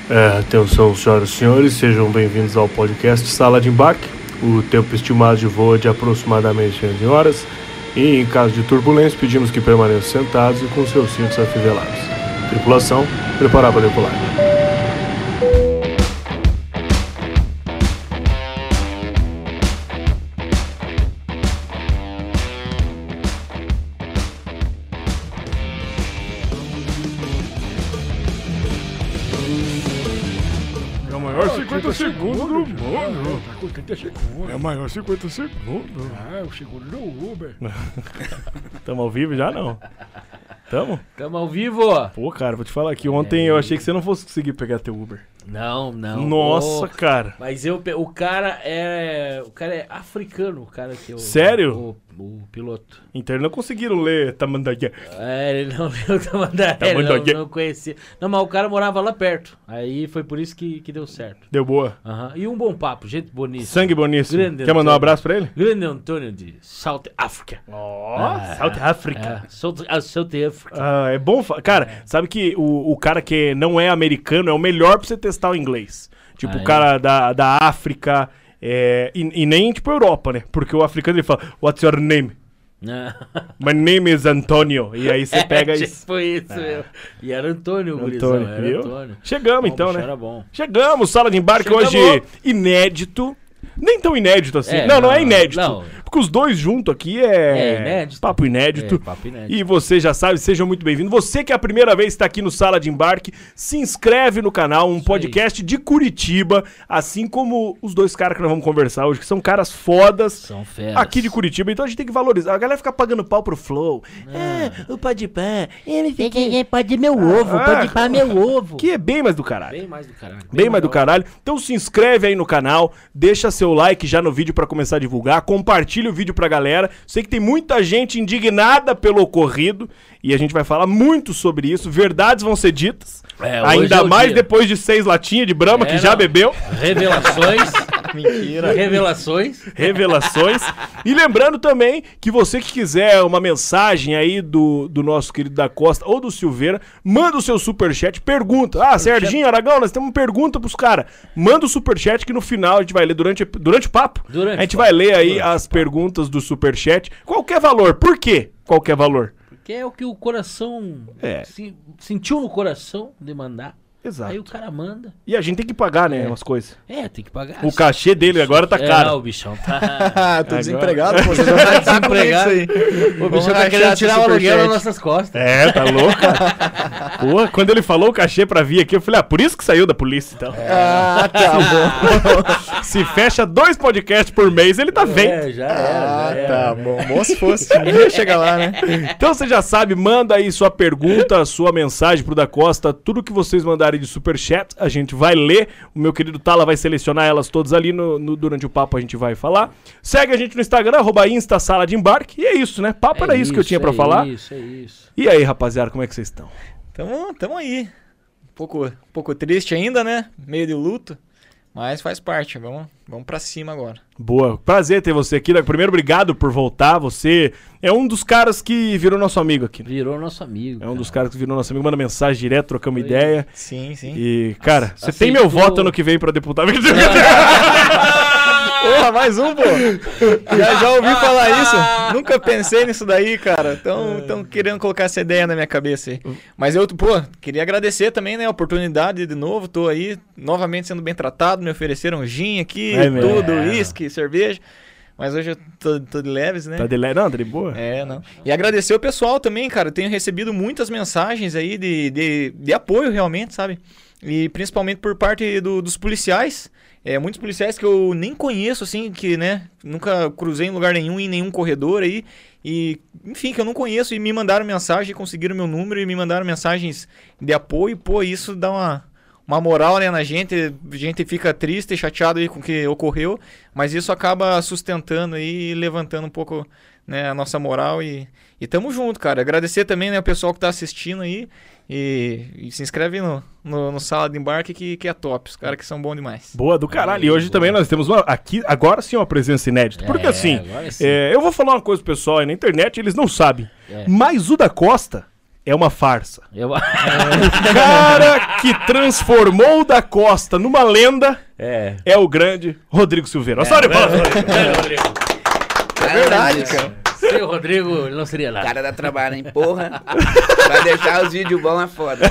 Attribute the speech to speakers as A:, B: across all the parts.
A: Atenção, senhoras e senhores, sejam bem-vindos ao podcast Sala de Embarque. O tempo estimado de voo é de aproximadamente 11 horas e, em caso de turbulência, pedimos que permaneçam sentados e com seus cintos afivelados. Tripulação, preparar para decolar.
B: É o maior 50 segundos do mundo. Tá com 50 segundos.
A: É o maior 50 segundos.
B: Ah, o segundo do Uber.
A: Tamo ao vivo já, não? Tamo?
C: Tamo ao vivo.
A: Pô, cara, vou te falar aqui. Ontem eu achei que você não fosse conseguir pegar teu Uber.
C: Não.
A: Nossa, cara.
C: Mas o cara é africano, o cara que eu...
A: Sério?
C: O piloto.
A: Então eles não conseguiram ler Tamandagué.
C: Ele não viu Tamandaré, não conhecia. Não, mas o cara morava lá perto. Aí foi por isso que deu certo.
A: Deu boa.
C: Aham. E um bom papo, gente boníssima.
A: Sangue boníssimo.
C: Grande
A: Quer mandar um
C: Antônio.
A: abraço pra ele?
C: Grande Antônio de South Africa.
A: South Africa.
C: South Africa.
A: Ah, é bom. Cara, sabe que o cara que não é americano é o melhor pra você testar o inglês. Tipo, o cara da África e nem tipo Europa, né? Porque o africano ele fala, what's your name? My name is Antonio. E aí você pega isso.
C: Foi isso mesmo. E era Antônio, o gurizão. Era
A: viu?
C: Antônio.
A: Chegamos
C: Bom,
A: então,
C: bicho,
A: né?
C: Era bom.
A: Chegamos, Sala de Embarque
C: Chegamos.
A: hoje inédito. Nem tão inédito assim. Não é inédito.
C: Não.
A: Porque os dois juntos aqui
C: inédito.
A: Papo inédito.
C: Papo inédito.
A: E você já sabe, sejam muito bem-vindos. Você que é a primeira vez está aqui no Sala de Embarque, se inscreve no canal, um podcast de Curitiba, assim como os dois caras que nós vamos conversar hoje, que são caras fodas.
C: São feras.
A: Aqui de Curitiba, então a gente tem que valorizar. A galera fica pagando pau pro Flow. O Podpah.
C: Pode meu ovo, pode pá meu ovo.
A: Que é bem mais do caralho.
C: Bem mais do caralho.
A: Bem mais do caralho. Então se inscreve aí no canal, deixa seu like já no vídeo pra começar a divulgar, compartilha o vídeo pra galera. Sei que tem muita gente indignada pelo ocorrido e a gente vai falar muito sobre isso. Verdades vão ser ditas. Ainda mais depois de 6 latinhas de Brahma que já bebeu.
C: Revelações.
A: Mentira.
C: Revelações.
A: E lembrando também que você que quiser uma mensagem aí do nosso querido da Costa ou do Silveira, manda o seu superchat, pergunta. Serginho, Aragão, nós temos uma pergunta pros caras. Manda o superchat que no final a gente vai ler durante o papo. A gente vai ler aí as perguntas do superchat. Qualquer valor. Por quê? Qualquer valor.
C: Porque é o que o coração sentiu no coração de mandar.
A: Exato.
C: Aí o cara manda.
A: E a gente tem que pagar, né, umas coisas.
C: Tem que pagar.
A: O cachê dele agora tá caro.
C: O bichão tá...
D: Tô desempregado, pô. Você já tá
C: desempregado. O bichão tá querendo tirar o aluguel das nossas costas.
A: Tá louco, cara. Porra, quando ele falou o cachê pra vir aqui, eu falei, por isso que saiu da polícia, então.
D: Tá bom.
A: Se fecha 2 podcasts por mês, ele tá vendo.
C: Já era.
D: Tá bom. Bom se fosse. Ninguém ia chegar lá, né?
A: Então você já sabe, manda aí sua pergunta, sua mensagem pro Da Costa, tudo que vocês mandarem de superchat, a gente vai ler. O meu querido Tala vai selecionar elas todas ali durante o papo, a gente vai falar. Segue a gente no Instagram, @Insta Sala de Embarque. E é isso, né? Papo era isso que eu tinha pra falar.
C: É isso.
A: E aí, rapaziada, como é que vocês estão?
D: Tamo aí. Um pouco triste ainda, né? Meio de luto. Mas faz parte. Vamos pra cima agora.
A: Boa. Prazer ter você aqui. Primeiro, obrigado por voltar. Você é um dos caras que virou nosso amigo aqui. Né?
C: Virou nosso amigo.
A: É um dos caras que virou nosso amigo. Manda mensagem direto, trocamos ideia.
D: Sim.
A: E, cara, você tem meu voto ano que vem pra deputado.
D: Porra, mais um, pô. Já ouvi falar isso. Nunca pensei nisso daí, cara. Tão querendo colocar essa ideia na minha cabeça aí. Mas eu, queria agradecer também, né, a oportunidade de novo. Tô aí novamente sendo bem tratado. Me ofereceram gin aqui, tudo, uísque, cerveja. Mas hoje eu tô de leves, né?
A: Tá de leve? Não, tá de boa.
D: Não. E agradecer o pessoal também, cara. Tenho recebido muitas mensagens aí de apoio realmente, sabe? E principalmente por parte dos policiais. Muitos policiais que eu nem conheço, assim, que, né, nunca cruzei em lugar nenhum, em nenhum corredor aí, e, enfim, que eu não conheço, e me mandaram mensagem, conseguiram meu número e me mandaram mensagens de apoio. Pô, isso dá uma moral, né, na gente. A gente fica triste e chateado aí com o que ocorreu, mas isso acaba sustentando aí e levantando um pouco, né, a nossa moral e tamo junto, cara. Agradecer também, né, o pessoal que tá assistindo aí e se inscreve no Sala de Embarque que é top. Os caras que são bons demais.
A: Boa do caralho. E hoje também nós temos aqui, agora sim, uma presença inédita. Porque assim, eu vou falar uma coisa pro pessoal aí na internet, eles não sabem. Mas o Da Costa é uma farsa.
C: Eu...
A: O cara que transformou o Da Costa numa lenda é o grande Rodrigo Silveira. Só de palmas.
D: É verdade, cara.
C: Sem o Rodrigo, ele não seria
E: O
C: nada.
E: cara dá trabalho, hein? Porra. Vai deixar os vídeos bons é foda.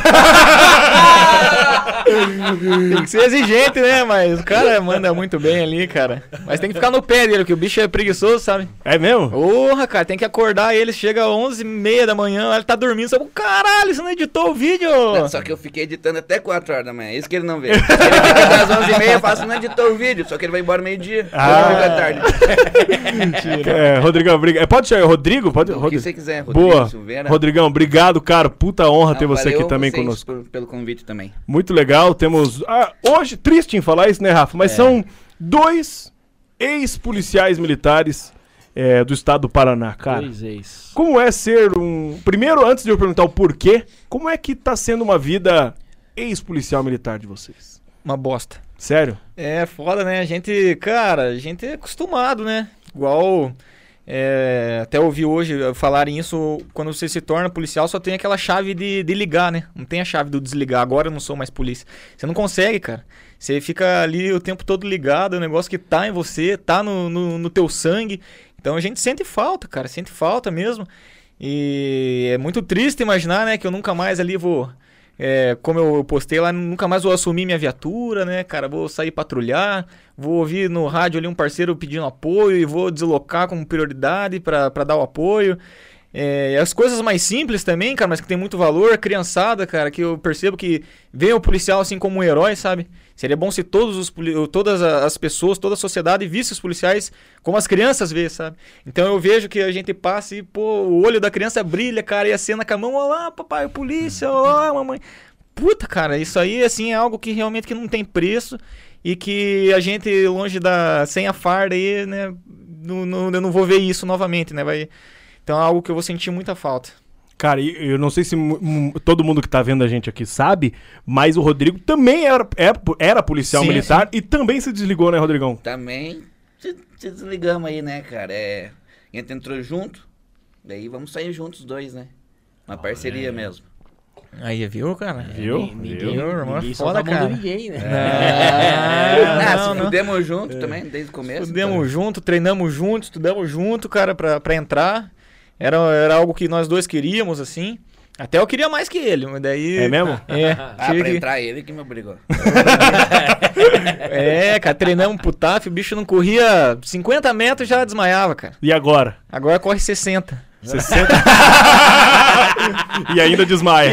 D: Tem que ser exigente, né? Mas o cara manda muito bem ali, cara. Mas tem que ficar no pé dele, porque o bicho é preguiçoso, sabe?
A: É mesmo?
D: Porra, cara, tem que acordar ele. Chega às 11h30 da manhã, ele tá dormindo. Sabe? Caralho, você não editou o vídeo?
E: Só que eu fiquei editando até 4 horas da manhã. Isso que ele não vê. Ele fica às 11h30, eu faço, não editou o vídeo. Só que ele vai embora meio-dia. Fica tarde.
A: Mentira. Rodrigão, obrigado. Pode chamar Rodrigo? Pode,
E: O que você quiser, Rodrigo
A: Boa.
E: Silveira.
A: Rodrigão, obrigado, cara. Puta honra ter você aqui também
E: vocês
A: conosco.
E: pelo convite também.
A: Muito legal. Temos. Hoje, triste em falar isso, né, Rafa? Mas são 2 ex-policiais militares do estado do Paraná, cara.
C: Pois é isso.
A: Como é ser um. Primeiro, antes de eu perguntar o porquê, como é que tá sendo uma vida ex-policial militar de vocês?
D: Uma bosta.
A: Sério?
D: É foda, né? A gente é acostumado, né? Igual. Até ouvi hoje falarem isso, quando você se torna policial, só tem aquela chave de ligar, né? Não tem a chave do desligar. Agora eu não sou mais polícia. Você não consegue, cara. Você fica ali o tempo todo ligado, é um negócio que tá em você, tá no teu sangue. Então a gente sente falta, cara. Sente falta mesmo. E é muito triste imaginar, né? Que eu nunca mais ali vou... como eu postei lá, nunca mais vou assumir minha viatura, né, cara? Vou sair patrulhar, vou ouvir no rádio ali um parceiro pedindo apoio e vou deslocar como prioridade pra dar o apoio. As coisas mais simples também, cara, mas que tem muito valor, a criançada, cara, que eu percebo que vê o policial assim como um herói, sabe? Seria bom se todas as pessoas, toda a sociedade visse os policiais como as crianças vê, sabe? Então eu vejo que a gente passa e, pô, o olho da criança brilha, cara, e acena com a mão, olá, papai, polícia, olá, mamãe. Puta, cara, isso aí, assim, é algo que realmente que não tem preço e que a gente, sem a farda aí, né, eu não vou ver isso novamente, né, Então é algo que eu vou sentir muita falta.
A: Cara, eu não sei se todo mundo que tá vendo a gente aqui sabe, mas o Rodrigo também era policial militar e também se desligou, né, Rodrigão?
E: Também se desligamos aí, né, cara? A gente entrou junto, daí vamos sair juntos os dois, né? Uma parceria mesmo.
D: Aí, viu, cara?
A: Viu?
C: Ninguém
D: Foda, cara.
C: Ninguém, né?
E: Se fudemos junto também, desde o começo.
D: Fudemos junto, treinamos junto, estudamos junto, cara, pra entrar. Era algo que nós dois queríamos, assim. Até eu queria mais que ele, mas daí...
A: É mesmo?
E: Pra entrar ele que me obrigou.
D: Cara, treinamos pro TAF, o bicho não corria 50 metros, já desmaiava, cara.
A: E agora?
D: Agora corre 60.
A: 60? E ainda desmaia.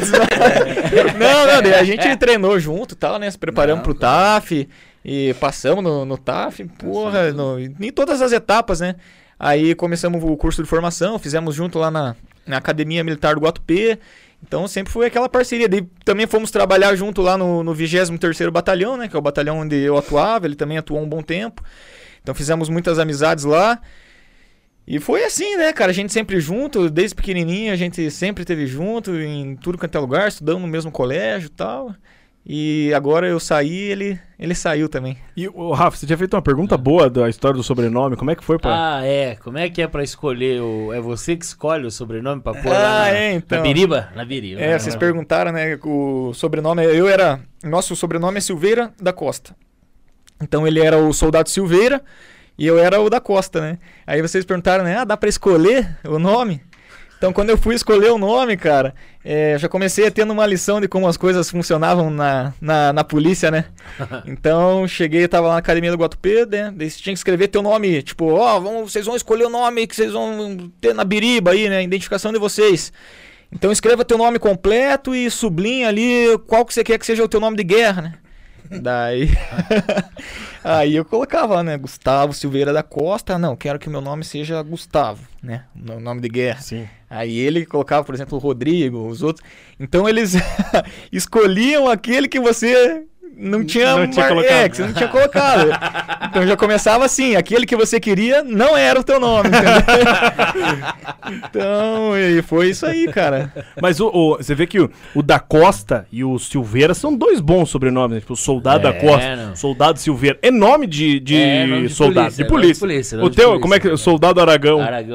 D: Não, a gente treinou junto e tal, né? Se preparamos pro TAF e passamos no TAF, porra, em todas as etapas, né? Aí começamos o curso de formação, fizemos junto lá na Academia Militar do Guatupê. Então sempre foi aquela parceria. Daí também fomos trabalhar junto lá no 23º Batalhão, né? Que é o batalhão onde eu atuava, ele também atuou um bom tempo. Então fizemos muitas amizades lá. E foi assim, né, cara? A gente sempre junto, desde pequenininho, a gente sempre esteve junto, em tudo quanto é lugar, estudando no mesmo colégio e tal. E agora eu saí, ele saiu também.
A: E o Rafa, você tinha feito uma pergunta boa da história do sobrenome, como é que foi, pai?
C: Como é que é pra escolher é você que escolhe o sobrenome pra pôr lá
D: então.
C: na Biriba? Na Biriba.
D: Vocês perguntaram, né, o sobrenome, nosso sobrenome é Silveira da Costa. Então ele era o Soldado Silveira e eu era o da Costa, né? Aí vocês perguntaram, né, dá pra escolher o nome? Então, quando eu fui escolher o nome, cara, já comecei tendo uma lição de como as coisas funcionavam na polícia, né? Então, cheguei, tava lá na Academia do Guatupê, né? Daí você tinha que escrever teu nome, tipo, vocês vão escolher o nome que vocês vão ter na Biriba aí, né? Identificação de vocês. Então, escreva teu nome completo e sublinha ali qual que você quer que seja o teu nome de guerra, né? Daí... Aí eu colocava, né, Gustavo Silveira da Costa. Não, quero que meu nome seja Gustavo, né, no nome de guerra.
A: Sim.
D: Aí ele colocava, por exemplo, o Rodrigo, os outros. Então eles escolhiam aquele que você não tinha colocado. Que você não tinha colocado. Então já começava assim, aquele que você queria não era o teu nome, entendeu? Então, e foi isso aí, cara.
A: Mas você vê que o da Costa e o Silveira são dois bons sobrenomes, né? Tipo, o Soldado da Costa, Soldado Silveira. É nome de
C: nome de
A: soldado,
C: polícia,
A: de polícia.
C: Nome de polícia,
A: O teu, como é que é? Soldado Aragão.
C: Aragão.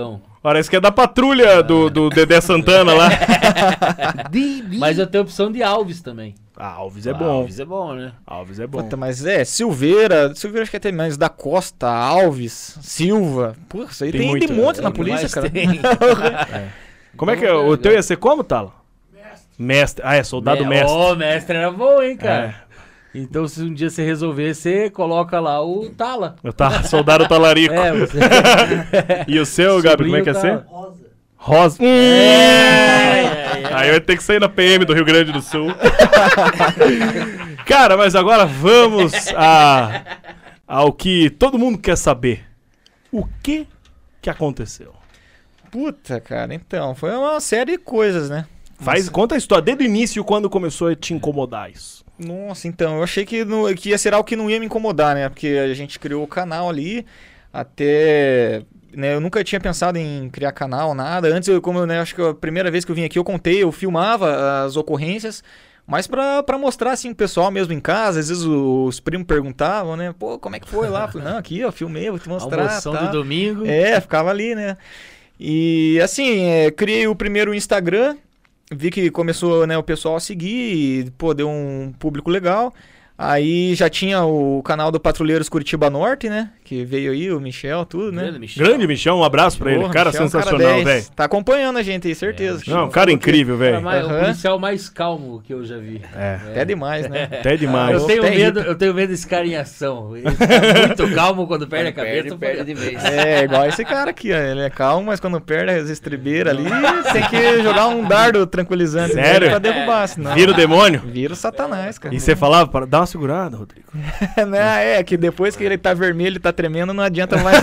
A: Parece que é da patrulha do Dedé Santana lá.
C: Mas eu tenho opção de Alves também.
A: Alves é bom.
C: Alves é bom, né?
A: Alves é bom.
D: Puta, mas Silveira acho que até mais, da Costa, Alves, Silva. Pô, isso aí tem de monte na polícia, cara.
A: Como é que é? O teu ia ser como, Tala? Mestre. Ah, é soldado mestre.
C: Ô, mestre era bom, hein, cara? Então, se um dia você resolver, você coloca lá o Tala.
A: Soldado talarico.
C: Você...
A: E o seu, Gabi, como é que ia ser? Rosa. Aí eu ia ter que sair na PM do Rio Grande do Sul. Cara, mas agora vamos ao que todo mundo quer saber. O que aconteceu?
D: Puta, cara, então, foi uma série de coisas, né?
A: Conta a história, desde o início, quando começou a te incomodar isso.
D: Nossa, então, eu achei que ia ser algo que não ia me incomodar, né? Porque a gente criou o canal ali, até... Né, eu nunca tinha pensado em criar canal, nada. Antes, acho que a primeira vez que eu vim aqui, eu filmava as ocorrências, mas pra mostrar, assim, o pessoal mesmo em casa. Às vezes os primos perguntavam, né? Pô, como é que foi lá? Eu falei, não, aqui, ó, filmei, vou te mostrar.
C: Almoção de domingo.
D: Ficava ali, né? E, assim, criei o primeiro Instagram, vi que começou, né, o pessoal a seguir e, pô, deu um público legal. Aí já tinha o canal do Patrulheiros Curitiba Norte, né? Que veio aí, o Michel, tudo, né?
A: Grande Michel, um abraço pra ele. Cara,
D: Michel,
A: sensacional, velho.
D: Tá acompanhando a gente aí, certeza.
A: Não, cara incrível, velho.
C: O policial mais calmo que eu já vi.
D: Até demais, né?
A: Até demais.
C: Eu tenho medo desse cara em ação. Ele tá muito calmo quando perde a cabeça.
E: Perde de vez.
D: Igual esse cara aqui, ó. Ele é calmo, mas quando perde as estribeiras ali, tem que jogar um dardo tranquilizante.
A: Sério?
D: Pra derrubar, senão...
A: Vira o demônio?
D: Vira o satanás, cara.
A: E você falava, dá uma segurada, Rodrigo.
D: Que depois que ele tá vermelho, ele tá tremendo, não adianta mais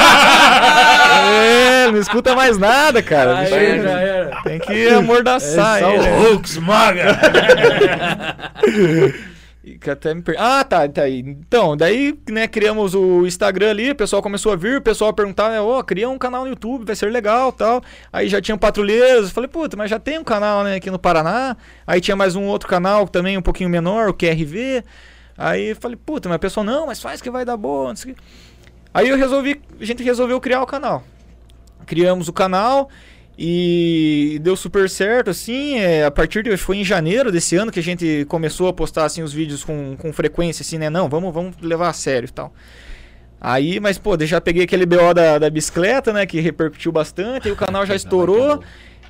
D: falar. Não escuta mais nada, cara.
C: Já era.
D: Tem que amordaçar ele.
C: Hulk esmaga.
D: Até me tá. Então, daí, né, criamos o Instagram ali, o pessoal começou a vir, o pessoal perguntava, cria um canal no YouTube, vai ser legal, tal. Aí já tinha Patrulheiros, falei, puta, mas já tem um canal, né, aqui no Paraná. Aí tinha mais um outro canal também um pouquinho menor, o QRV. Aí falei, puta, mas a pessoa, não, mas faz que vai dar boa, não sei o que. Aí a gente resolveu criar o canal. Criamos o canal e deu super certo, assim, a partir foi em janeiro desse ano que a gente começou a postar, assim, os vídeos com frequência, assim, né, não, vamos levar a sério e tal. Aí, mas, pô, já peguei aquele BO da bicicleta, né, que repercutiu bastante, aí o canal já estourou,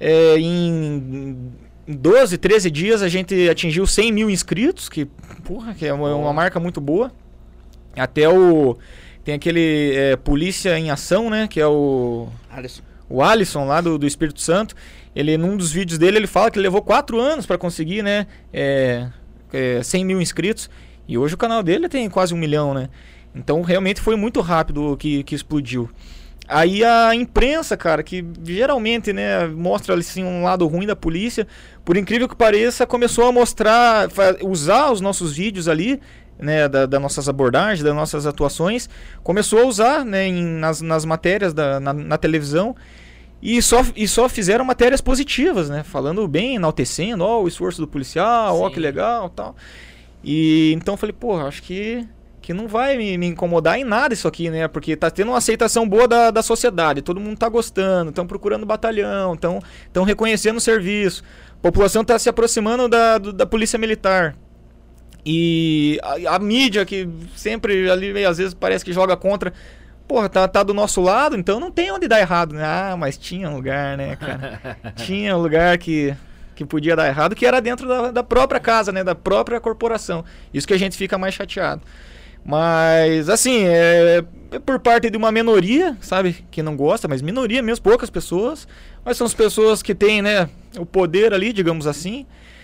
D: em 12, 13 dias a gente atingiu 100 mil inscritos, que é uma marca muito boa. Até tem aquele Polícia em Ação, né, que é o Alisson lá do Espírito Santo. Ele, num dos vídeos dele, ele fala que ele levou 4 anos para conseguir, né, 100 mil inscritos. E hoje o canal dele tem quase 1 milhão, né. Então realmente foi muito rápido que explodiu. Aí a imprensa, cara, que geralmente, né, mostra assim um lado ruim da polícia, por incrível que pareça, começou a mostrar, usar os nossos vídeos ali, né, das nossas abordagens, das nossas atuações, começou a usar, né, nas matérias na televisão, e só fizeram matérias positivas, né, falando bem, enaltecendo, o esforço do policial, que legal, tal. E então eu falei, acho que não vai me incomodar em nada isso aqui, né? Porque tá tendo uma aceitação boa da sociedade, todo mundo tá gostando, estão procurando batalhão, estão reconhecendo o serviço, a população tá se aproximando da polícia militar. E a mídia, que sempre ali, às vezes, parece que joga contra, tá do nosso lado, então não tem onde dar errado, né? Ah, mas tinha um lugar, né, cara? Tinha um lugar que podia dar errado, que era dentro da própria casa, né? Da própria corporação. Isso que a gente fica mais chateado. Mas, assim, é por parte de uma minoria, sabe, que não gosta, mas minoria mesmo, poucas pessoas, mas são as pessoas que têm, né, o poder ali, digamos assim.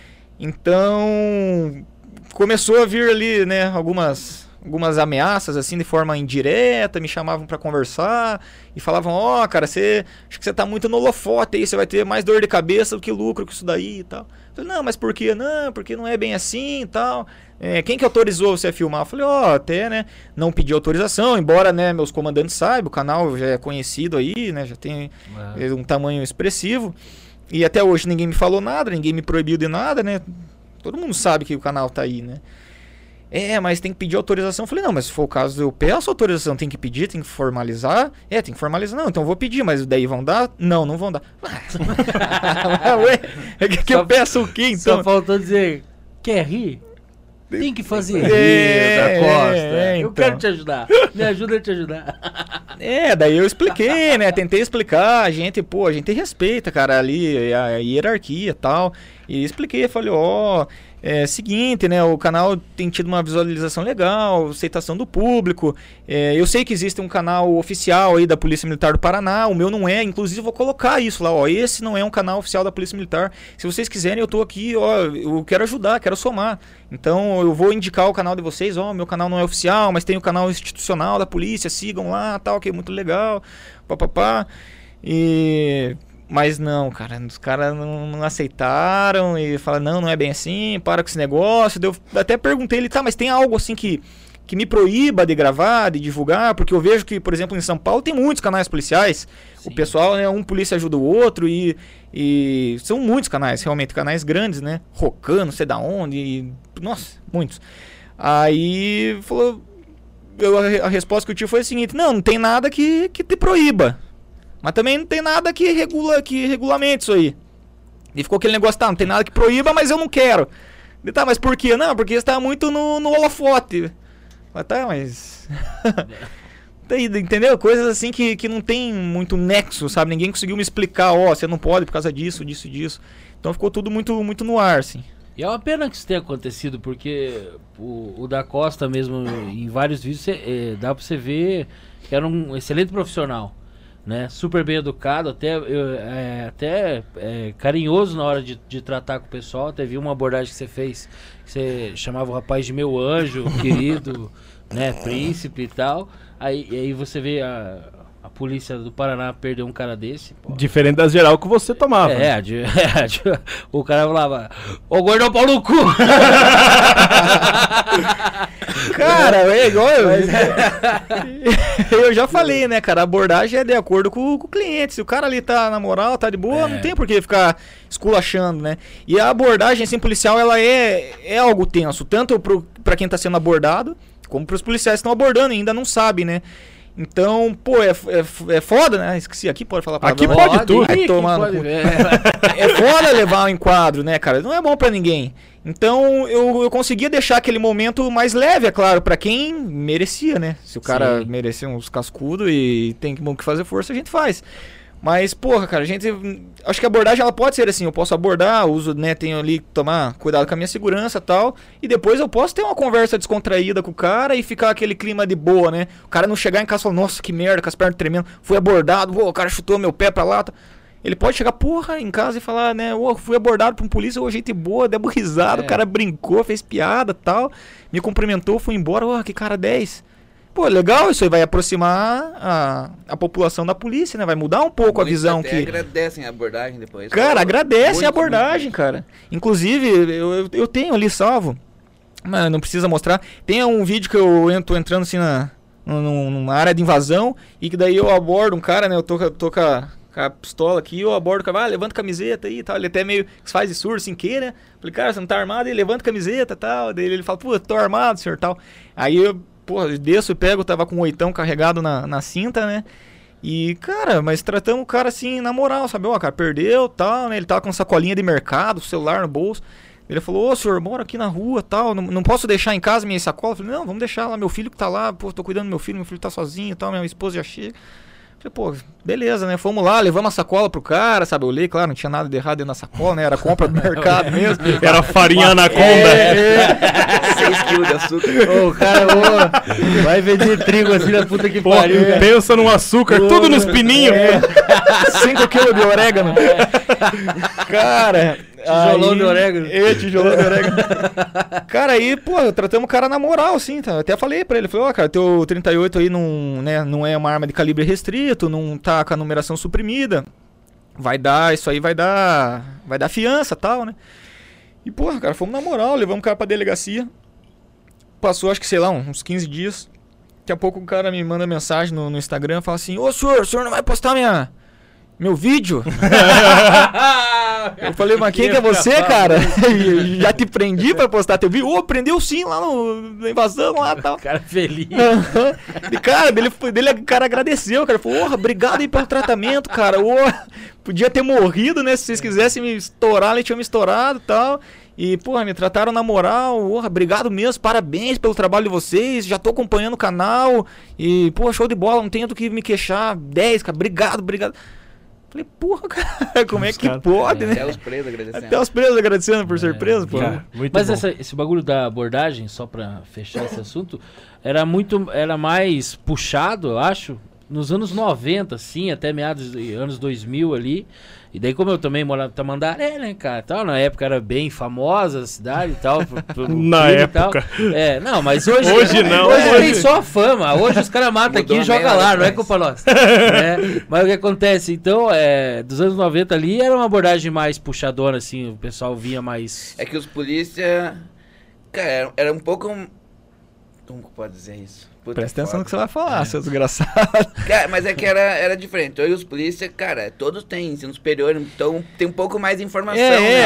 D: Então, começou a vir ali, né, algumas ameaças, assim, de forma indireta, me chamavam pra conversar e falavam, cara, acho que você tá muito no holofote aí, você vai ter mais dor de cabeça do que lucro com isso daí e tal. Eu falei, não, mas por quê? Não, porque não é bem assim e tal. Quem que autorizou você a filmar? Eu falei, até, né, não pedi autorização, embora, né, meus comandantes saibam, o canal já é conhecido aí, né, já tem um tamanho expressivo, e até hoje ninguém me falou nada, ninguém me proibiu de nada, né, todo mundo sabe que o canal tá aí, né. Mas tem que pedir autorização. Eu falei, não, mas se for o caso, eu peço autorização, tem que pedir, tem que formalizar. Tem que formalizar. Não, então eu vou pedir, mas daí vão dar? Não, não vão dar. Ué, que eu peço o quê, então?
C: Só faltou dizer, quer rir? Tem que fazer rir da Costa. Eu quero te ajudar. Me ajuda a te ajudar.
D: Daí eu expliquei, né? Tentei explicar. A gente respeita, cara, ali a hierarquia e tal. E expliquei, falei, seguinte, né? O canal tem tido uma visualização legal, aceitação do público. Eu sei que existe um canal oficial aí da Polícia Militar do Paraná, o meu não é. Inclusive eu vou colocar isso lá, esse não é um canal oficial da Polícia Militar. Se vocês quiserem, eu tô aqui, eu quero ajudar, quero somar. Então eu vou indicar o canal de vocês, meu canal não é oficial, mas tem o canal institucional da polícia, sigam lá, tal, que é muito legal, papapá. Mas não, cara, os caras não aceitaram e falaram, não é bem assim, para com esse negócio. Eu até perguntei ele, mas tem algo assim que me proíba de gravar, de divulgar? Porque eu vejo que, por exemplo, em São Paulo tem muitos canais policiais. Sim. O pessoal, né, um polícia ajuda o outro e são muitos canais, realmente, canais grandes, né? Rocando, não sei da onde, nossa, muitos. Aí falou, a resposta que eu tive foi a seguinte, não tem nada que te proíba. Mas também não tem nada que regulamente isso aí. E ficou aquele negócio, não tem nada que proíba, mas eu não quero. Mas por quê? Não, porque está muito no holofote. Mas entendeu? Coisas assim que não tem muito nexo, sabe? Ninguém conseguiu me explicar, você não pode por causa disso. Então ficou tudo muito no ar, assim.
C: E é uma pena que isso tenha acontecido, porque o da Costa mesmo, em vários vídeos, dá pra você ver que era um excelente profissional. Né? Super bem educado, até carinhoso na hora de tratar com o pessoal. Até vi uma abordagem que você fez, que você chamava o rapaz de meu anjo, querido, né, príncipe e tal. Aí você vê a polícia do Paraná perder um cara desse. Pô.
A: Diferente das geral que você tomava.
C: O cara falava, ô gordão pau no cu!
D: Cara, é igual eu já falei, né, cara, a abordagem é de acordo com o cliente. Se o cara ali tá na moral, tá de boa, não tem por que ficar esculachando, né? E a abordagem, assim, policial, ela é algo tenso, tanto pra quem tá sendo abordado, como pros policiais que estão abordando e ainda não sabem, né? Então, é foda, né? Esqueci, aqui pode falar
A: aqui pode tudo.
D: É foda levar um enquadro, né, cara? Não é bom pra ninguém. Então, eu conseguia deixar aquele momento mais leve, é claro, pra quem merecia, né? Se o cara merecia uns cascudos e tem que fazer força, a gente faz. Mas, porra, cara, acho que a abordagem ela pode ser assim, eu posso abordar, tenho ali que tomar cuidado com a minha segurança e tal, e depois eu posso ter uma conversa descontraída com o cara e ficar aquele clima de boa, né? O cara não chegar em casa e falar, nossa, que merda, com as pernas tremendo, fui abordado, o cara chutou meu pé pra lá, tá? Ele pode chegar, em casa e falar, né, fui abordado por um polícia, gente boa, deu risada, o cara brincou, fez piada e tal, me cumprimentou, foi embora, que cara 10. Pô, legal, isso aí vai aproximar a população da polícia, né? Vai mudar um pouco a visão que...
E: agradecem a abordagem depois.
D: Cara, agradecem a abordagem, cara. Inclusive, eu tenho ali salvo, mas não precisa mostrar. Tem um vídeo que eu tô entrando assim numa área de invasão e que daí eu abordo um cara, né? Eu tô com a pistola aqui, eu abordo o cara, levanta a camiseta aí e tal. Ele até meio faz de surdo, assim, que, né? Falei, cara, você não tá armado? Ele levanta a camiseta e tal. Daí ele fala, tô armado, senhor, tal. Aí eu desço e pego, tava com um 8 carregado na cinta, né? E, cara, mas tratamos o cara assim, na moral, sabe? Cara, perdeu, tal, né? Ele tava com sacolinha de mercado, celular no bolso. Ele falou, senhor, moro aqui na rua, tal, não posso deixar em casa minha sacola? Eu falei, não, vamos deixar lá, meu filho que tá lá, tô cuidando do meu filho tá sozinho e tal, minha esposa já chega. Falei, beleza, né? Fomos lá, levamos a sacola pro cara, sabe? Eu olhei, claro, não tinha nada de errado dentro da sacola, né? Era compra do mercado mesmo.
A: Era farinha anaconda.
E: 6 quilos de açúcar.
C: O cara, vai vender trigo assim na puta que pariu.
A: Pensa num açúcar, tudo nos pininhos.
D: 5 quilos de orégano. Cara...
C: Tijolão de orégano.
D: Tijolão de orégano. Cara, aí, tratamos o cara na moral, assim, tá? Eu até falei pra ele, falei, cara, teu 38 aí não é uma arma de calibre restrito, não tá com a numeração suprimida. Isso aí vai dar fiança e tal, né? E, cara, fomos na moral, levamos o cara pra delegacia. Passou, acho que, sei lá, uns 15 dias. Daqui a pouco o cara me manda mensagem no Instagram, fala assim, senhor, o senhor não vai postar meu vídeo? Eu falei, mas quem que é você, cara? E já te prendi pra postar teu vídeo? Ô, prendeu sim lá na invasão lá e tal.
C: O cara feliz.
D: E, cara, o cara agradeceu, cara. Falou, obrigado aí pelo tratamento, cara. Podia ter morrido, né? Se vocês quisessem me estourar, eles tinham me estourado e tal. E, porra, me trataram na moral. Obrigado mesmo, parabéns pelo trabalho de vocês. Já tô acompanhando o canal. E, porra, show de bola, não tenho do que me queixar. 10, cara, obrigado. Falei, porra, cara, como é que pode, né?
E: Até os presos agradecendo.
D: Até os presos agradecendo por ser preso, pô.
A: Cara, muito
C: Mas
A: bom.
C: esse bagulho da abordagem, só pra fechar esse assunto, era mais puxado, eu acho, nos anos 90, assim, até meados dos anos 2000 ali. E daí, como eu também morava em Tamandaré, né, cara, tal, na época era bem famosa a cidade e tal.
A: Na época.
C: Não, mas hoje...
A: Hoje não.
C: Hoje tem só fama. Hoje os caras matam aqui e jogam lá, não é culpa nossa. Mas o que acontece, então, dos anos 90 ali, era uma abordagem mais puxadona, assim, o pessoal vinha mais...
E: É que os polícia, cara, era um pouco... Como que pode dizer isso? Puta,
D: Presta atenção
E: foda.
D: no que você vai falar, seu desgraçado.
E: Cara, mas é que era diferente. Eu e os polícia, cara, todos têm ensino superior, então tem um pouco mais de informação.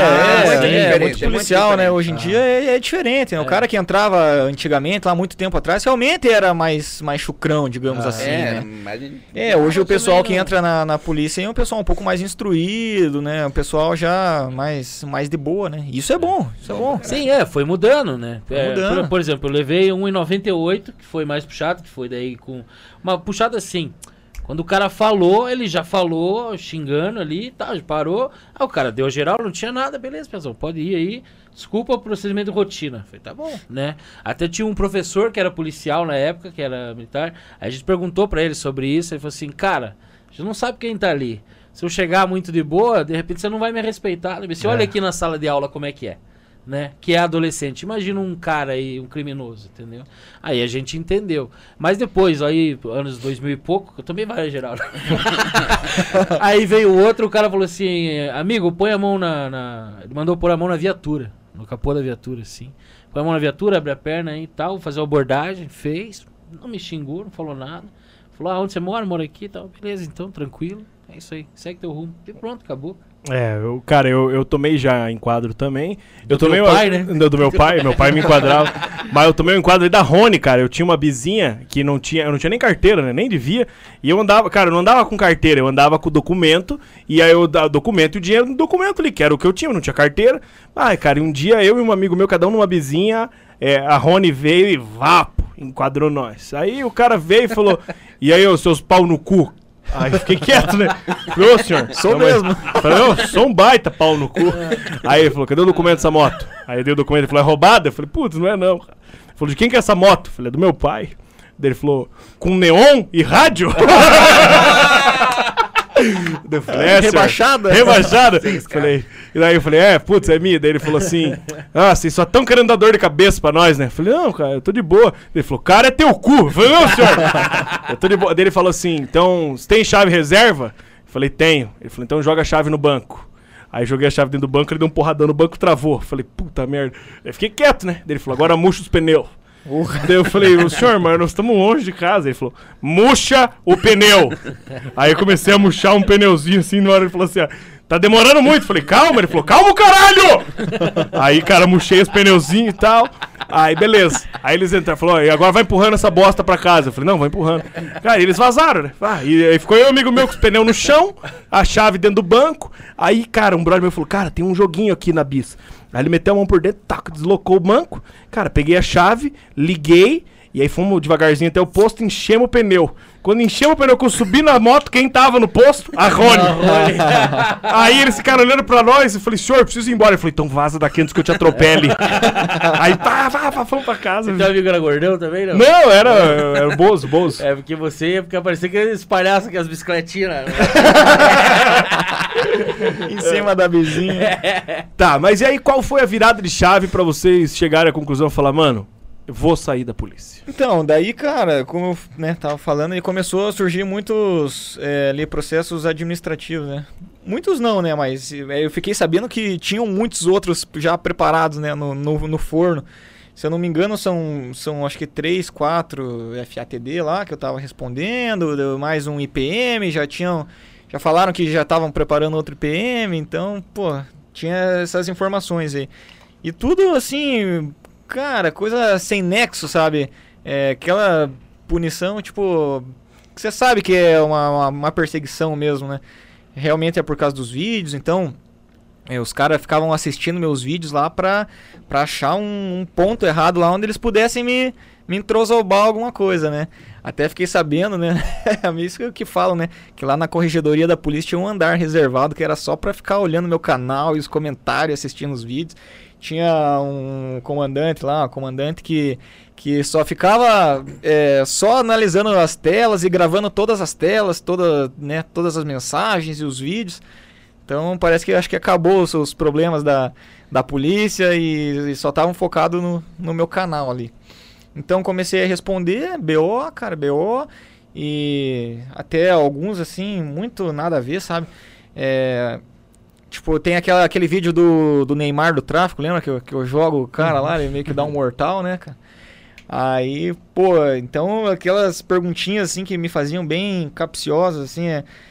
D: É muito policial, né?
E: diferente.
D: Hoje em dia é diferente, né? O cara que entrava antigamente, lá muito tempo atrás, realmente era mais chucrão, digamos assim, né?
E: Mas...
D: Hoje o pessoal que entra na polícia é um pessoal um pouco mais instruído, né? Um pessoal já mais de boa, né? Isso é bom, isso é bom.
C: Sim, foi mudando, né?
D: Mudando.
C: Por exemplo, eu levei 1,98, que foi mais puxado, que foi daí com... Uma puxada assim, quando o cara falou, ele já falou, xingando ali e tal, parou. Aí o cara deu geral, não tinha nada, beleza, pessoal, pode ir aí. Desculpa o procedimento de rotina. Falei, tá bom, né? Até tinha um professor que era policial na época, que era militar. Aí a gente perguntou pra ele sobre isso, ele falou assim, cara, a gente não sabe quem tá ali. Se eu chegar muito de boa, de repente você não vai me respeitar. Você olha aqui na sala de aula como é que é. Né? Que é adolescente. Imagina um cara aí, um criminoso, entendeu? Aí a gente entendeu. Mas depois, aí, anos 2000 e pouco, eu também vai geral. Aí veio o outro, o cara falou assim, amigo, põe a mão Ele mandou pôr a mão na viatura, no capô da viatura, assim. Põe a mão na viatura, abre a perna aí e tal, fazer a abordagem, fez, não me xingou, não falou nada. Falou, onde você mora? Mora aqui e tal. Beleza, então, tranquilo. É isso aí, segue teu rumo. E pronto, acabou.
A: Eu tomei já enquadro também. Eu tomei
C: teu pai, né?
A: Do meu pai me enquadrava. Mas eu tomei um enquadro aí da Rony, cara. Eu tinha uma vizinha que eu não tinha nem carteira, né? Nem devia. E eu andava, cara, eu não andava com carteira, eu andava com documento. E aí eu dava documento e o dinheiro no documento ali, que era o que eu tinha, eu não tinha carteira. Ai, cara, e um dia eu e um amigo meu, cada um numa vizinha, a Rony veio e vapo, enquadrou nós. Aí o cara veio e falou: e aí, os seus pau no cu? Aí eu fiquei quieto, né? Falei, ô senhor,
D: Sou mesmo.
A: Falei, ô, sou um baita pau no cu. Aí ele falou, cadê o documento dessa moto? Aí eu dei o documento, ele falou, é roubada? Eu falei, putz, não é não. Ele falou, de quem que é essa moto? Eu falei, é do meu pai. Daí ele falou, com neon e rádio? Eu falei,
D: Rebaixada?
A: Rebaixada? Falei, e daí eu falei, putz, é minha. Daí ele falou assim, vocês só tão querendo dar dor de cabeça pra nós, né? Eu falei, não, cara, eu tô de boa. Ele falou, cara, é teu cu. Eu falei, não, senhor. Eu tô de boa. Daí ele falou assim, então, você tem chave reserva? Eu falei, tenho. Ele falou, então joga a chave no banco. Aí joguei a chave dentro do banco, ele deu um porradão no banco, travou. Eu falei, puta merda. Eu fiquei quieto, né? Daí ele falou, agora murcha os pneus. Daí eu falei, o senhor, mas nós estamos longe de casa. Ele falou, murcha o pneu. Aí eu comecei a murchar um pneuzinho assim, na hora ele falou assim, tá demorando muito. Eu falei, calma. Ele falou, calma, caralho! Aí, cara, murchei os pneuzinhos e tal. Aí, beleza. Aí eles entraram, falou, e agora vai empurrando essa bosta pra casa. Eu falei, não, vai empurrando. Cara, e eles vazaram, né? E aí ficou eu e um amigo meu com os pneus no chão, a chave dentro do banco. Aí, cara, um brother meu falou, cara, tem um joguinho aqui na bis. Aí ele meteu a mão por dentro, deslocou o banco. Cara, peguei a chave, liguei, e aí fomos devagarzinho até o posto, enchemos o pneu. Quando enchemos o pneu, que eu subi na moto, quem tava no posto? A Rony. Aí eles ficaram olhando pra nós, eu falei, senhor, preciso ir embora. Ele falou, então vaza daqui antes que eu te atropele. Aí, fomos pra casa.
C: Teu amigo era gordão também, não?
A: Não, era o Bozo.
C: É, porque você ia ficar parecendo que eles espalhassem aquelas bicicletinhas. Né?
D: Em cima da vizinha.
A: Tá, mas e aí qual foi a virada de chave pra vocês chegarem à conclusão e falar, mano, eu vou sair da polícia?
D: Então, daí, cara, como eu tava falando, e começou a surgir muitos ali, processos administrativos, né? Muitos não, né? Mas eu fiquei sabendo que tinham muitos outros já preparados, né? No forno. Se eu não me engano, são acho que 3, 4 FATD lá que eu tava respondendo, mais um IPM, já tinham já falaram que já estavam preparando outro PM, então, pô, tinha essas informações aí. E tudo assim, cara, coisa sem nexo, sabe? Aquela punição, tipo, que você sabe que é uma perseguição mesmo, né? Realmente é por causa dos vídeos, então os caras ficavam assistindo meus vídeos lá pra achar um ponto errado lá onde eles pudessem me entrosobar alguma coisa, né? Até fiquei sabendo, né? É isso que falam, né? Que lá na corregedoria da polícia tinha um andar reservado que era só pra ficar olhando meu canal e os comentários, assistindo os vídeos. Tinha um comandante lá, que só ficava só analisando as telas e gravando todas as telas, todas as mensagens e os vídeos. Então parece que acho que acabou os problemas da polícia e só estavam focados no meu canal ali. Então comecei a responder BO, e até alguns assim, muito nada a ver, sabe? Tipo, tem aquele vídeo do Neymar do tráfico, lembra que eu jogo o cara lá, ele meio que dá um mortal, né, cara? Aí, pô, então aquelas perguntinhas assim que me faziam bem capciosas, assim,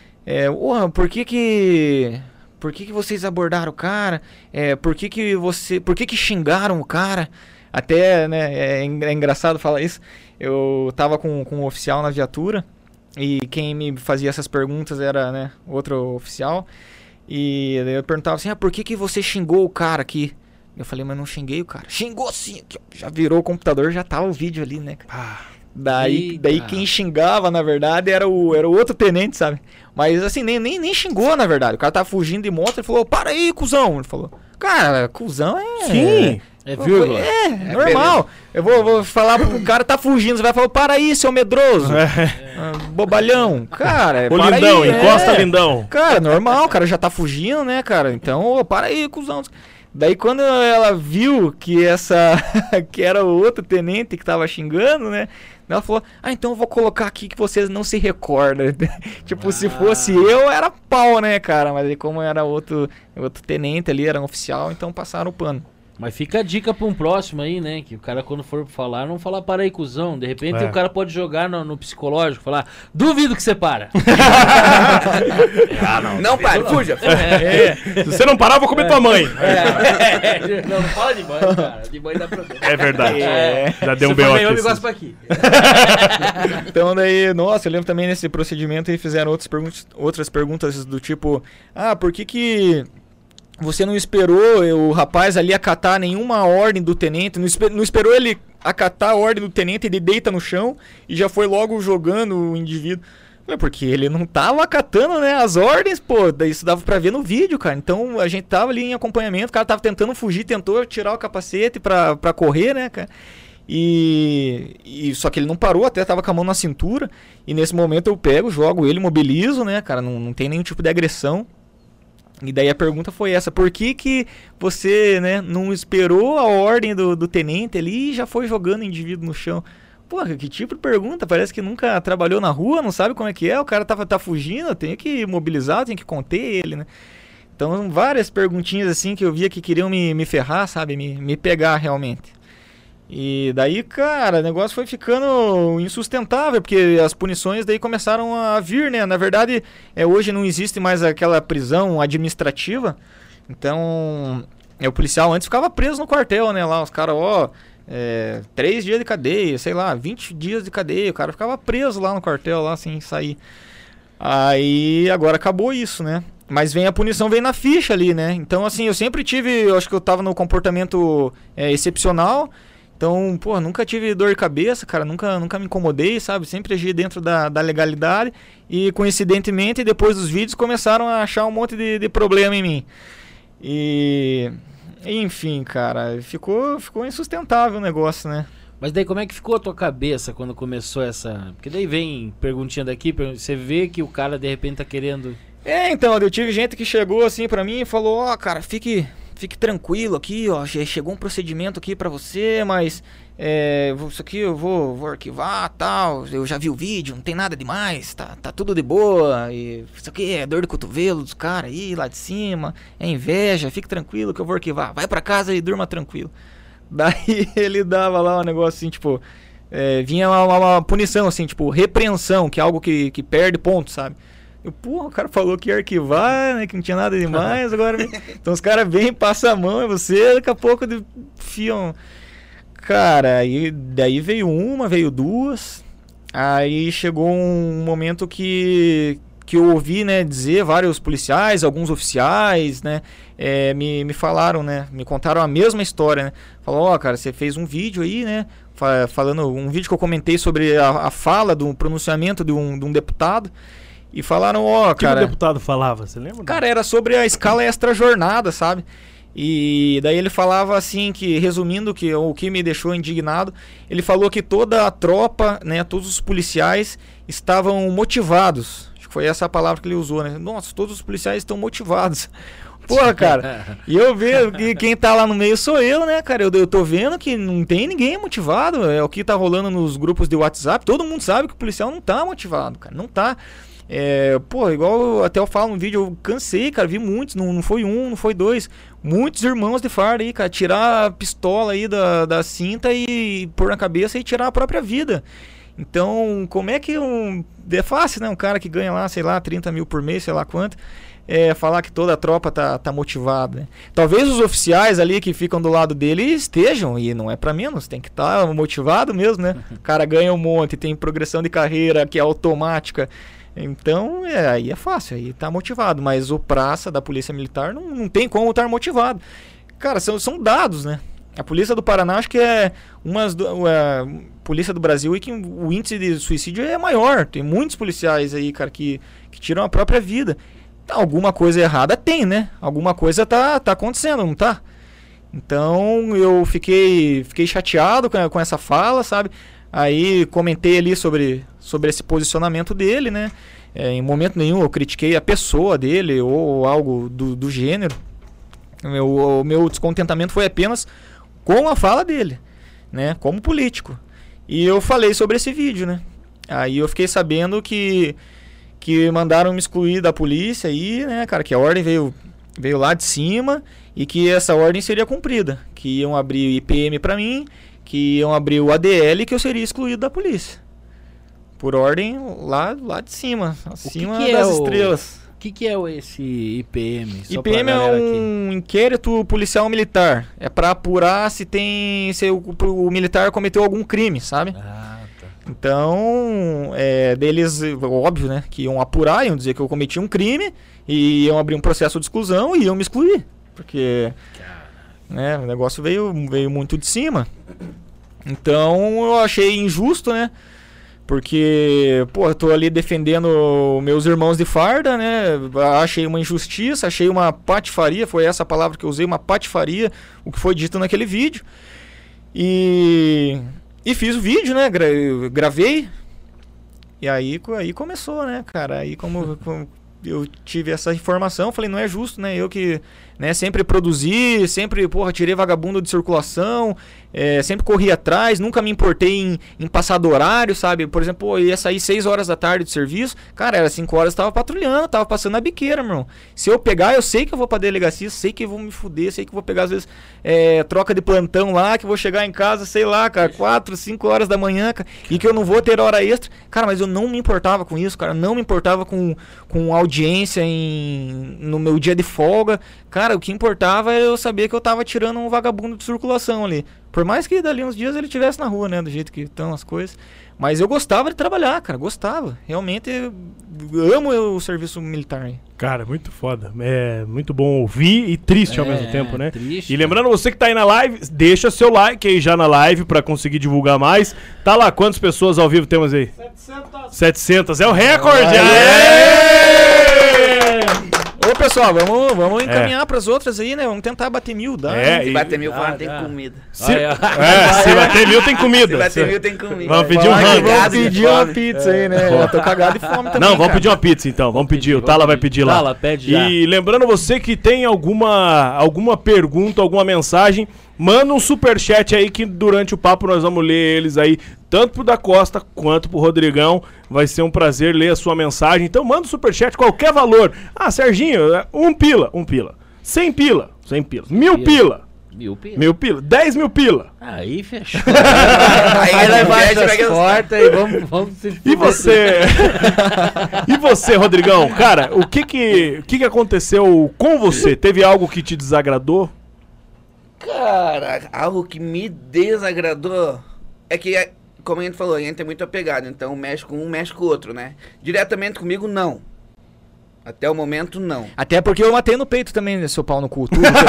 D: por que vocês abordaram o cara? Por que xingaram o cara? Até, né, é engraçado falar isso. Eu tava com um oficial na viatura e quem me fazia essas perguntas era, né, outro oficial. E eu perguntava assim, por que você xingou o cara aqui? Eu falei, mas não xinguei o cara. Xingou sim! Aqui, ó. Já virou o computador, já tava o vídeo ali, né, cara? Daí quem xingava, na verdade, era o outro tenente, sabe? Mas assim, nem xingou, na verdade. O cara tava fugindo de moto e falou, para aí, cuzão! Ele falou, cara, cuzão
A: Sim!
C: Vírgula.
D: Normal. Eu vou falar pro cara tá fugindo, você vai falar, para aí, seu medroso. Bobalhão. Cara,
A: Ô, lindão, encosta lindão.
D: Cara, normal, o cara já tá fugindo, né, cara? Então, para aí, cuzão. Daí quando ela viu que que era o outro tenente que tava xingando, né? Ela falou, então eu vou colocar aqui que vocês não se recordam. Tipo, se fosse eu, era pau, né, cara? Mas aí como era outro tenente ali, era um oficial, então passaram o pano.
C: Mas fica a dica pra um próximo aí, né? Que o cara quando for falar, não falar para aí, cuzão. De repente o cara pode jogar no psicológico, falar, duvido que você para.
E: Não pare, fuja.
A: Se você não parar, eu vou comer tua mãe.
C: Não fala de mãe, cara. De mãe dá problema.
A: É verdade. Já deu um
C: B.O.
A: B.O.
C: Eu me gosto pra aqui.
D: Então daí, nossa, eu lembro também nesse procedimento e fizeram outras perguntas do tipo, por que você não esperou o rapaz ali acatar nenhuma ordem do tenente, não esperou ele acatar a ordem do tenente, ele deita no chão e já foi logo jogando o indivíduo. Porque ele não tava acatando, né, as ordens, pô, isso dava pra ver no vídeo, cara. Então a gente tava ali em acompanhamento, o cara tava tentando fugir, tentou tirar o capacete pra correr, né, cara. E só que ele não parou, até tava com a mão na cintura. E nesse momento eu pego, jogo ele, mobilizo, né, cara, não tem nenhum tipo de agressão. E daí a pergunta foi essa, por que você, né, não esperou a ordem do tenente ali e já foi jogando o indivíduo no chão? Porra, que tipo de pergunta? Parece que nunca trabalhou na rua, não sabe como é que é, o cara tá fugindo, eu tenho que mobilizar, tenho que conter ele, né? Então várias perguntinhas assim que eu via que queriam me ferrar, sabe, me pegar realmente. E daí, cara, o negócio foi ficando insustentável, porque as punições daí começaram a vir, né? Na verdade, hoje não existe mais aquela prisão administrativa. Então, o policial antes ficava preso no quartel, né? Lá os caras, 3 dias de cadeia, sei lá, 20 dias de cadeia. O cara ficava preso lá no quartel, lá sem sair. Aí, agora acabou isso, né? Mas a punição vem na ficha ali, né? Então, assim, eu sempre eu acho que eu tava no comportamento excepcional. Então, pô, nunca tive dor de cabeça, cara, nunca me incomodei, sabe? Sempre agi dentro da legalidade e, coincidentemente, depois dos vídeos começaram a achar um monte de problema em mim. E, enfim, cara, ficou insustentável o negócio, né?
C: Mas daí como é que ficou a tua cabeça quando começou essa... Porque daí vem perguntinha daqui, você vê que o cara de repente tá querendo...
D: Então, eu tive gente que chegou assim pra mim e falou, cara, fique tranquilo aqui, ó, chegou um procedimento aqui pra você, mas isso aqui eu vou arquivar, tal, eu já vi o vídeo, não tem nada demais, tá tudo de boa, e isso aqui é dor de cotovelo dos caras aí, lá de cima, é inveja, fique tranquilo que eu vou arquivar, vai pra casa e durma tranquilo. Daí ele dava lá um negócio assim, tipo, vinha uma punição assim, tipo, repreensão, que é algo que perde ponto, sabe? Porra, o cara falou que ia arquivar, né? Que não tinha nada demais, agora... Então os caras vêm, passam a mão em você, daqui a pouco fiam... Cara, aí daí veio uma, veio duas, aí chegou um momento que eu ouvi, né, dizer, vários policiais, alguns oficiais, né, me falaram, né, me contaram a mesma história, né, falou, cara, você fez um vídeo aí, né, falando, um vídeo que eu comentei sobre a fala do pronunciamento de um deputado, e falaram, cara... O que
A: o deputado falava, você lembra?
D: Cara, era sobre a escala extra-jornada, sabe? E daí ele falava assim, que resumindo o que me deixou indignado, ele falou que toda a tropa, né, todos os policiais estavam motivados. Acho que foi essa a palavra que ele usou, né? Nossa, todos os policiais estão motivados. Porra, cara, e eu vejo que quem tá lá no meio sou eu, né, cara? Eu tô vendo que não tem ninguém motivado, é o que tá rolando nos grupos de WhatsApp, todo mundo sabe que o policial não tá motivado, cara, não tá. Igual até eu falo no vídeo, eu cansei, cara, vi muitos, não foi um, não foi dois, muitos irmãos de farda aí, cara, tirar a pistola aí da cinta e pôr na cabeça e tirar a própria vida. Então, como é que é fácil, né, um cara que ganha lá, sei lá, 30 mil por mês, sei lá quanto, falar que toda a tropa tá motivada, né? Talvez os oficiais ali que ficam do lado dele estejam, e não é pra menos, tem que estar motivado mesmo, né? O cara ganha um monte, tem progressão de carreira que é automática. Então, aí é fácil, aí tá motivado. Mas o praça da Polícia Militar não tem como estar motivado. Cara, são dados, né? A Polícia do Paraná acho que é a Polícia do Brasil e que o índice de suicídio é maior. Tem muitos policiais aí, cara, que tiram a própria vida. Alguma coisa errada tem, né? Alguma coisa tá acontecendo, não tá? Então, eu fiquei chateado com essa fala, sabe? Aí comentei ali sobre esse posicionamento dele, né? Em momento nenhum eu critiquei a pessoa dele ou algo do gênero. O meu descontentamento foi apenas com a fala dele, né? Como político. E eu falei sobre esse vídeo, né? Aí eu fiquei sabendo que mandaram me excluir da polícia aí, né, cara? Que a ordem veio lá de cima e que essa ordem seria cumprida. Que iam abrir o IPM pra mim, que iam abrir o ADL e que eu seria excluído da polícia. Por ordem lá de cima, acima das estrelas.
C: O que é esse IPM?
D: IPM é um inquérito policial militar. É pra apurar se o militar cometeu algum crime, sabe?
C: Ah, tá.
D: Então, deles, óbvio, né? Que iam apurar, iam dizer que eu cometi um crime, e iam abrir um processo de exclusão e iam me excluir. Porque... o negócio veio muito de cima. Então eu achei injusto, né? Porque, eu tô ali defendendo meus irmãos de farda, né? Achei uma injustiça, achei uma patifaria, foi essa a palavra que eu usei, uma patifaria, o que foi dito naquele vídeo. E fiz o vídeo, né? Gravei. E aí começou, né, cara? Aí como eu tive essa informação, falei, não é justo, né? Eu que, né, sempre produzi, sempre, tirei vagabundo de circulação, sempre corri atrás, nunca me importei em passar do horário, sabe? Por exemplo, eu ia sair 6 horas da tarde de serviço, cara, era 5 horas, eu tava patrulhando, tava passando a biqueira, meu irmão. Se eu pegar, eu sei que eu vou pra delegacia, sei que eu vou me fuder, sei que eu vou pegar, às vezes, troca de plantão lá, que eu vou chegar em casa, sei lá, cara, 4, 5 horas da manhã, cara, e que eu não vou ter hora extra. Cara, mas eu não me importava com isso, cara, não me importava com audiência no meu dia de folga. Cara, o que importava é eu saber que eu tava tirando um vagabundo de circulação ali. Por mais que dali uns dias ele estivesse na rua, né? Do jeito que estão as coisas. Mas eu gostava de trabalhar, cara. Gostava. Realmente amo o serviço militar.
A: Cara, muito foda. É muito bom ouvir e triste ao mesmo tempo, né?
C: Triste,
A: e lembrando, você que tá aí na live, deixa seu like aí já na live pra conseguir divulgar mais. Tá lá, quantas pessoas ao vivo temos aí? 700. É o recorde!
D: Ô, pessoal, vamos encaminhar pras outras aí, né? Vamos tentar bater 1000, dá?
E: Se bater 1000, tem comida.
A: Se bater 1000 tem comida.
E: Se bater 1000 tem comida.
A: Vamos pedir
D: vamos pedir uma pizza aí, né? Eu tô cagado de fome também.
A: Não, vamos pedir uma pizza então. Vamos pedir. O Tala vai pedir lá.
C: Tala, pede já.
A: E lembrando você que tem alguma pergunta, alguma mensagem, manda um superchat aí que durante o papo nós vamos ler eles aí, tanto pro Da Costa quanto pro Rodrigão. Vai ser um prazer ler a sua mensagem. Então manda um superchat, qualquer valor. Ah, Serginho, 1 pila. 100 pila. 100 pila. 1000 pila.
C: 1000 pila.
A: 1000 pila. 10 mil pila.
C: Aí fechou.
E: Aí
C: nós
E: vai
C: baixa as portas e vamos se...
A: E você? E você, Rodrigão? Cara, o que aconteceu com você? Teve algo que te desagradou?
E: Cara, algo que me desagradou é que, como a gente falou, a gente é muito apegado, então mexe com um, mexe com o outro, né? Diretamente comigo, não. Até o momento, não.
D: Até porque eu matei no peito também, né, seu pau no cu. Tudo que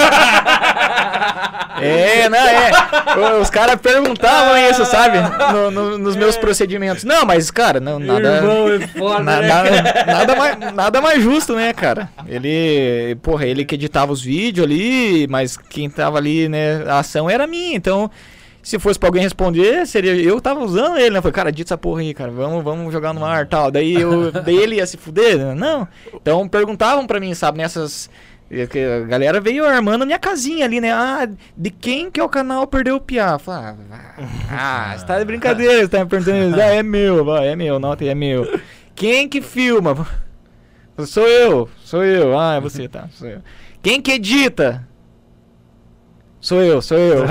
D: Os caras perguntavam isso, sabe? Nos meus procedimentos. Não, mas, cara, nada.
C: Irmão, é foda,
D: Nada mais justo, né, cara? Ele que editava os vídeos ali, mas quem tava ali, né, a ação era minha, então. Se fosse pra alguém responder, seria eu tava usando ele, né? Falei, cara, edita essa porra aí, cara, vamos jogar no ar e tal. Daí ele ia se fuder, né? Não. Então perguntavam pra mim, sabe, nessas. A galera veio armando a minha casinha ali, né? Ah, de quem que é o canal Perdeu o Piá? Falei, você tá de brincadeira, você tá me perguntando isso. É meu, não, é meu. Quem que filma? Sou eu. Ah, é você, tá, sou eu. Quem que edita? Sou eu. Sou eu.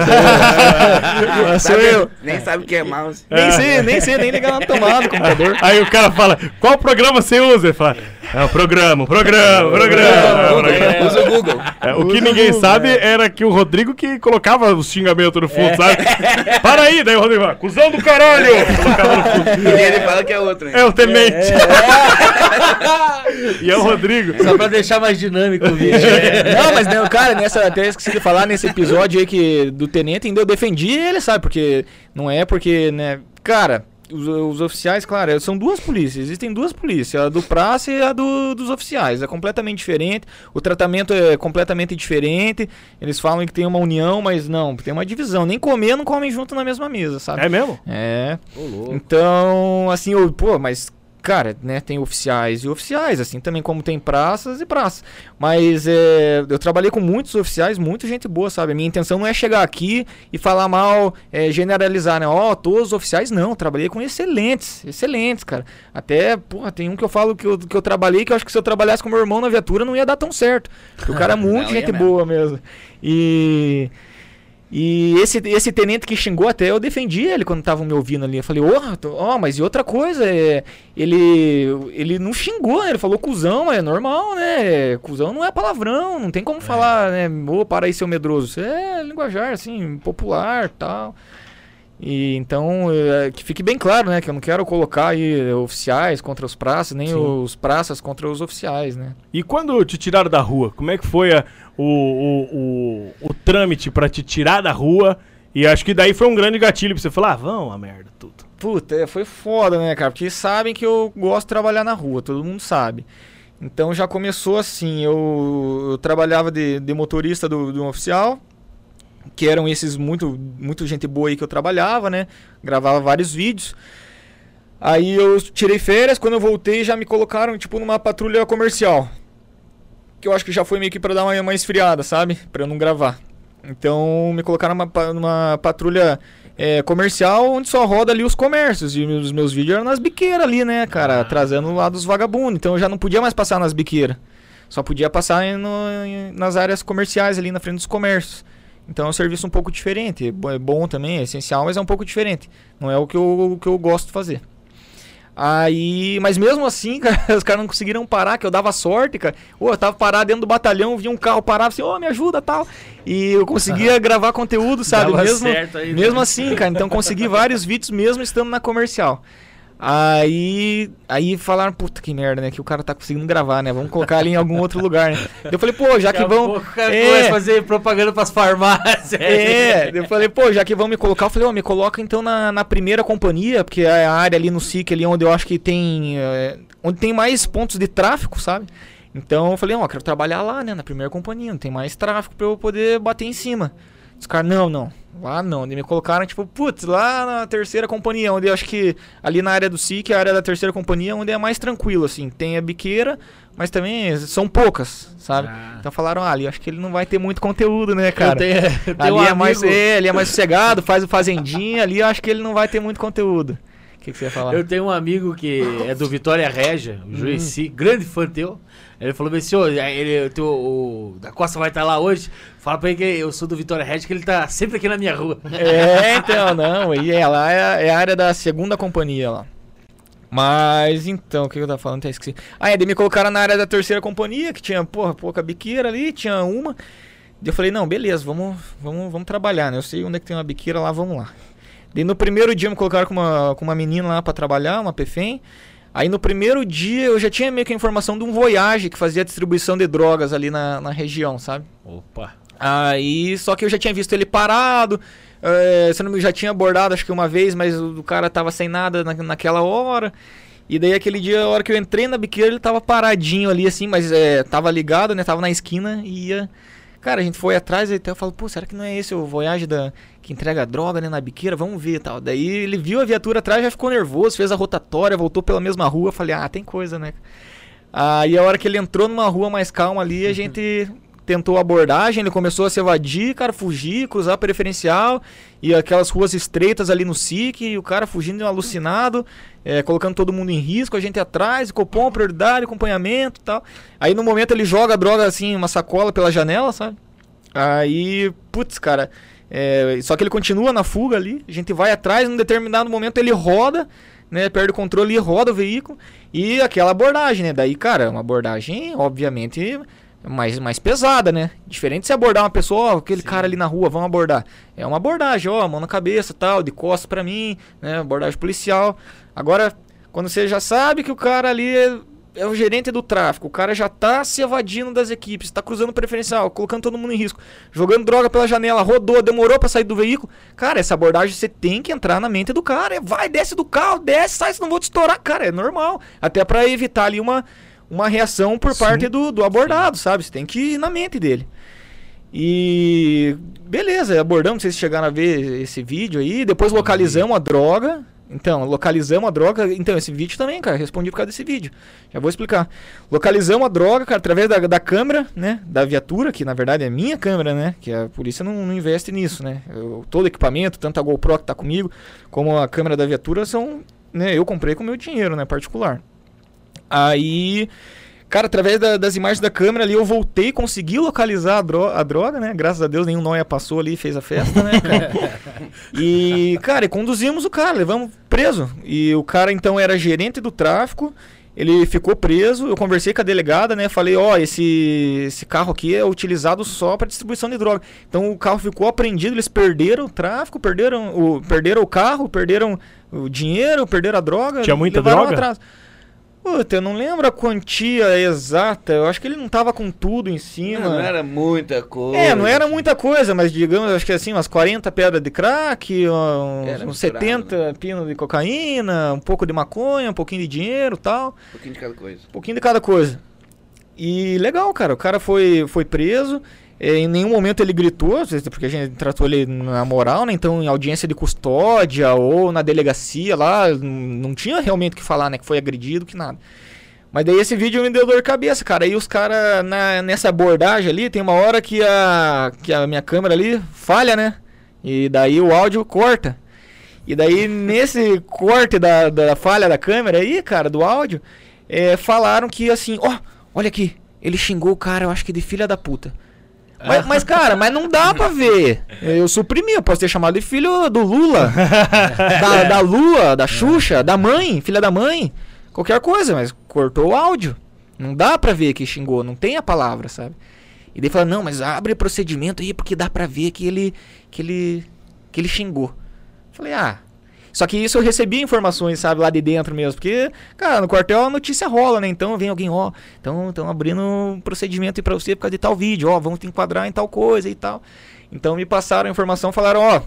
E: Nem sabe o que é mouse.
D: Nem sei nem ligar na tomada do computador.
A: Aí o cara fala, qual programa você usa? Ele fala, é o programa.
E: Usa o Google.
A: O que ninguém sabe era que o Rodrigo que colocava os xingamentos no fundo, sabe? Para aí, daí o Rodrigo fala, cuzão do caralho! Colocava no fundo.
E: E ele fala que é outro, hein?
A: É o Tenente. E é o Rodrigo.
C: Só pra deixar mais dinâmico o vídeo.
D: Não, mas não, cara, até esqueci de falar nesse episódio aí do Tenente, ainda eu defendi ele, sabe? Porque não é porque, né? Cara, os oficiais, claro, são duas polícias. Existem duas polícias, a do praça e a dos oficiais. É completamente diferente. O tratamento é completamente diferente. Eles falam que tem uma união, mas não, tem uma divisão. Nem comer, não comem junto na mesma mesa, sabe?
A: É mesmo?
D: É. Então, assim, mas... Cara, né, tem oficiais e oficiais, assim também como tem praças e praças. Mas eu trabalhei com muitos oficiais, muita gente boa, sabe? A minha intenção não é chegar aqui e falar mal, generalizar, né? Todos os oficiais, não. Trabalhei com excelentes, cara. Até, tem um que eu falo que eu trabalhei, que eu acho que se eu trabalhasse com meu irmão na viatura não ia dar tão certo. Porque o cara é muito gente boa mesmo. E esse tenente que xingou até, eu defendi ele quando estavam me ouvindo ali. Eu falei, mas e outra coisa, ele não xingou, né? Ele falou cuzão, é normal, né? Cuzão não é palavrão, não tem como falar, né? Para aí, seu medroso. Isso é linguajar, assim, popular e tal. E então, que fique bem claro, né? Que eu não quero colocar aí oficiais contra os praças, nem os praças contra os oficiais, né?
A: E quando te tiraram da rua, como é que foi o trâmite pra te tirar da rua? E acho que daí foi um grande gatilho pra você falar, vão a merda, tudo.
D: Puta, foi foda, né, cara? Porque sabem que eu gosto de trabalhar na rua, todo mundo sabe. Então já começou assim, eu trabalhava de motorista de um oficial, que eram esses muito gente boa aí que eu trabalhava, né? Gravava vários vídeos. Aí eu tirei férias, quando eu voltei já me colocaram tipo numa patrulha comercial. Que eu acho que já foi meio que pra dar uma esfriada, sabe? Pra eu não gravar. Então me colocaram numa patrulha comercial onde só roda ali os comércios. E os meus vídeos eram nas biqueiras ali, né, cara? Trazendo lá dos vagabundos. Então eu já não podia mais passar nas biqueiras. Só podia passar nas áreas comerciais ali na frente dos comércios. Então é um serviço um pouco diferente, é bom também, é essencial, mas é um pouco diferente. Não é o que eu gosto de fazer. Mas mesmo assim, cara, os caras não conseguiram parar, que eu dava sorte, cara. Eu tava parado dentro do batalhão, vinha um carro, parava assim, me ajuda, tal. E eu conseguia gravar conteúdo, sabe? Mesmo assim, cara, então consegui vários vídeos mesmo estando na comercial. Aí falaram, puta que merda, né? Que o cara tá conseguindo gravar, né? Vamos colocar ali em algum outro lugar, né? Eu falei, já que vão...
C: O cara começa a fazer propaganda pras farmácias.
D: Eu falei, já que vão me colocar, eu falei, me coloca então na primeira companhia, porque é a área ali no SIC, ali onde eu acho que tem... onde tem mais pontos de tráfego, sabe? Então eu falei, quero trabalhar lá, né? Na primeira companhia, não tem mais tráfego pra eu poder bater em cima. Os caras, não. Lá não, eles me colocaram, lá na terceira companhia, onde eu acho que ali na área do SIC, a área da terceira companhia, onde é mais tranquilo, assim. Tem a biqueira, mas também são poucas, sabe? Então falaram, ali acho que ele não vai ter muito conteúdo, né, cara? Ali é mais sossegado, faz o fazendinha, ali eu acho que ele não vai ter muito conteúdo. O que você ia falar?
C: Eu tenho um amigo que é do Vitória Régia, o Juicy, grande fã teu. Ele falou bem, senhor, o da Costa vai estar lá hoje. Fala pra ele que eu sou do Vitória Red, que ele tá sempre aqui na minha rua.
D: Então, não. E lá é a área da 2ª companhia lá. Mas, então, o que eu tava falando? Até esqueci. Daí me colocaram na área da 3ª companhia, que tinha, pouca biqueira ali, tinha uma. Daí eu falei, não, beleza, vamos trabalhar, né? Eu sei onde é que tem uma biqueira lá, vamos lá. Daí no primeiro dia me colocaram com uma menina lá pra trabalhar, uma PFEM. Aí no primeiro dia eu já tinha meio que a informação de um Voyage que fazia distribuição de drogas ali na região, sabe?
C: Opa.
D: Aí, só que eu já tinha visto ele parado, se não me já tinha abordado acho que uma vez, mas o cara tava sem nada naquela hora. E daí aquele dia, a hora que eu entrei na biqueira, ele tava paradinho ali assim, mas tava ligado, né? Tava na esquina e ia... Cara, a gente foi atrás e até eu falo, pô, será que não é esse o Voyage que entrega droga, né, na biqueira? Vamos ver e tal. Daí ele viu a viatura atrás, já ficou nervoso, fez a rotatória, voltou pela mesma rua. Falei, tem coisa, né? Aí a hora que ele entrou numa rua mais calma ali, a gente tentou a abordagem, ele começou a se evadir, cara, fugir, cruzar a preferencial, e aquelas ruas estreitas ali no SIC, e o cara fugindo alucinado, colocando todo mundo em risco, a gente atrás, Copom, prioridade, acompanhamento e tal. Aí no momento ele joga a droga assim, uma sacola pela janela, sabe? Aí, putz, cara, só que ele continua na fuga ali, a gente vai atrás, num determinado momento ele roda, né, perde o controle e roda o veículo, e aquela abordagem, né? Daí, cara, uma abordagem, obviamente... mais pesada, né? Diferente de você abordar uma pessoa, aquele cara ali na rua, vamos abordar. É uma abordagem, mão na cabeça, tal, de costas pra mim, né? Abordagem policial. Agora, quando você já sabe que o cara ali é o gerente do tráfico, o cara já tá se evadindo das equipes, tá cruzando o preferencial, colocando todo mundo em risco, jogando droga pela janela, rodou, demorou pra sair do veículo. Cara, essa abordagem você tem que entrar na mente do cara. Vai, desce do carro, desce, sai, senão vou te estourar. Cara, é normal. Até pra evitar ali uma reação por parte do abordado, sabe? Você tem que ir na mente dele. E beleza, abordamos, não sei se chegaram a ver esse vídeo aí. Depois localizamos a droga. Então, esse vídeo também, cara, respondi por causa desse vídeo. Já vou explicar. Localizamos a droga, cara, através da câmera, né? Da viatura, que na verdade é minha câmera, né? Que a polícia não investe nisso, né? Todo equipamento, tanto a GoPro que tá comigo, como a câmera da viatura são, né? Eu comprei com meu dinheiro, né? Particular. Aí, cara, através das imagens da câmera ali, eu voltei, consegui localizar a droga, né? Graças a Deus, nenhum nóia passou ali e fez a festa, né, cara? E, cara, conduzimos o cara, levamos preso. E o cara, então, era gerente do tráfico, ele ficou preso, eu conversei com a delegada, né? Falei, esse carro aqui é utilizado só para distribuição de droga. Então, o carro ficou apreendido, eles perderam o tráfico, perderam o carro, perderam o dinheiro, perderam a droga.
A: Tinha muita droga?
D: Atrás. Puta, eu não lembro a quantia exata. Eu acho que ele não tava com tudo em cima.
E: Não era muita coisa.
D: Não era muita coisa, mas digamos, acho que assim, umas 40 pedras de crack, uns 70
E: né?
D: pinos de cocaína, um pouco de maconha, um pouquinho de dinheiro e tal.
E: Um pouquinho de cada coisa.
D: Um pouquinho de cada coisa. E legal, cara. O cara foi preso. Em nenhum momento ele gritou, porque a gente tratou ele na moral, né? Então, em audiência de custódia ou na delegacia lá, não tinha realmente o que falar, né? Que foi agredido, que nada. Mas daí esse vídeo me deu dor de cabeça, cara. Aí os caras, nessa abordagem ali, tem uma hora que a minha câmera ali falha, né? E daí o áudio corta. E daí, nesse corte da falha da câmera aí, cara, do áudio, falaram que assim, olha aqui, ele xingou o cara, eu acho que de filha da puta. Mas, cara, não dá pra ver. Eu suprimi, eu posso ter chamado de filho do Lula, da Lua, da Xuxa, da mãe, filha da mãe, qualquer coisa, mas cortou o áudio. Não dá pra ver que xingou, não tem a palavra, sabe? E daí fala, não, mas abre procedimento aí, porque dá pra ver que ele xingou. Falei, Só que isso eu recebi informações, sabe, lá de dentro mesmo. Porque, cara, no quartel a notícia rola, né? Então vem alguém, estão abrindo um procedimento aí pra você por causa de tal vídeo, vamos te enquadrar em tal coisa e tal. Então me passaram a informação, falaram,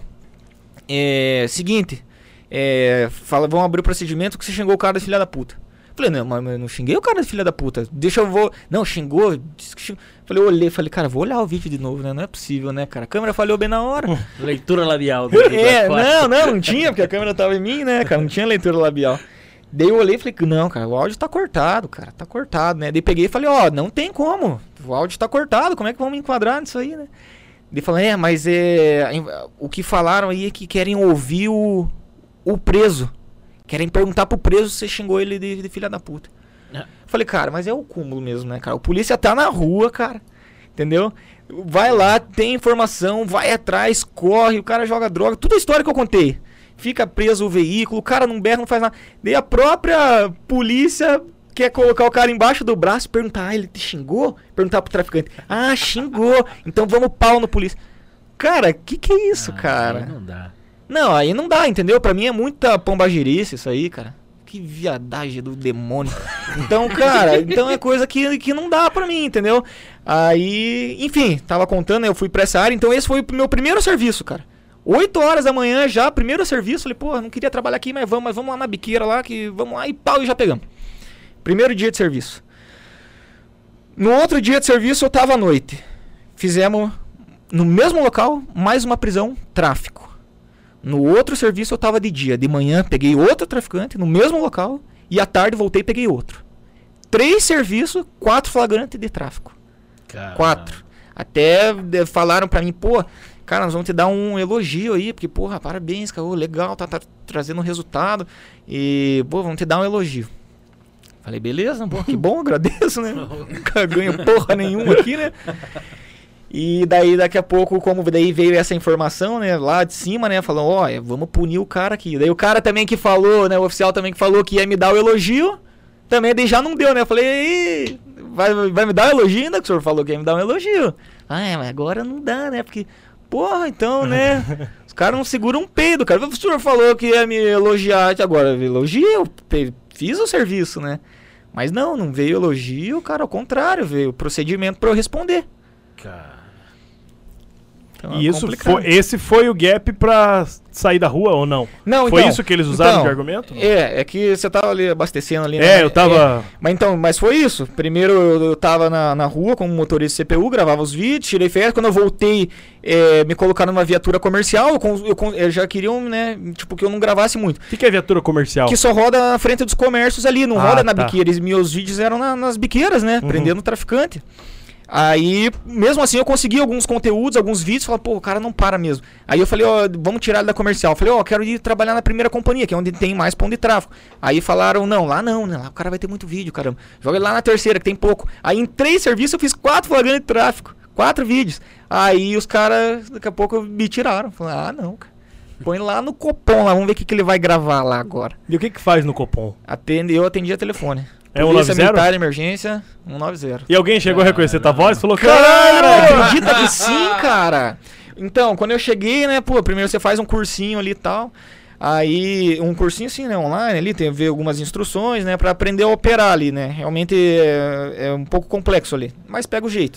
D: seguinte, vão abrir o procedimento que você xingou o cara de filha da puta. Falei, não, mas eu não xinguei o cara de filha da puta. Não, xingou. Falei, olhei, cara, vou olhar o vídeo de novo, né? Não é possível, né, cara? A câmera falhou bem na hora.
C: Leitura labial.
D: Não tinha, porque a câmera tava em mim, né, cara? Não tinha leitura labial. Daí eu olhei e falei, não, cara, o áudio tá cortado, cara. Tá cortado, né? Daí peguei e falei, não tem como. O áudio tá cortado, como é que vamos enquadrar nisso aí, né? Daí falei, mas o que falaram aí é que querem ouvir o preso. Querem perguntar pro preso se você xingou ele de filha da puta. Falei, cara, mas é o cúmulo mesmo, né, cara? O polícia tá na rua, cara, entendeu? Vai lá, tem informação, vai atrás, corre, o cara joga droga, tudo a história que eu contei. Fica preso o veículo, o cara não berra, não faz nada. Daí a própria polícia quer colocar o cara embaixo do braço e perguntar, ele te xingou? Perguntar pro traficante, xingou, então vamos pau no polícia. Cara, que é isso, cara?
C: Aí não dá.
D: Não, aí não dá, entendeu? Pra mim é muita pombagirice isso aí, cara. Que viadagem do demônio. Então, cara, é coisa que não dá pra mim, entendeu? Aí, enfim, tava contando, eu fui pra essa área, então esse foi o meu primeiro serviço, cara. 8 horas da manhã já, primeiro serviço, falei, pô, não queria trabalhar aqui, mas vamos lá na biqueira lá, que vamos lá e pau, e já pegamos. Primeiro dia de serviço. No outro dia de serviço eu tava à noite. Fizemos, no mesmo local, mais uma prisão, tráfico. No outro serviço eu tava de dia. De manhã peguei outro traficante no mesmo local. E à tarde voltei e peguei outro. 3 serviços, 4 flagrantes de tráfico.
C: Caramba.
D: 4. Até falaram pra mim, pô, cara, nós vamos te dar um elogio aí. Porque, porra, parabéns, cara, legal, tá trazendo um resultado. E, pô, vamos te dar um elogio. Falei, beleza, pô, que bom, agradeço, né? Nunca ganho porra nenhuma aqui, né? E daí, daqui a pouco, como daí veio essa informação, né, lá de cima, né, falando, ó, vamos punir o cara aqui. Daí o cara também que falou, né, o oficial também que falou que ia me dar o elogio, também daí já não deu, né, eu falei, vai me dar o elogio ainda que o senhor falou que ia me dar um elogio? Mas agora não dá, né, porque, porra, então, né, os caras não seguram um peido, cara. O senhor falou que ia me elogiar, agora elogio, eu fiz o serviço, né, mas não veio elogio, cara, ao contrário, veio o procedimento pra eu responder.
C: Cara.
D: Então,
A: E esse foi o gap pra sair da rua ou não?
D: Não,
A: foi
D: então,
A: isso que eles usaram de argumento?
D: É que você tava ali abastecendo ali, né?
A: Eu tava...
D: Mas foi isso. Primeiro eu tava na rua como motorista CPU, gravava os vídeos, tirei férias. Quando eu voltei, me colocaram numa viatura comercial. Eu já queriam, né, tipo, que eu não gravasse muito.
A: O que é viatura comercial?
D: Que só roda na frente dos comércios ali, não roda na
A: tá.
D: biqueira. E meus vídeos eram nas biqueiras, né? Prendendo o traficante. Aí, mesmo assim, eu consegui alguns conteúdos, alguns vídeos, falei, pô, o cara não para mesmo. Aí eu falei, vamos tirar ele da comercial. Falei, quero ir trabalhar na primeira companhia, que é onde tem mais pão de tráfico. Aí falaram, não, lá o cara vai ter muito vídeo, caramba. Joga ele lá na terceira, que tem pouco. Aí em 3 serviços eu fiz 4 flagrantes de tráfico, 4 vídeos. Aí os caras, daqui a pouco, me tiraram. Falei, não, cara. Põe lá no Copom, lá, vamos ver o que ele vai gravar lá agora.
A: E o que faz no Copom?
D: Eu atendia telefone.
A: É
D: Polícia
A: 190?
D: Militar, emergência, 190.
A: E alguém chegou a reconhecer tua voz e falou,
D: Caralho, acredita que sim, cara? Então, quando eu cheguei, né, pô, primeiro você faz um cursinho ali e tal. Aí, um cursinho assim, né, online ali, tem que ver algumas instruções, né, pra aprender a operar ali, né. Realmente é um pouco complexo ali, mas pega o jeito.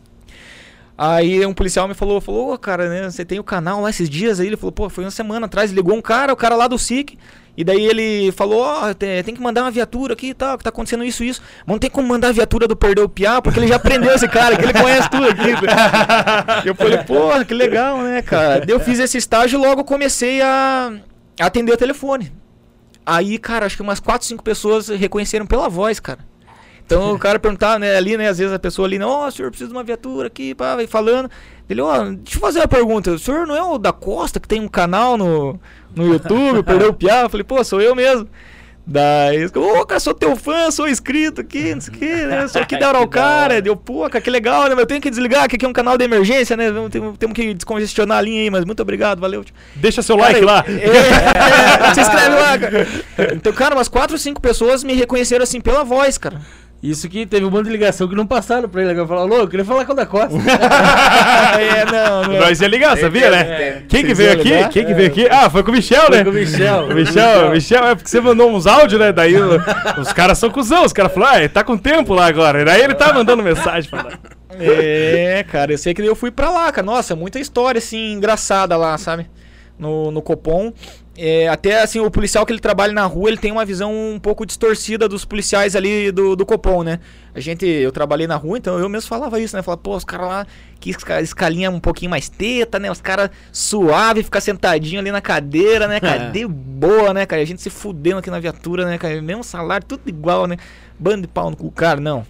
D: Aí um policial me falou, cara, né, você tem o canal lá esses dias aí? Ele falou, pô, foi uma semana atrás, ligou o cara lá do SIC. E daí ele falou, tem que mandar uma viatura aqui e tal, que tá acontecendo isso. Mas não tem como mandar a viatura do Perdeu o Piá, porque ele já prendeu esse cara, que ele conhece tudo aqui. Eu falei, porra, que legal, né, cara? Daí eu fiz esse estágio e logo comecei a atender o telefone. Aí, cara, acho que umas 4, 5 pessoas reconheceram pela voz, cara. Então o cara perguntava, né, ali, né, às vezes a pessoa ali, senhor, precisa de uma viatura aqui, pá, vai falando. Ele, deixa eu fazer uma pergunta, o senhor não é o da Costa, que tem um canal no YouTube, Perdeu o Piá? Eu falei, pô, sou eu mesmo. Daí, cara, sou teu fã, sou inscrito aqui, não sei o que, né, sou aqui da Araucária. Deu, pô, cara, que legal, né, mas eu tenho que desligar, que aqui é um canal de emergência, né, temos que descongestionar a linha aí, mas muito obrigado, valeu.
A: Deixa seu like lá.
D: Se inscreve lá, cara. Então, cara, umas 4 ou 5 pessoas me reconheceram assim pela voz, cara.
C: Isso que teve um monte de ligação que não passaram pra ele. Eu falei, louco, eu queria falar com o da Costa.
D: Não.
A: Nós ia ligar, sabia, né? Quem que
D: Vocês
A: veio
D: iam
A: aqui?
D: ligar?
A: Quem que veio aqui? Foi com o Michel, né?
C: Foi com o Michel.
A: Michel, é porque você mandou uns áudios, né? Daí os caras são cuzão. Os caras falaram, tá com tempo lá agora. E daí ele tá mandando mensagem pra lá.
D: Cara, eu sei que eu fui pra lá, cara. Nossa, muita história, assim, engraçada lá, sabe? No Copom. Até, assim, o policial que ele trabalha na rua, ele tem uma visão um pouco distorcida dos policiais ali do Copom, né? Eu trabalhei na rua, então eu mesmo falava isso, né? Falava, pô, os caras lá, que escalinha um pouquinho mais teta, né? Os caras suave, ficar sentadinho ali na cadeira, né, cara? De boa, né, cara? E a gente se fudendo aqui na viatura, né, cara? Mesmo salário, tudo igual, né? Bando de pau no cu, cara, não.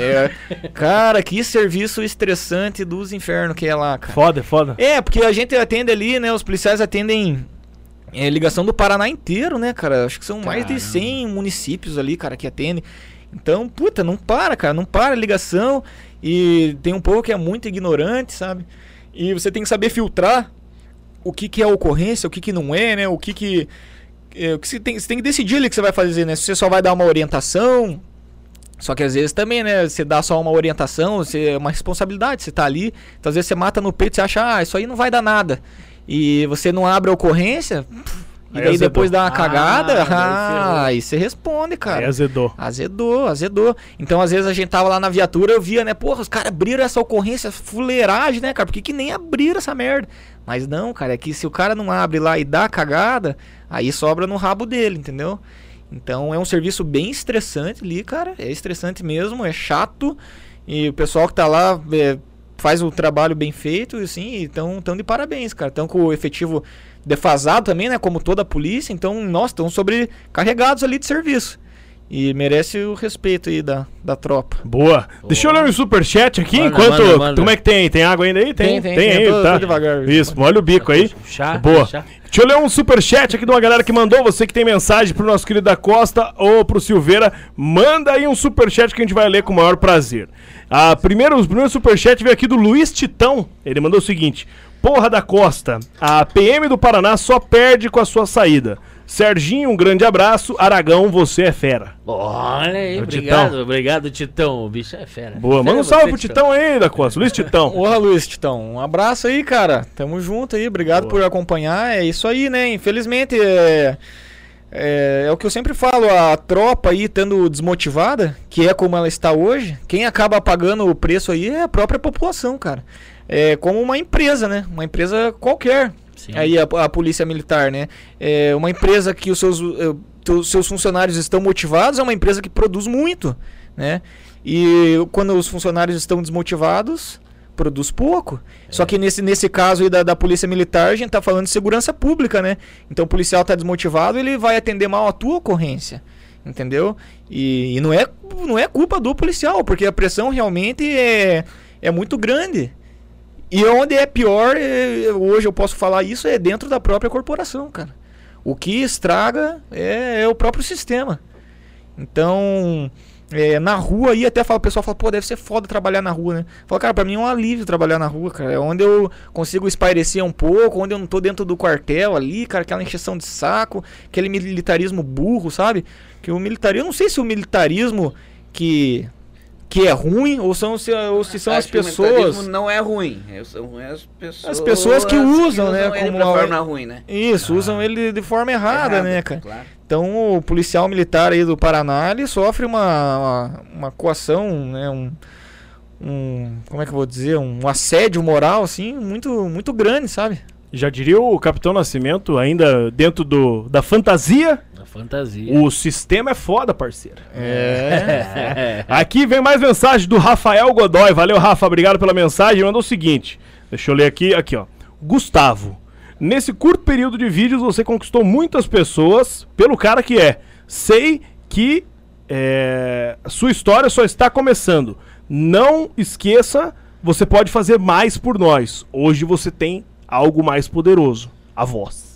D: Cara, que serviço estressante dos infernos que é lá, cara.
A: Foda.
D: Porque a gente atende ali, né? Os policiais atendem ligação do Paraná inteiro, né, cara? Acho que são mais de 100 municípios ali, cara, que atendem. Então, puta, não para, cara, não para a ligação. E tem um povo que é muito ignorante, sabe? E você tem que saber filtrar o que é ocorrência, o que não é, né? O que você tem que decidir ali o que você vai fazer, né? Se você só vai dar uma orientação. Só que às vezes também, né? Você dá só uma orientação, é uma responsabilidade, você tá ali. Então às vezes você mata no peito e você acha, isso aí não vai dar nada. E você não abre a ocorrência, e daí depois dá uma cagada, aí você responde, cara.
A: Aí azedou.
D: Azedou. Então às vezes a gente tava lá na viatura, eu via, né? Porra, os caras abriram essa ocorrência, fuleiragem, né, cara? Por que nem abriram essa merda? Mas não, cara, é que se o cara não abre lá e dá cagada, aí sobra no rabo dele, entendeu? Então é um serviço bem estressante ali, cara. É estressante mesmo, é chato. E o pessoal que tá lá faz o trabalho bem feito, assim, e tão de parabéns, cara. Estão com o efetivo defasado também, né? Como toda a polícia. Então, nossa, estão sobrecarregados ali de serviço. E merece o respeito aí da tropa.
A: Boa. Deixa eu ler um superchat aqui,
C: Manda,
A: enquanto...
C: manda.
A: Como é que tem aí? Tem água ainda aí? Tem aí,
D: tô
A: tá?
D: devagar.
A: Isso, molha o bico aí.
C: Chá,
A: Boa.
C: chá.
A: Deixa eu ler um superchat aqui de uma galera que mandou. Você que tem mensagem pro nosso querido da Costa ou pro Silveira, manda aí um superchat que a gente vai ler com o maior prazer. O primeiro superchat veio aqui do Luiz Titão. Ele mandou o seguinte: porra da Costa, a PM do Paraná só perde com a sua saída. Serginho, um grande abraço. Aragão, você é fera.
C: Olha aí,
A: O
C: obrigado, Titão. O bicho é fera.
A: Boa, manda um salve pro Titão aí, da Costa. Luiz Titão.
D: Porra, Luiz Titão, um abraço aí, cara. Tamo junto aí, obrigado por acompanhar. É isso aí, né? Infelizmente, é o que eu sempre falo, a tropa aí estando desmotivada, que é como ela está hoje, quem acaba pagando o preço aí é a própria população, cara. É como uma empresa, né? Uma empresa qualquer.
C: Sim.
D: Aí a polícia militar, né? É uma empresa que os seus funcionários estão motivados, é uma empresa que produz muito, né? E quando os funcionários estão desmotivados, produz pouco. Só que nesse caso aí da polícia militar, a gente tá falando de segurança pública, né? Então o policial tá desmotivado, ele vai atender mal a tua ocorrência, entendeu? E não é culpa do policial, porque a pressão realmente é muito grande. E onde é pior, hoje eu posso falar isso, é dentro da própria corporação, cara. O que estraga é o próprio sistema. Então, na rua aí, até o pessoal fala, pô, deve ser foda trabalhar na rua, né? Fala, cara, pra mim é um alívio trabalhar na rua, cara. É onde eu consigo espairecer um pouco, onde eu não tô dentro do quartel ali, cara, aquela encheção de saco, aquele militarismo burro, sabe? Que o militarismo, eu não sei se o militarismo que é ruim ou se são as pessoas.
E: O não é ruim, são
D: as pessoas que usam, né,
E: como
D: uma
E: forma ruim, né?
D: Isso, usam ele de forma errada, né, cara?
E: Claro.
D: Então o policial militar aí do Paraná, ele sofre uma coação, né, como é que eu vou dizer, um assédio moral assim, muito muito grande, sabe?
A: Já diria o Capitão Nascimento, ainda dentro da fantasia.
C: Fantasia.
A: O sistema é foda, parceiro. Aqui vem mais mensagem do Rafael Godoy. Valeu, Rafa, obrigado pela mensagem. Mandou o seguinte, deixa eu ler aqui, ó. Gustavo, nesse curto período de vídeos você conquistou muitas pessoas pelo cara que é. Sei que sua história só está começando. Não esqueça, você pode fazer mais por nós. Hoje você tem algo mais poderoso, a voz.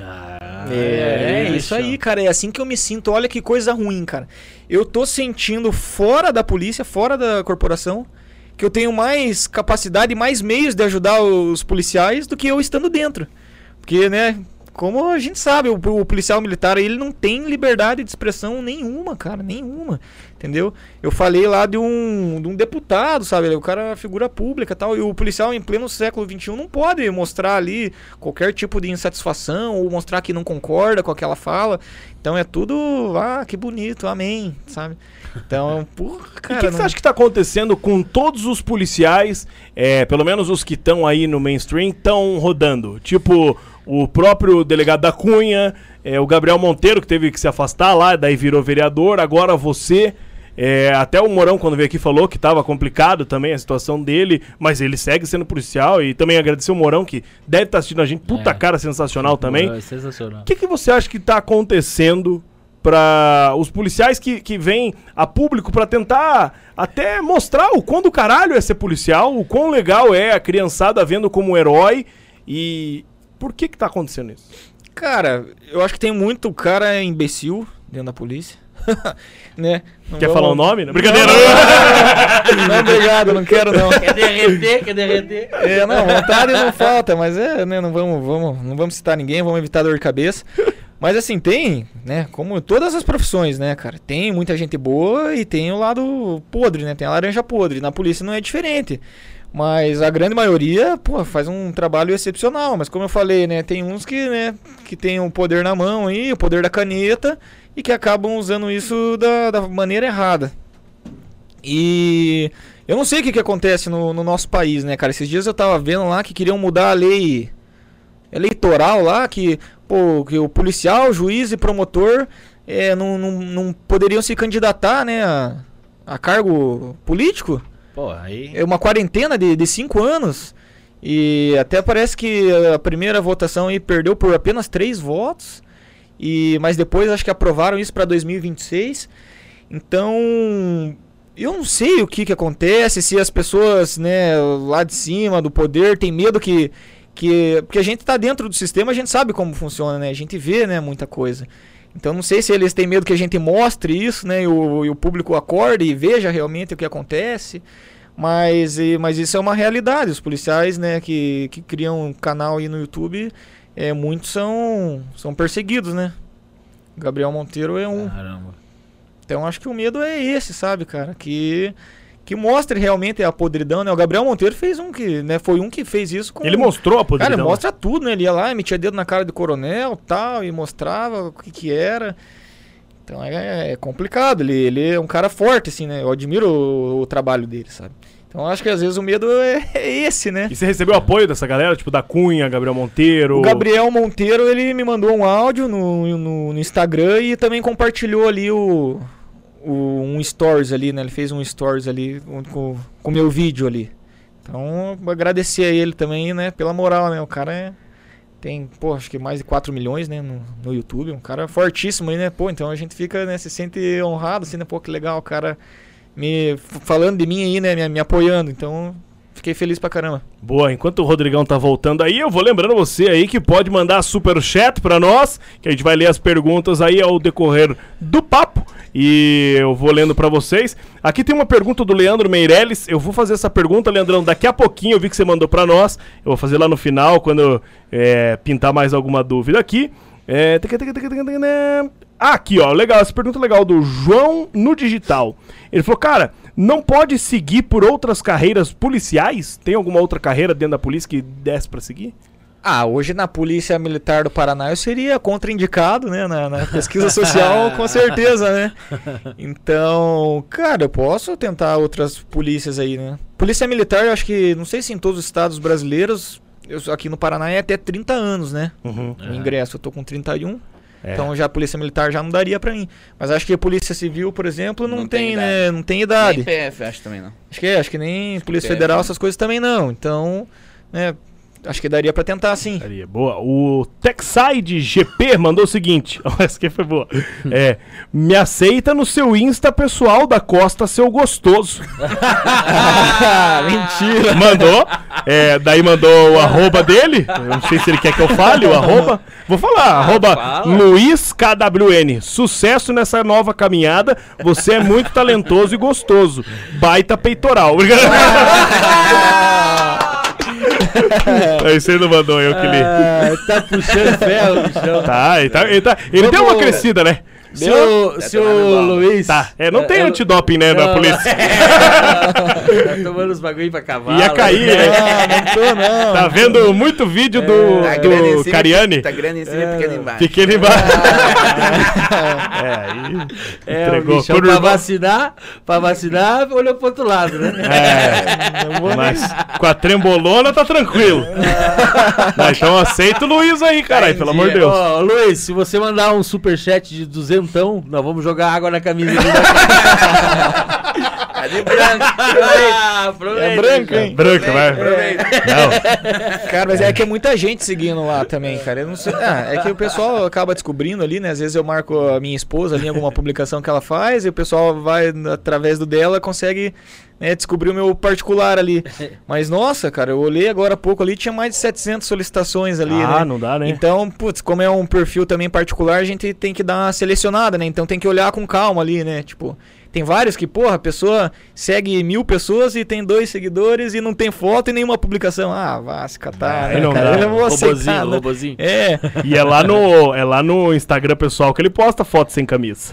D: Isso aí, cara, é assim que eu me sinto. Olha que coisa ruim, cara. Eu tô sentindo fora da polícia, fora da corporação, que eu tenho mais capacidade e mais meios de ajudar os policiais do que eu estando dentro. Porque, né, como a gente sabe, o policial militar, ele não tem liberdade de expressão nenhuma, cara, nenhuma, entendeu? Eu falei lá de um deputado, sabe, o cara é uma figura pública e tal, e o policial em pleno século XXI não pode mostrar ali qualquer tipo de insatisfação ou mostrar que não concorda com aquela fala. Então é tudo, que bonito, amém, sabe? Então, porra, cara...
A: E o que você acha que tá acontecendo com todos os policiais, pelo menos os que estão aí no mainstream, estão rodando? Tipo, o próprio delegado da Cunha, o Gabriel Monteiro, que teve que se afastar lá, daí virou vereador, agora você... até o Mourão, quando veio aqui, falou que tava complicado também a situação dele, mas ele segue sendo policial. E também agradecer o Mourão, que deve estar assistindo a gente, puta cara sensacional também.
C: É sensacional.
A: O que você acha que tá acontecendo para os policiais que vêm a público para tentar até mostrar o quão do caralho é ser policial, o quão legal é a criançada vendo como herói? E por que tá acontecendo isso?
D: Cara, eu acho que tem muito cara imbecil dentro da polícia. né?
A: Quer falar o nome? Né? Brincadeira!
D: Não, obrigado, não quero não.
C: Quer derreter?
D: Não, vontade não falta, mas né, não vamos citar ninguém, vamos evitar dor de cabeça. Mas assim, tem, né, como todas as profissões, né, cara, tem muita gente boa e tem o lado podre, né, tem a laranja podre. Na polícia não é diferente. Mas a grande maioria, pô, faz um trabalho excepcional. Mas como eu falei, né, tem uns que, né, que tem o poder na mão aí, o poder da caneta, e que acabam usando isso da maneira errada. E eu não sei o que acontece no nosso país, né, cara. Esses dias eu tava vendo lá que queriam mudar a lei eleitoral lá, que o policial, juiz e promotor não poderiam se candidatar, né, a cargo político.
C: Pô, aí...
D: É uma quarentena de 5 anos. E até parece que a primeira votação aí perdeu por apenas 3 votos. Mas depois acho que aprovaram isso para 2026. Então, eu não sei o que acontece, se as pessoas, né, lá de cima do poder tem medo porque a gente tá dentro do sistema, a gente sabe como funciona, né? A gente vê, né, muita coisa. Então não sei se eles têm medo que a gente mostre isso, né, e o público acorde e veja realmente o que acontece, mas isso é uma realidade. Os policiais, né, que criam um canal aí no YouTube, muitos são perseguidos, né. Gabriel Monteiro é um.
C: Caramba.
D: Então acho que o medo é esse, sabe, cara, que mostre realmente a podridão, né? O Gabriel Monteiro fez foi um que fez isso com...
A: Ele mostrou a podridão.
D: Cara, mostra tudo, né? Ele ia lá, metia dedo na cara do coronel, tal, e mostrava o que era. Então é complicado. Ele é um cara forte, assim, né? Eu admiro o trabalho dele, sabe? Então acho que às vezes o medo é esse, né?
A: E você recebeu apoio dessa galera, tipo da Cunha, Gabriel Monteiro?
D: O Gabriel Monteiro, ele me mandou um áudio no Instagram e também compartilhou ali um stories ali, né? Ele fez um stories ali com o meu vídeo ali. Então, vou agradecer a ele também, né? Pela moral, né? O cara tem, pô, acho que mais de 4 milhões, né? No YouTube. Um cara fortíssimo aí, né? Pô, então a gente fica, né? Se sente honrado, assim, né? Pô, que legal o cara falando de mim aí, né? Me apoiando. Então, fiquei feliz pra caramba.
A: Boa, enquanto o Rodrigão tá voltando aí, eu vou lembrando você aí que pode mandar superchat pra nós, que a gente vai ler as perguntas aí ao decorrer do papo. E eu vou lendo pra vocês. Aqui tem uma pergunta do Leandro Meirelles. Eu vou fazer essa pergunta, Leandrão, daqui a pouquinho. Eu vi que você mandou pra nós. Eu vou fazer lá no final, quando pintar mais alguma dúvida aqui. Aqui, ó, legal, essa pergunta é legal, do João no Digital. Ele falou, cara, não pode seguir por outras carreiras policiais? Tem alguma outra carreira dentro da polícia que desse pra seguir?
D: Hoje na Polícia Militar do Paraná eu seria contraindicado, né, na pesquisa social, com certeza, né. Então, cara, eu posso tentar outras polícias aí, né. Polícia Militar, eu acho que, não sei se em todos os estados brasileiros, aqui no Paraná é até 30 anos, né, o ingresso. Eu tô com 31, então já a Polícia Militar já não daria pra mim. Mas acho que a Polícia Civil, por exemplo, não tem, né, não tem idade.
E: Nem PF, acho também não.
D: Acho que nem Polícia Federal, essas coisas também não. Então, né, acho que daria pra tentar, sim.
A: Daria, boa. O Techside GP mandou o seguinte. Essa aqui foi boa. Me aceita no seu Insta pessoal da Costa, seu gostoso.
D: Mentira.
A: Mandou. Daí mandou o arroba dele. Eu não sei se ele quer que eu fale o arroba. Vou falar. Arroba LuizKWN. Sucesso nessa nova caminhada. Você é muito talentoso e gostoso. Baita peitoral. Aí você não mandou, eu que li.
C: Tá puxando ferro, bichão.
A: Ele deu uma crescida, né?
C: Seu Luiz.
A: Tá, não tem antidoping, né, na polícia.
C: Tá tomando os bagulho pra cavalo.
A: Ia cair, né?
D: Não tô, não.
A: Tá vendo muito vídeo do Cariani?
E: Tá grande em cima e pequeno embaixo.
A: Pequeno embaixo. Aí entregou.
C: O bichão pra vacinar, olhou pro outro lado, né?
A: Mas com a trembolona tá tranquilo. Então aceita o Luiz aí, caralho, pelo amor de Deus.
C: Ô, Luiz, se você mandar um superchat de 200, nós vamos jogar água na camisa dele.
E: de branco.
C: Aproveita.
D: É branco, hein?
A: Branca, vai. Não.
D: Cara, mas é que é muita gente seguindo lá também, cara. Eu não sei. É que o pessoal acaba descobrindo ali, né? Às vezes eu marco a minha esposa ali em alguma publicação que ela faz e o pessoal vai, através do dela, consegue, né, descobrir o meu particular ali. Mas, nossa, cara, eu olhei agora há pouco ali, tinha mais de 700 solicitações ali, né?
A: Não dá, né?
D: Então, putz, como é um perfil também particular, a gente tem que dar uma selecionada, né? Então tem que olhar com calma ali, né? Tipo, tem vários que, porra, a pessoa segue 1000 pessoas e tem 2 seguidores e não tem foto e nenhuma publicação. Ah, vá se catar, né,
A: não
D: cara?
A: dá.
D: Eu não vou aceitar, né?
C: Robozinho.
D: É.
A: E é lá no Instagram pessoal que ele posta foto sem camisa.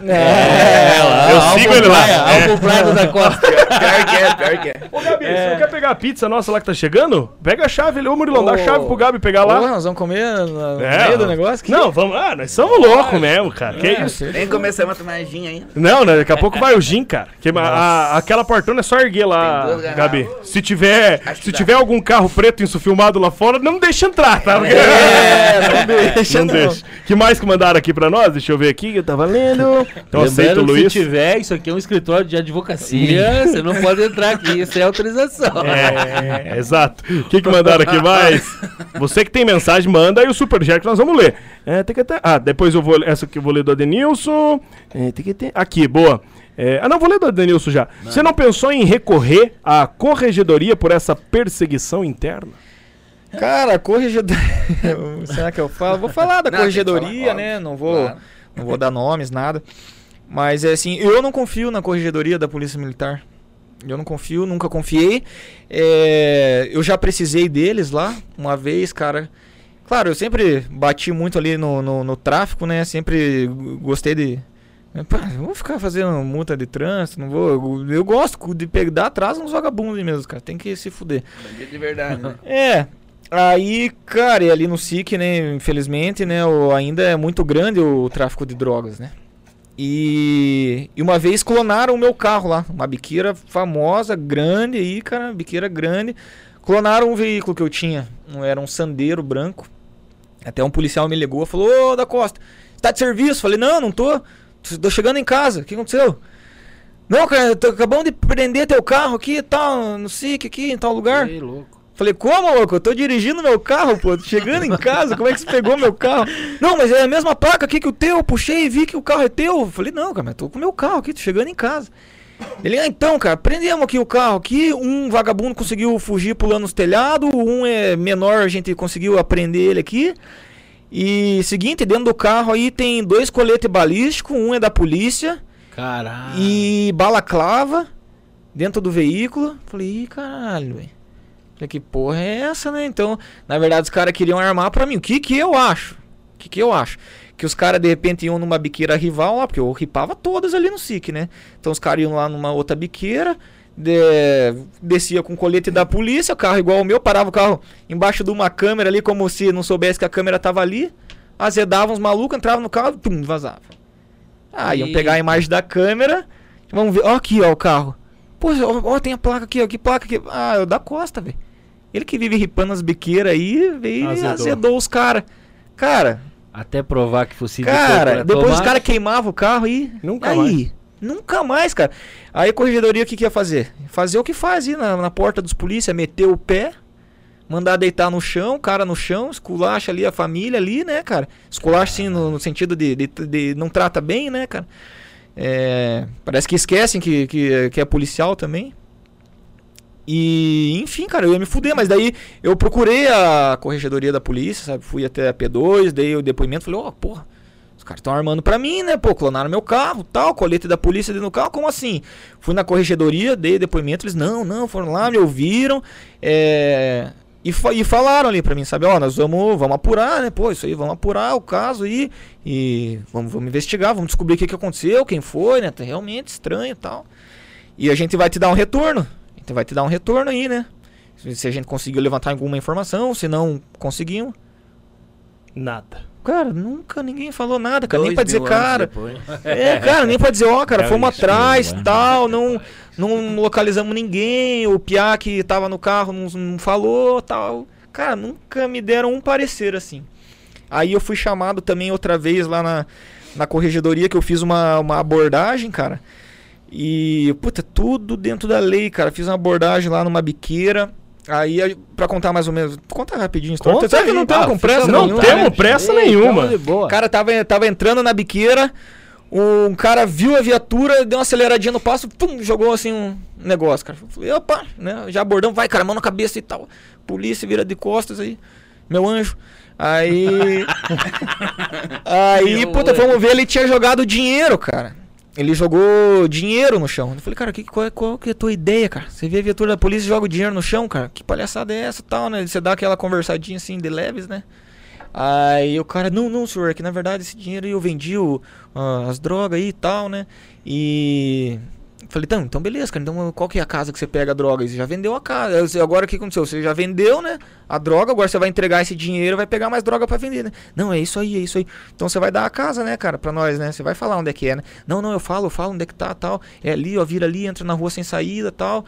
D: Eu
A: sigo ele lá.
C: Álbum Praia do da Costa.
E: Pior que é.
A: Ô, Gabi, você não quer pegar a pizza nossa lá que tá chegando? Pega a chave ali. Ô, Murilão, dá a chave pro Gabi pegar lá.
D: Porra, nós vamos comer no meio do negócio?
A: Não, vamos. Nós somos loucos mesmo, cara. Que isso?
E: Nem começamos a tomar gin ainda.
A: Não, né? Daqui a pouco vai o gin, cara. Aquela portona é só erguer lá,
E: Tem 2 garrafas.
A: Gabi. Se tiver algum carro preto isso filmado lá fora, não deixa entrar, tá? Porque-
D: não deixa,
A: Não deixa. Que mais que mandaram aqui pra nós? Deixa eu ver aqui, que eu tava lendo. Então aceito o
C: Lembrando que
A: Luiz.
C: se tiver, isso aqui é um escritório de advocacia, você não pode entrar aqui, sem autorização.
A: Exato. O que mandaram aqui mais? Você que tem mensagem, manda aí o superchat que nós vamos ler. Depois eu vou... Essa aqui eu vou ler do Adenilson. Aqui, boa. Não, vou ler do Adenilson já. Você não pensou em recorrer à corregedoria por essa perseguição interna?
D: Cara, corregedoria. Será que eu falo? Vou falar da
E: Não,
D: corregedoria,
E: tem que falar,
D: né?
E: Claro.
D: Não vou dar nomes, nada. Mas é assim, eu não confio na corregedoria da Polícia Militar. Eu não confio, nunca confiei. Eu já precisei deles lá uma vez, cara. Claro, eu sempre bati muito ali no tráfico, né? Sempre gostei de... Pá, não vou ficar fazendo multa de trânsito, não vou... Eu gosto de dar atrás uns vagabundos mesmo, cara. Tem que se fuder.
E: Bandido de verdade, né?
D: Aí, cara, e ali no SIC, né, infelizmente, né, ainda é muito grande o tráfico de drogas, né? E uma vez clonaram o meu carro lá, uma biqueira famosa, grande aí, cara, biqueira grande. Clonaram um veículo que eu tinha, era um Sandero branco. Até um policial me ligou, falou: ô, da Costa, tá de serviço? Falei: não tô chegando em casa, o que aconteceu? Não, cara, acabamos de prender teu carro aqui e tal, no SIC aqui, em tal lugar.
C: Ei, louco.
D: Falei: como, louco? Eu tô dirigindo meu carro, pô. Tô chegando em casa, como é que você pegou meu carro? Não, mas é a mesma placa aqui que o teu. Eu puxei e vi que o carro é teu. Falei: não, cara, mas tô com o meu carro aqui, tô chegando em casa. Ele: então, cara, prendemos aqui o carro aqui. Um vagabundo conseguiu fugir pulando os telhados. Um é menor, a gente conseguiu apreender ele aqui. E seguinte, dentro do carro aí tem 2 coletes balísticos. Um é da polícia.
C: Caralho.
D: E balaclava dentro do veículo. Falei: ih, caralho, velho. Que porra é essa, né? Então, na verdade, os caras queriam armar pra mim. O que eu acho? Que os caras, de repente, iam numa biqueira rival lá, porque eu ripava todas ali no SIC, né? Então, os caras iam lá numa outra biqueira, descia com o colete da polícia, carro igual o meu, parava o carro embaixo de uma câmera ali, como se não soubesse que a câmera tava ali, azedavam os malucos, entravam no carro, pum, vazavam. Iam pegar a imagem da câmera, vamos ver, ó aqui, ó, o carro. Pô, ó, tem a placa aqui, ó, que placa aqui? É o da Costa, velho. Ele que vive ripando as biqueiras aí, veio e azedou os caras. Cara...
C: Até provar que fosse...
D: Cara, depois os caras queimavam o carro e... Nunca mais, cara. Aí a corregedoria o que ia fazer? Fazer o que faz aí na porta dos polícia, meter o pé, mandar deitar no chão, o cara no chão, esculacha ali a família ali, né, cara? Esculacha assim no sentido de não trata bem, né, cara? Parece que esquecem que é policial também. E, enfim, cara, eu ia me fuder, mas daí eu procurei a corregedoria da polícia, sabe? Fui até a P2, dei o depoimento, falei: porra, os caras estão armando pra mim, né? Pô, clonaram meu carro, tal, colete da polícia dentro do carro, como assim? Fui na corregedoria, dei depoimento, eles, não, foram lá, me ouviram, e falaram ali pra mim, sabe? Nós vamos apurar, né? Pô, isso aí, vamos apurar o caso aí, e vamos investigar, vamos descobrir o que aconteceu, quem foi, né? Tá realmente estranho e tal. E a gente vai te dar um retorno. Então vai te dar um retorno aí, né? Se a gente conseguiu levantar alguma informação, se não conseguimos.
A: Nada.
D: Cara, nunca ninguém falou nada, cara.
E: 2
D: Nem pra dizer,
E: mil anos
D: cara.
E: depois.
D: Cara, nem pra dizer, cara, fomos
C: isso,
D: atrás,
C: mano.
D: tal, não localizamos ninguém. O piá que tava no carro não falou, tal. Cara, nunca me deram um parecer assim. Aí eu fui chamado também outra vez lá na corregedoria, que eu fiz uma abordagem, cara. E, puta, tudo dentro da lei, cara. Fiz uma abordagem lá numa biqueira. Aí, pra contar mais ou menos, conta rapidinho a história.
A: Conta
D: Sabe que não estamos com pressa
A: não
D: nenhuma,
A: temos
D: né?
A: pressa
C: Ei,
A: nenhuma.
C: tamo de boa.
D: O cara tava entrando na biqueira, um cara viu a viatura, deu uma aceleradinha no passo, pum, jogou assim um negócio, cara. Falei, opa, né? Já abordamos, vai, cara, mão na cabeça e tal. Polícia vira de costas aí, meu anjo. Aí. Aí, puta, vamos ver, ele tinha jogado dinheiro, cara. Ele jogou dinheiro no chão. Eu falei, cara, qual que é a tua ideia, cara? Você vê a viatura da polícia e joga o dinheiro no chão, cara? Que palhaçada é essa e tal, né? Você dá aquela conversadinha assim de leves, né? Aí o cara, não, senhor, é que na verdade esse dinheiro aí eu vendi as drogas aí e tal, né? E... Falei, então beleza, cara, então qual que é a casa que você pega a droga? Você já vendeu a casa, agora o que aconteceu? Você já vendeu, né, a droga, agora você vai entregar esse dinheiro, vai pegar mais droga pra vender, né? Não, é isso aí. Então você vai dar a casa, né, cara, pra nós, né? Você vai falar onde é que é, né? Não, eu falo onde é que tá, tal. É ali, ó, vira ali, entra na rua sem saída, tal.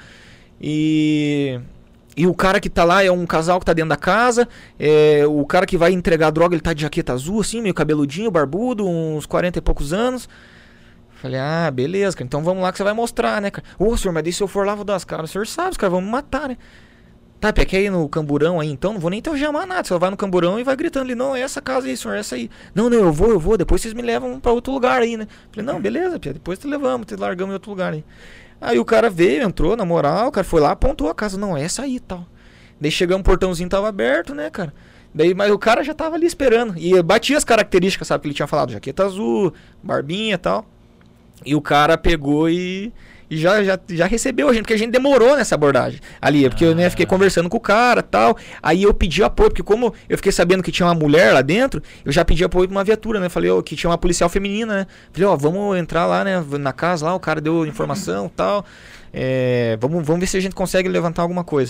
D: E o cara que tá lá é um casal que tá dentro da casa. O cara que vai entregar a droga, ele tá de jaqueta azul, assim, meio cabeludinho, barbudo, uns 40 e poucos anos. Falei, beleza, cara, então vamos lá que você vai mostrar, né, cara? Ô, senhor, mas daí se eu for lá, vou dar as caras. O senhor sabe, os caras vão me matar, né? Tá, quer ir no camburão aí, então? Não vou nem te chamar nada. Você vai no camburão e vai gritando ali, não, é essa casa aí, senhor, é essa aí. Não, eu vou, depois vocês me levam pra outro lugar aí, né? Falei, não, beleza, Pia, depois te levamos, te largamos em outro lugar aí. Aí o cara veio, entrou, na moral, o cara foi lá, apontou a casa, não, é essa aí e tal. Daí chegamos, o portãozinho tava aberto, né, cara? Daí, mas o cara já tava ali esperando. E batia as características, sabe, que ele tinha falado, jaqueta azul, barbinha e tal. E o cara pegou e já recebeu a gente, porque a gente demorou nessa abordagem ali, porque eu fiquei conversando com o cara e tal. Aí eu pedi apoio, porque como eu fiquei sabendo que tinha uma mulher lá dentro, eu já pedi apoio pra uma viatura, né? Falei, que tinha uma policial feminina, né? Falei, vamos entrar lá, né, na casa lá, o cara deu informação e tal. Vamos ver se a gente consegue levantar alguma coisa.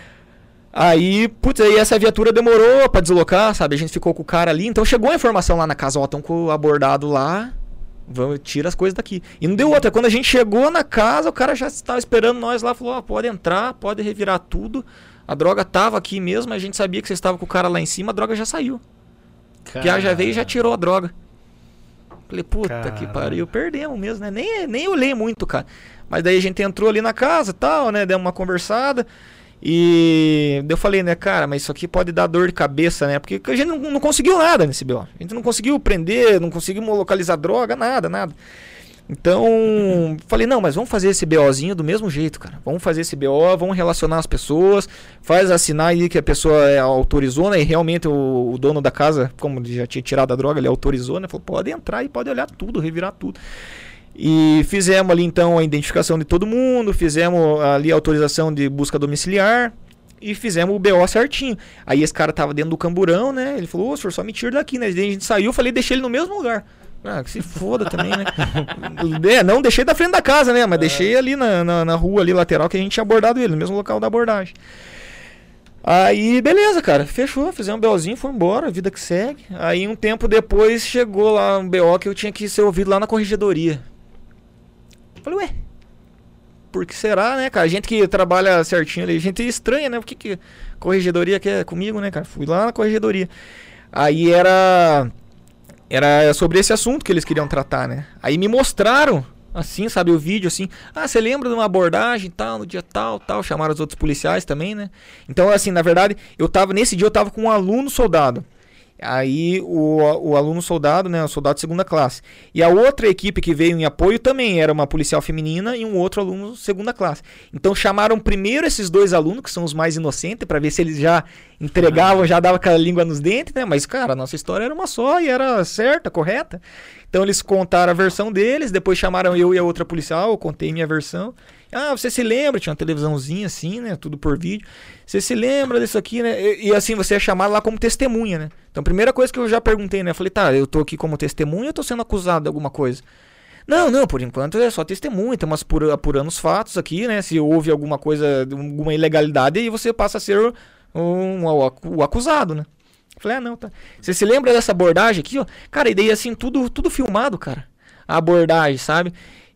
D: Aí, putz, aí essa viatura demorou pra deslocar, sabe? A gente ficou com o cara ali, então chegou a informação lá na casa, estão com o abordado lá. Tira as coisas daqui. E não deu outra. Quando a gente chegou na casa, o cara já estava esperando nós lá. Falou, pode entrar, pode revirar tudo. A droga tava aqui mesmo. A gente sabia que vocês estavam com o cara lá em cima. A droga já saiu. Que já veio e já tirou a droga. Falei, puta que pariu. Perdemos mesmo, né? Nem olhei muito, cara. Mas daí a gente entrou ali na casa e tal, né? Deu uma conversada. E eu falei, né, cara, mas isso aqui pode dar dor de cabeça, né? Porque a gente não conseguiu nada nesse BO. A gente não conseguiu prender, não conseguimos localizar droga, nada. Então, falei, não, mas vamos fazer esse BOzinho do mesmo jeito, cara. Vamos fazer esse BO, vamos relacionar as pessoas, faz assinar aí que a pessoa autorizou, né? E realmente o dono da casa, como ele já tinha tirado a droga, ele autorizou, né? Falou, pode entrar e pode olhar tudo, revirar tudo. E fizemos ali então a identificação de todo mundo, fizemos ali a autorização de busca domiciliar e fizemos o BO certinho. Aí esse cara tava dentro do camburão, né? Ele falou, senhor, só me tira daqui, né? Daí a gente saiu, falei, deixei ele no mesmo lugar. Que se foda também, né? Não deixei da frente da casa, né? Mas deixei ali na rua ali lateral que a gente tinha abordado ele, no mesmo local da abordagem. Aí, beleza, cara, fechou, fizemos um BOzinho, foi embora, vida que segue. Aí um tempo depois chegou lá um BO que eu tinha que ser ouvido lá na corregedoria. Falei, ué, por que será, né, cara? A gente que trabalha certinho ali, gente estranha, né? Por que corregedoria quer comigo, né, cara? Fui lá na corregedoria. Aí era sobre esse assunto que eles queriam tratar, né? Aí me mostraram, assim, sabe, o vídeo, assim. Você lembra de uma abordagem tal, no dia tal. Chamaram os outros policiais também, né? Então, assim, na verdade, nesse dia eu tava com um aluno soldado. Aí o aluno soldado, né, o soldado de segunda classe. E a outra equipe que veio em apoio também era uma policial feminina e um outro aluno segunda classe. Então chamaram primeiro esses dois alunos, que são os mais inocentes, para ver se eles já entregavam, já davam aquela língua nos dentes, né? Mas, cara, a nossa história era uma só e era certa, correta. Então eles contaram a versão deles, depois chamaram eu e a outra policial, eu contei minha versão. Você se lembra? Tinha uma televisãozinha assim, né? Tudo por vídeo. Você se lembra disso aqui, né? E assim, você é chamado lá como testemunha, né? Então, a primeira coisa que eu já perguntei, né? Eu falei, eu tô aqui como testemunha ou eu tô sendo acusado de alguma coisa? Não, por enquanto é só testemunha. Estamos apurando os fatos aqui, né? Se houve alguma coisa, alguma ilegalidade, aí você passa a ser o acusado, né? Eu falei, não, tá. Você se lembra dessa abordagem aqui, ó? Cara, e daí assim, tudo filmado, cara. A abordagem, sabe?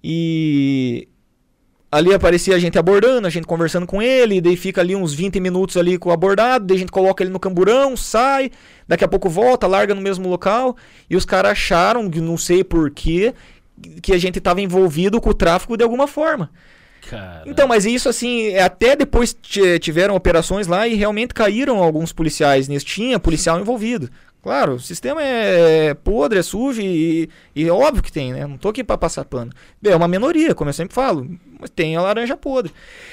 D: E ali aparecia a gente abordando, a gente conversando com ele, daí fica ali uns 20 minutos ali com o abordado, daí a gente coloca ele no camburão, sai, daqui a pouco volta, larga no mesmo local, e os caras acharam, não sei porquê, que a gente tava envolvido com o tráfico de alguma forma.
C: Cara.
D: Então, mas isso assim, até depois tiveram operações lá e realmente caíram alguns policiais nisso. Tinha policial envolvido. Claro, o sistema é podre, é sujo e é óbvio que tem, né? Não tô aqui pra passar pano. É uma minoria, como eu sempre falo, mas tem a laranja podre.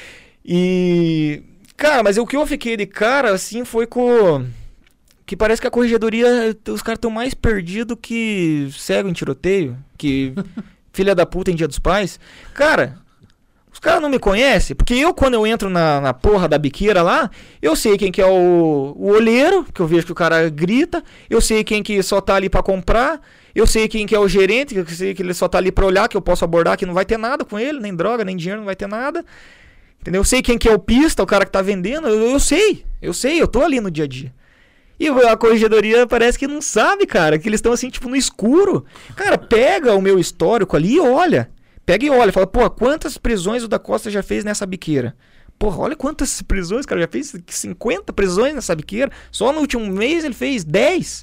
D: E... Cara, mas o que eu fiquei de cara, assim, foi com... Que parece que a corregedoria, os caras estão mais perdidos que cego em tiroteio, que filha da puta em Dia dos Pais. Cara... Os caras não me conhecem, porque quando eu entro na porra da biqueira lá, eu sei quem que é o olheiro, que eu vejo que o cara grita, eu sei quem que só tá ali pra comprar, eu sei quem que é o gerente, que eu sei que ele só tá ali pra olhar, que eu posso abordar, que não vai ter nada com ele, nem droga, nem dinheiro, não vai ter nada. Entendeu? Eu sei quem que é o pista, o cara que tá vendendo, eu sei, eu tô ali no dia a dia. E a corregedoria parece que não sabe, cara, que eles estão assim, tipo, no escuro. Cara, pega o meu histórico ali e olha. Pega e olha, fala, pô, quantas prisões o da Costa já fez nessa biqueira? Porra, olha quantas prisões, cara, já fez 50 prisões nessa biqueira. Só no último mês ele fez 10.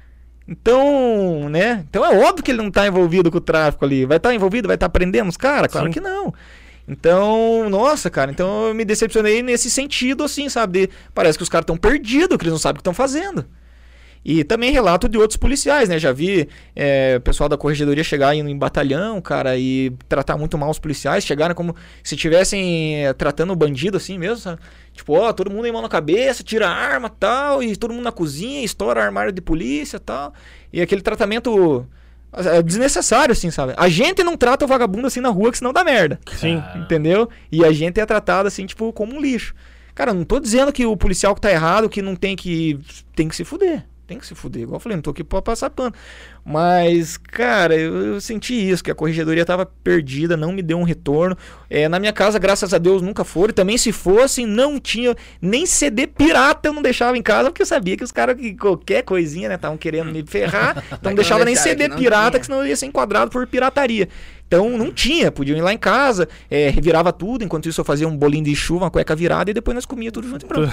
D: Então, né? Então é óbvio que ele não tá envolvido com o tráfico ali. Vai estar envolvido, vai estar prendendo os caras? Claro que não. Então, nossa, cara, então eu me decepcionei nesse sentido, assim, sabe? Parece que os caras estão perdidos, que eles não sabem o que estão fazendo. E também relato de outros policiais, né? Já vi o pessoal da corregedoria chegar em batalhão, cara, e tratar muito mal os policiais. Chegaram como se estivessem tratando o bandido assim mesmo, sabe? Tipo, ó, todo mundo em mão na cabeça, tira a arma e tal, e todo mundo na cozinha, estoura armário de polícia e tal. E aquele tratamento desnecessário, assim, sabe? A gente não trata o vagabundo assim na rua, que senão dá merda.
A: Sim.
D: Entendeu? E a gente é tratado assim, tipo, como um lixo. Cara, não tô dizendo que o policial que tá errado, que não tem que se fuder. Tem que se fuder, igual eu falei, não tô aqui pra passar pano. Mas, cara, eu senti isso, que a corregedoria tava perdida, não me deu um retorno. Na minha casa, graças a Deus, nunca foram. E também, se fossem, não tinha nem CD pirata, eu não deixava em casa, porque eu sabia que os caras, que qualquer coisinha, né, estavam querendo me ferrar. Então não deixava nem CD pirata, que senão eu ia ser enquadrado por pirataria. Então não tinha, podiam ir lá em casa, revirava tudo, enquanto isso eu fazia um bolinho de chuva, uma cueca virada e depois nós comia tudo junto e pronto.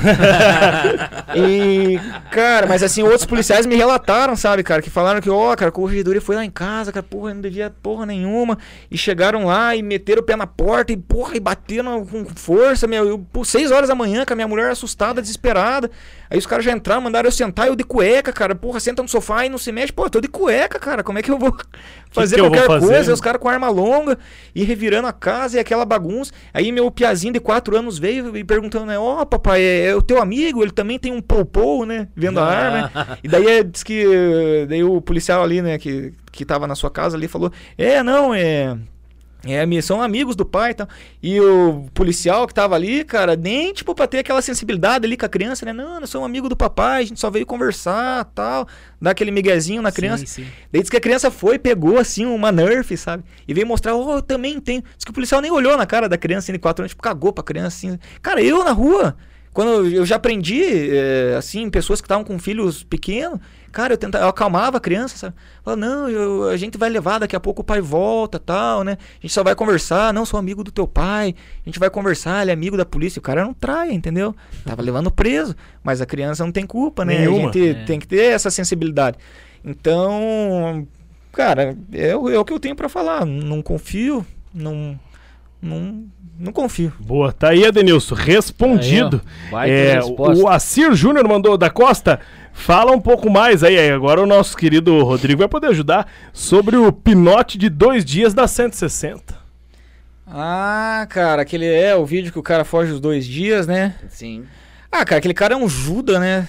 D: E, cara, mas assim, outros policiais me relataram, sabe, cara, que falaram que, ó, cara, a corregedoria foi lá em casa, cara, porra, não devia porra nenhuma, e chegaram lá e meteram o pé na porta e, porra, e bateram com força, por 6 horas da manhã, com a minha mulher assustada, desesperada. Aí os caras já entraram, mandaram eu sentar, eu de cueca, cara, porra, senta no sofá e não se mexe, pô, eu tô de cueca, cara, como é que eu vou fazer qualquer coisa? Os caras com arma longa e revirando a casa e aquela bagunça. Aí meu piazinho de 4 anos veio e perguntando, né, ó, papai, é o teu amigo, ele também tem um pou, né, vendo a arma. E daí disse que, daí o policial ali, né, que tava na sua casa ali falou, são amigos do pai e tal. E o policial que tava ali, cara, nem tipo pra ter aquela sensibilidade ali com a criança, né? Não, nós somos amigo do papai, a gente só veio conversar tal. Dar aquele miguezinho na criança. Sim. Daí diz que a criança pegou assim uma Nerf, sabe? E veio mostrar, eu também tenho. Diz que o policial nem olhou na cara da criança assim, de 4 anos, tipo, cagou pra criança assim. Cara, eu na rua, quando eu já aprendi, assim, pessoas que estavam com filhos pequenos, cara, eu acalmava a criança, sabe? Falava, não, a gente vai levar, daqui a pouco o pai volta, tal, né? A gente só vai conversar, não, sou amigo do teu pai, a gente vai conversar, ele é amigo da polícia. O cara não trai, entendeu? Tava levando preso, mas a criança não tem culpa, né?
A: Nenhuma.
D: A gente tem que ter essa sensibilidade. Então, cara, é o que eu tenho pra falar. Não confio, não confio.
A: Boa, tá aí, Adenilson, respondido.
C: Aí,
A: o Acir Júnior mandou da Costa, fala um pouco mais aí, agora o nosso querido Rodrigo vai poder ajudar sobre o pinote de 2 dias da 160.
D: Ah, cara, o vídeo que o cara foge os 2 dias, né?
E: Sim.
D: Ah, cara, aquele cara é um Judas, né?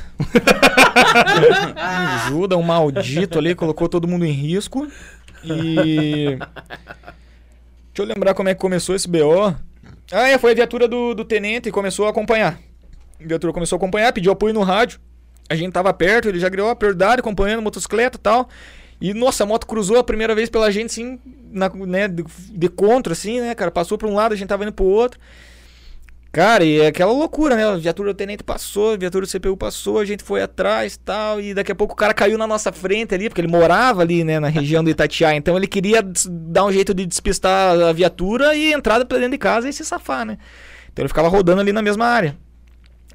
D: Um Judas, um maldito ali, colocou todo mundo em risco. E... deixa eu lembrar como é que começou esse BO. Foi a viatura do tenente e começou a acompanhar. A viatura começou a acompanhar, pediu apoio no rádio. A gente tava perto, ele já criou a prioridade, acompanhando motocicleta e tal. E, nossa, a moto cruzou a primeira vez pela gente, assim, né, de contra, assim, né, cara? Passou pra um lado, a gente tava indo pro outro. Cara, e é aquela loucura, né? A viatura do tenente passou, a viatura do CPU passou, a gente foi atrás e tal, e daqui a pouco o cara caiu na nossa frente ali, porque ele morava ali, né, na região do Itatiaia, então ele queria dar um jeito de despistar a viatura e entrar pra dentro de casa e se safar, né? Então ele ficava rodando ali na mesma área.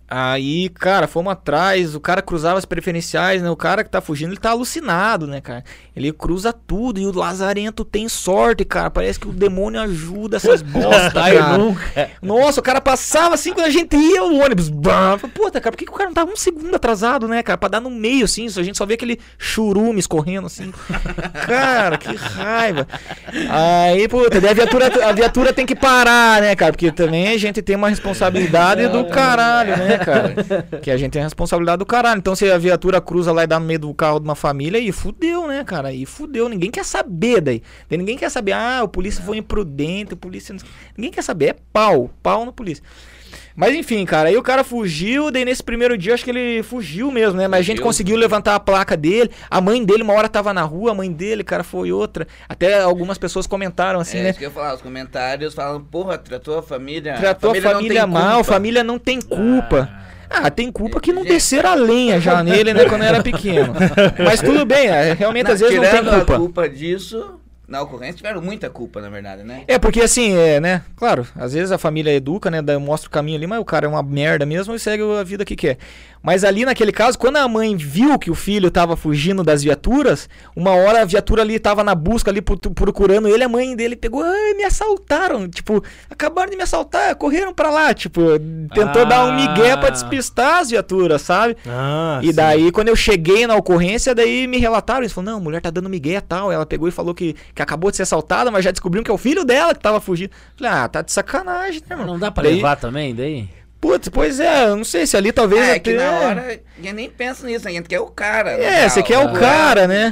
D: Aí, cara, fomos atrás, o cara cruzava as preferenciais, né? O cara que tá fugindo, ele tá alucinado, né, cara? Ele cruza tudo e o Lazarento tem sorte, cara. Parece que o demônio ajuda essas bosta, cara.
C: nunca.
D: Nossa, o cara passava assim quando a gente ia, o ônibus. Puta, cara, por que o cara não tava um segundo atrasado, né, cara? Pra dar no meio, assim, a gente só vê aquele churume escorrendo, assim. Cara, que raiva. Aí, puta, daí a viatura tem que parar, né, cara? Porque também a gente tem uma responsabilidade do caralho, né, cara? Que a gente tem a responsabilidade do caralho. Então, se a viatura cruza lá e dá no meio do carro de uma família, aí fudeu, né, cara? Aí fudeu. Ninguém quer saber daí. Ninguém quer saber, o polícia foi imprudente, o polícia... Ninguém quer saber, é pau no polícia. Mas enfim, cara, aí o cara fugiu, daí nesse primeiro dia acho que ele fugiu mesmo, né? Mas a gente conseguiu levantar a placa dele, a mãe dele uma hora tava na rua, a mãe dele, cara, foi outra. Até algumas pessoas comentaram assim, né?
E: Isso que eu ia falar, os comentários falam, porra, tratou a família...
D: Tratou a família mal, a família não tem culpa. Tem culpa que não desceram a lenha já nele, né, quando era pequeno. Mas tudo bem, realmente às vezes não tem culpa.
E: A culpa disso... Na ocorrência tiveram muita culpa, na verdade, né?
D: Porque assim, né? Claro, às vezes a família educa, né? Mostra o caminho ali, mas o cara é uma merda mesmo e segue a vida que quer. Mas ali naquele caso, quando a mãe viu que o filho tava fugindo das viaturas, uma hora a viatura ali tava na busca ali procurando ele, a mãe dele pegou, me assaltaram, tipo, acabaram de me assaltar, correram pra lá, tipo, tentou dar um migué pra despistar as viaturas, sabe? E daí, quando eu cheguei na ocorrência, daí me relataram, eles falaram, não, a mulher tá dando migué e tal, ela pegou e falou que acabou de ser assaltada, mas já descobriram que é o filho dela que tava fugindo. Falei, tá de sacanagem, né, mano?
C: Não dá pra levar também, daí?
D: Putz, pois é, eu não sei se ali talvez...
E: É que na hora, ninguém nem pensa nisso, a gente quer o cara.
D: Você quer o cara, né?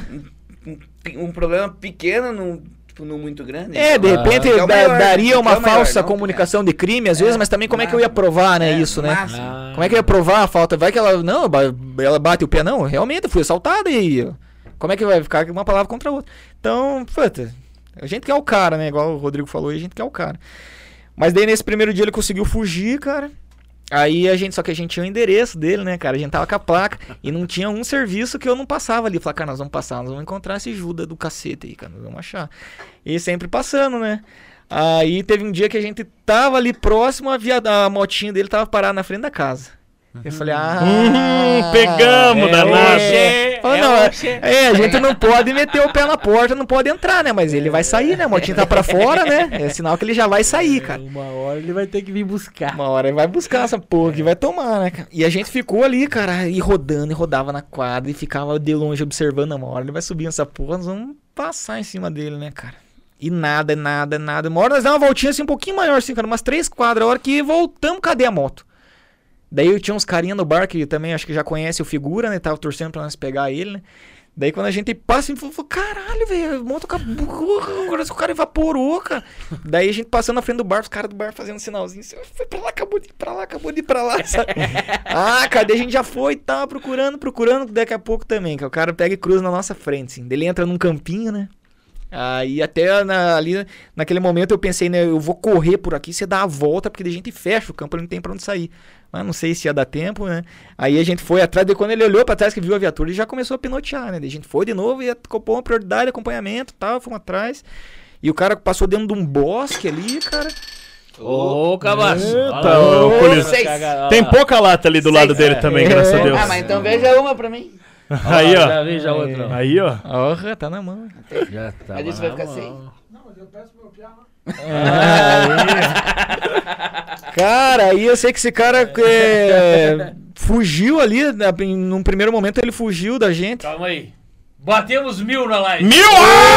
E: Um problema pequeno, não muito grande.
D: De repente daria uma falsa comunicação de crime, às vezes, mas também como é que eu ia provar, né, isso, né? Como é que eu ia provar a falta? Vai que ela bate o pé, não, realmente, eu fui assaltada e... Como é que vai ficar uma palavra contra a outra? Então, puta, a gente quer o cara, né? Igual o Rodrigo falou aí, a gente quer o cara. Mas daí nesse primeiro dia ele conseguiu fugir, cara. Aí só que a gente tinha o endereço dele, né, cara? A gente tava com a placa e não tinha um serviço que eu não passava ali. Falei, cara, nós vamos passar, nós vamos encontrar esse Judas do cacete aí, cara, nós vamos achar. E sempre passando, né? Aí teve um dia que a gente tava ali próximo, a motinha dele tava parada na frente da casa. Eu falei,
A: pegamos, danado.
D: A gente não pode meter o pé na porta, não pode entrar, né? Mas ele vai sair, né? A motinha tá pra fora, né? É sinal que ele já vai sair, cara.
C: Uma hora ele vai ter que vir buscar.
D: Uma hora ele vai buscar essa porra que vai tomar, né, cara? E a gente ficou ali, cara, e rodando, e rodava na quadra, e ficava de longe observando. Uma hora ele vai subir nessa porra, nós vamos passar em cima dele, né, cara? E nada. Uma hora nós damos uma voltinha assim, um pouquinho maior, assim, cara, umas 3 quadras. A hora que voltamos, cadê a moto? Daí eu tinha uns carinha no bar que também acho que já conhece o figura, né? Tava torcendo pra nós pegar ele, né? Daí quando a gente passa, a gente falou, caralho, velho, a moto acabou, agora o cara evaporou, cara. Daí a gente passando na frente do bar, os caras do bar fazendo um sinalzinho, assim, foi pra lá, acabou de ir pra lá, sabe? Cadê? A gente já foi e tava procurando, daqui a pouco também, que o cara pega e cruza na nossa frente, assim. Daí ele entra num campinho, né? Aí até ali, naquele momento eu pensei, né, eu vou correr por aqui, você dá a volta, porque a gente fecha o campo, ele não tem pra onde sair. Mas não sei se ia dar tempo, né? Aí a gente foi atrás, daí quando ele olhou pra trás que viu a viatura, ele já começou a pinotear, né? Daí a gente foi de novo e ocupou uma prioridade de acompanhamento e tal, fomos atrás. E o cara passou dentro de um bosque ali, cara.
C: Ô, cabaço.
A: Tem pouca lata ali do lado dele também, graças a Deus.
E: Mas então veja uma pra mim.
A: Aí, ó.
C: Já veja outra.
A: Aí, ó.
D: Tá na mão.
C: Já tá.
E: Mas isso vai ficar sem.
B: Não, mas eu peço pro meu piano.
D: Cara, aí eu sei que esse cara fugiu ali, num primeiro momento ele fugiu da gente.
C: Calma aí. Batemos 1000 na live.
A: 1000!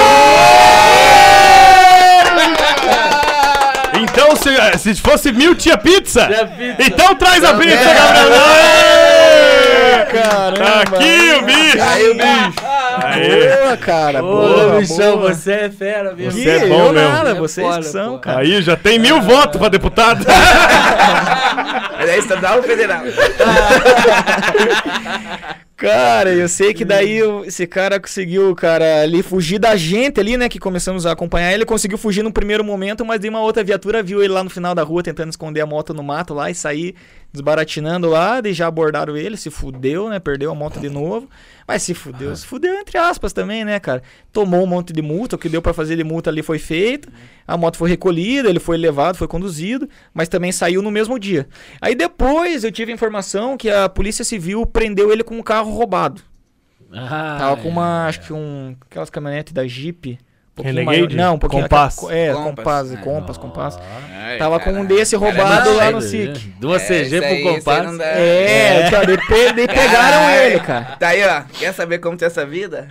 A: Então, se fosse 1000, tinha pizza? Então traz a pizza, Gabriel!
D: Caramba!
A: Aqui o bicho!
E: Aí o bicho!
D: Boa, cara! Boa,
C: bichão,
D: boa.
C: você é fera mesmo.
A: Você é bom mesmo.
D: Nada, vocês que são, cara.
A: Aí já tem 1000 votos pra deputado.
E: Mas é estadual ou federal?
D: Cara, eu sei que daí esse cara conseguiu, cara, ali fugir da gente ali, né, que começamos a acompanhar ele, conseguiu fugir no primeiro momento, mas de uma outra viatura viu ele lá no final da rua tentando esconder a moto no mato lá e sair desbaratinando lá, e já abordaram ele, se fudeu, né? Perdeu a moto de novo. Mas se fudeu entre aspas também, né, cara? Tomou um monte de multa, o que deu pra fazer de multa ali foi feito. A moto foi recolhida, ele foi levado, foi conduzido, mas também saiu no mesmo dia. Aí depois eu tive a informação que a Polícia Civil prendeu ele com um carro roubado. Tava com acho que aquelas caminhonetes da Jeep.
A: Renegade?
D: Não, um pouquinho.
A: Compass.
D: Compass. Tava com um desse roubado lá no SIC.
C: De uma CG pro Compass.
D: Daí pegaram ele, cara.
E: Tá aí, ó. Quer saber como ter essa vida?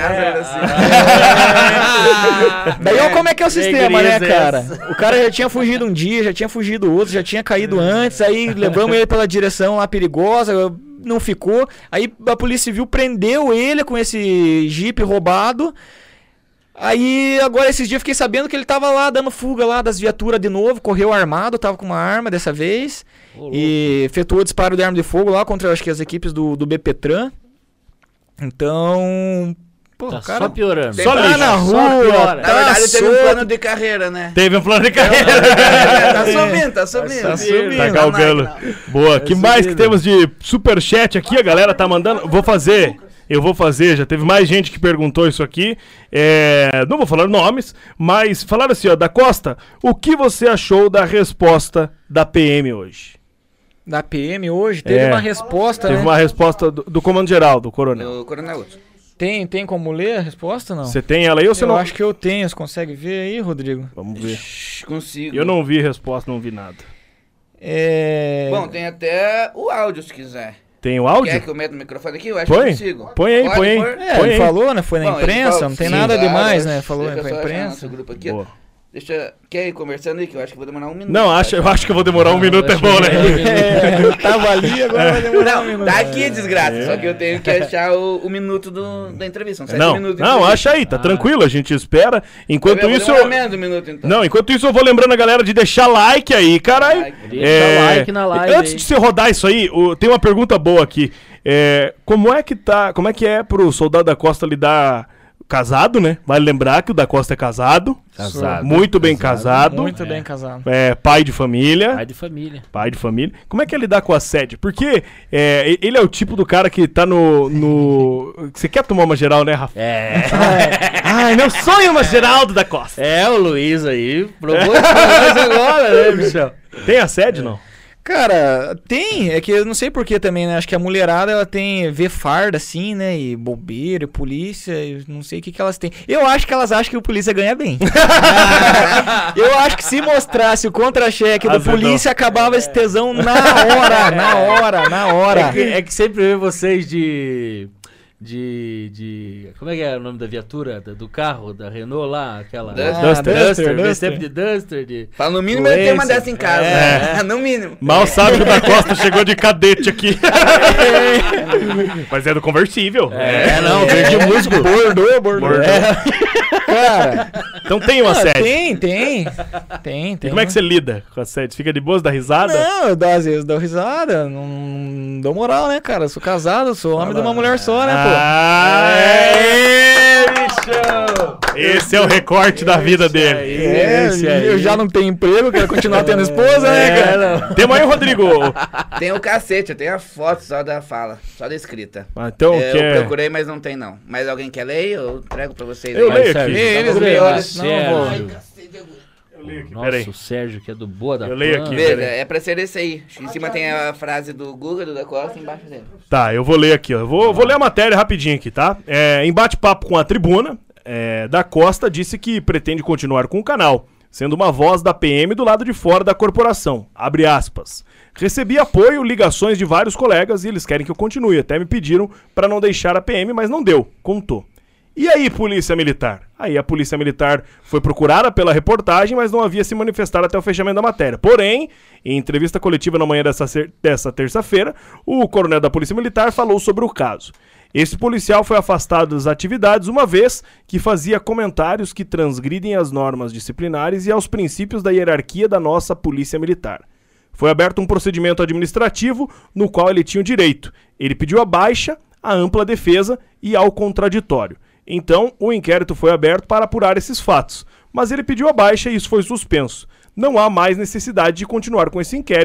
D: Daí olha como é que é o sistema, né, cara? O cara já tinha fugido um dia, já tinha fugido outro, já tinha caído antes, aí levamos ele pela direção lá perigosa, não ficou. Aí a Polícia Civil prendeu ele com esse Jeep roubado. Aí, agora esses dias eu fiquei sabendo que ele tava lá dando fuga lá das viaturas de novo, correu armado, tava com uma arma dessa vez, e efetuou disparo de arma de fogo lá contra, acho que as equipes do BPTran. Então, pô,
C: Tá
D: cara,
C: só piorando.
A: Só lixo.
D: na rua,
C: piora.
E: Na verdade, teve um plano de carreira, né?
A: Teve um plano de carreira.
E: Tá subindo.
A: Tá galgando. Boa. Que mais que temos de superchat aqui? A galera tá mandando. Eu vou fazer, já teve mais gente que perguntou isso aqui. Não vou falar nomes, mas falaram assim, ó, da Costa, o que você achou da resposta da PM hoje?
D: Da PM hoje teve uma resposta,
A: Teve
D: né?
A: uma resposta do Comando Geral, do Coronel.
E: No Coronel Hudson.
D: Tem como ler a resposta, não?
A: Você tem ela aí ou você
D: Eu
A: não?
D: acho que eu tenho, você consegue ver aí, Rodrigo?
A: Vamos ver.
E: Consigo.
A: Eu não vi resposta, não vi nada.
E: Bom, tem até o áudio, se quiser.
A: Tem o áudio?
E: Quer que eu meta o microfone aqui? Eu acho que eu
A: Põe.
E: consigo.
A: Põe aí,
E: Pode
A: põe aí.
E: pôr?
A: Põe
D: Ele
A: aí.
D: falou, né? Foi na
E: Bom, ele
D: imprensa,
E: falou-
D: não tem
E: sim,
D: nada
E: claro,
D: demais, né?
E: acho-
D: Falou
E: deixa eu
D: pra
E: só achar
D: imprensa.
E: nosso grupo aqui, ó.
A: Boa.
E: Quer ir conversando aí, que eu acho que vou demorar um minuto.
A: Não, eu acho que eu vou demorar um minuto, é bom, né?
D: Eu tava ali, agora vai demorar um
E: Não,
D: minuto.
E: tá aqui, desgraça. Só que eu tenho que achar o minuto da entrevista. São 7 minutos de
A: Não,
E: entrevista.
A: acha aí, tá tranquilo, a gente espera. Enquanto
E: Eu vou
A: isso,
E: demorar menos de um minuto, então.
A: não, enquanto isso eu vou lembrando a galera de deixar like aí, caralho.
C: Deixa like na live
A: Antes
C: aí.
A: de você rodar isso aí, tem uma pergunta boa aqui. Como é que é pro soldado da Costa lidar casado, né? Vale lembrar que o da Costa é casado.
C: Casado.
A: Muito bem casado.
D: Muito bem casado.
A: Pai de família.
C: Pai de família.
A: Pai de família. Como é que é lidar com assédio? Porque ele é o tipo do cara que tá no... Você quer tomar uma geral, né, Rafa? Ai, meu sonho é uma Geraldo da Costa.
C: O Luiz aí provou isso pra nós agora, né, Michel?
A: Tem assédio, não?
D: Cara, é que eu não sei porquê também, né? Acho que a mulherada, ela vê farda, assim, né? E bombeiro, e polícia, eu não sei o que elas têm. Eu acho que elas acham que o polícia ganha bem. Eu acho que se mostrasse o contra-cheque do
A: Azedou.
D: polícia, acabava esse tesão na hora.
C: É que sempre vê vocês como é que é o nome da viatura? Do carro, da Renault lá? Aquela...
A: Duster.
C: Vê sempre de Duster, de...
E: Fala, no mínimo ele tem uma
C: Influencer.
E: dessa em casa. No mínimo.
A: Mal sabe que o da Costa chegou de cadete aqui. Mas é do conversível.
C: Não, verde músico.
D: Bordô. Cara,
A: Então tem um assédio.
D: tem.
A: E como é que você lida com assédio? Fica de boas, dá risada?
D: Não, às vezes dou risada, não dou moral, né, cara? Eu sou casado, eu sou homem de uma mulher só, né, pô?
A: Bicho! Esse é o recorte da vida dele.
D: Eu já não tenho emprego, quero continuar tendo esposa, né, cara?
A: Temos aí, Rodrigo.
E: Tem o cacete, eu tenho a foto só da fala, só da escrita.
A: Então,
E: Eu procurei, mas não tem não. Mas alguém quer ler? Eu entrego pra vocês.
A: Eu
E: aí.
A: leio aqui.
D: Eles
E: Vamos ver,
D: veem,
E: olha.
C: Sérgio.
A: Peraí.
C: Nossa, o Sérgio, que é do Boa da
A: Eu leio
C: Pan.
A: aqui.
E: Veja, é pra ser esse aí. Em cima tem a frase do Guga, do da Costa, embaixo dele.
A: Tá, eu vou ler aqui, ó. Eu vou ler a matéria rapidinho aqui, tá? Em bate-papo com a tribuna, da Costa disse que pretende continuar com o canal, sendo uma voz da PM do lado de fora da corporação. Abre aspas. Recebi apoio, ligações de vários colegas e eles querem que eu continue. Até me pediram pra não deixar a PM, mas não deu. Contou. E aí, Polícia Militar? Aí a Polícia Militar foi procurada pela reportagem, mas não havia se manifestado até o fechamento da matéria. Porém, em entrevista coletiva na manhã dessa terça-feira, o coronel da Polícia Militar falou sobre o caso. Esse policial foi afastado das atividades uma vez que fazia comentários que transgridem as normas disciplinares e aos princípios da hierarquia da nossa Polícia Militar. Foi aberto um procedimento administrativo no qual ele tinha o direito. Ele pediu a baixa, a ampla defesa e ao contraditório. Então, o inquérito foi aberto para apurar esses fatos, mas ele pediu a baixa e isso foi suspenso. Não há mais necessidade de continuar com esse inquérito,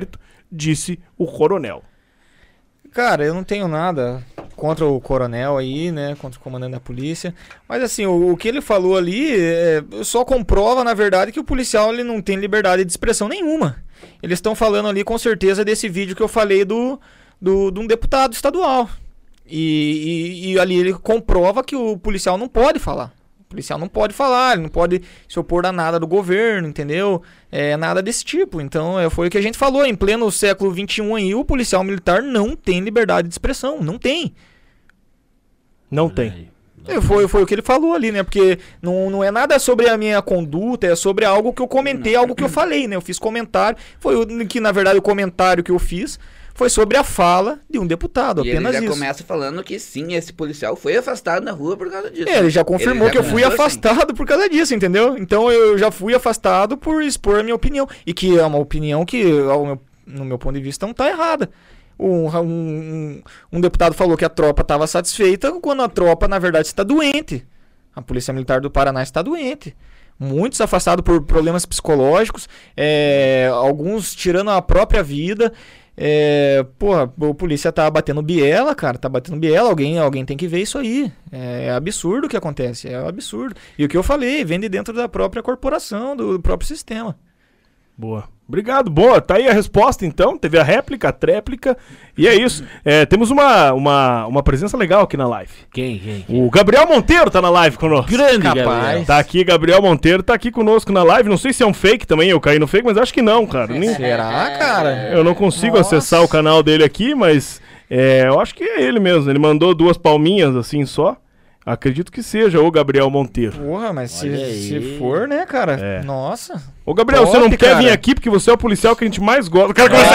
A: disse o coronel.
D: Cara, eu não tenho nada contra o coronel aí, né, contra o comandante da polícia, mas assim, o que ele falou ali só comprova, na verdade, que o policial ele não tem liberdade de expressão nenhuma. Eles estão falando ali, com certeza, desse vídeo que eu falei de um deputado estadual. E ali ele comprova que o policial não pode falar. O policial não pode falar, ele não pode se opor a nada do governo, entendeu? Nada desse tipo. Então, foi o que a gente falou, em pleno século XXI aí, o policial militar não tem liberdade de expressão, não tem.
A: Não tem.
D: Foi o que ele falou ali, né? Porque não é nada sobre a minha conduta, é sobre algo que eu comentei, algo que eu falei, né? Eu fiz comentário, que na verdade o comentário que eu fiz foi sobre a fala de um deputado,
E: e
D: apenas isso.
E: ele já começa falando que sim, esse policial foi afastado na rua por causa disso.
D: Ele já confirmou que eu fui afastado por causa disso, entendeu? Então eu já fui afastado por expor a minha opinião. E que é uma opinião que, no meu ponto de vista, não está errada. Um deputado falou que a tropa estava satisfeita quando a tropa, na verdade, está doente. A Polícia Militar do Paraná está doente. Muitos afastados por problemas psicológicos, alguns tirando a própria vida. A polícia tá batendo biela, cara, tá batendo biela, alguém tem que ver isso aí. É absurdo o que acontece, é absurdo. E o que eu falei, vem de dentro da própria corporação, do próprio sistema.
A: Boa. Obrigado, boa. Tá aí a resposta, então. Teve a réplica, a tréplica. E é isso. Temos uma presença legal aqui na live.
C: Quem?
A: O Gabriel Monteiro tá na live conosco.
C: Grande,
D: Capaz.
C: Gabriel.
A: Tá aqui, Gabriel Monteiro tá aqui conosco na live. Não sei se é um fake também, eu caí no fake, mas acho que não, cara.
D: Será, cara?
A: Eu não consigo
D: Nossa.
A: acessar o canal dele aqui, mas eu acho que é ele mesmo. Ele mandou 2 palminhas assim só. Acredito que seja o Gabriel Monteiro.
D: Porra, mas se
C: aí.
D: for, né, cara? Nossa.
A: Ô, Gabriel,
D: Top,
A: você não quer
D: cara.
A: vir aqui porque você é o policial que a gente mais gosta. O cara começa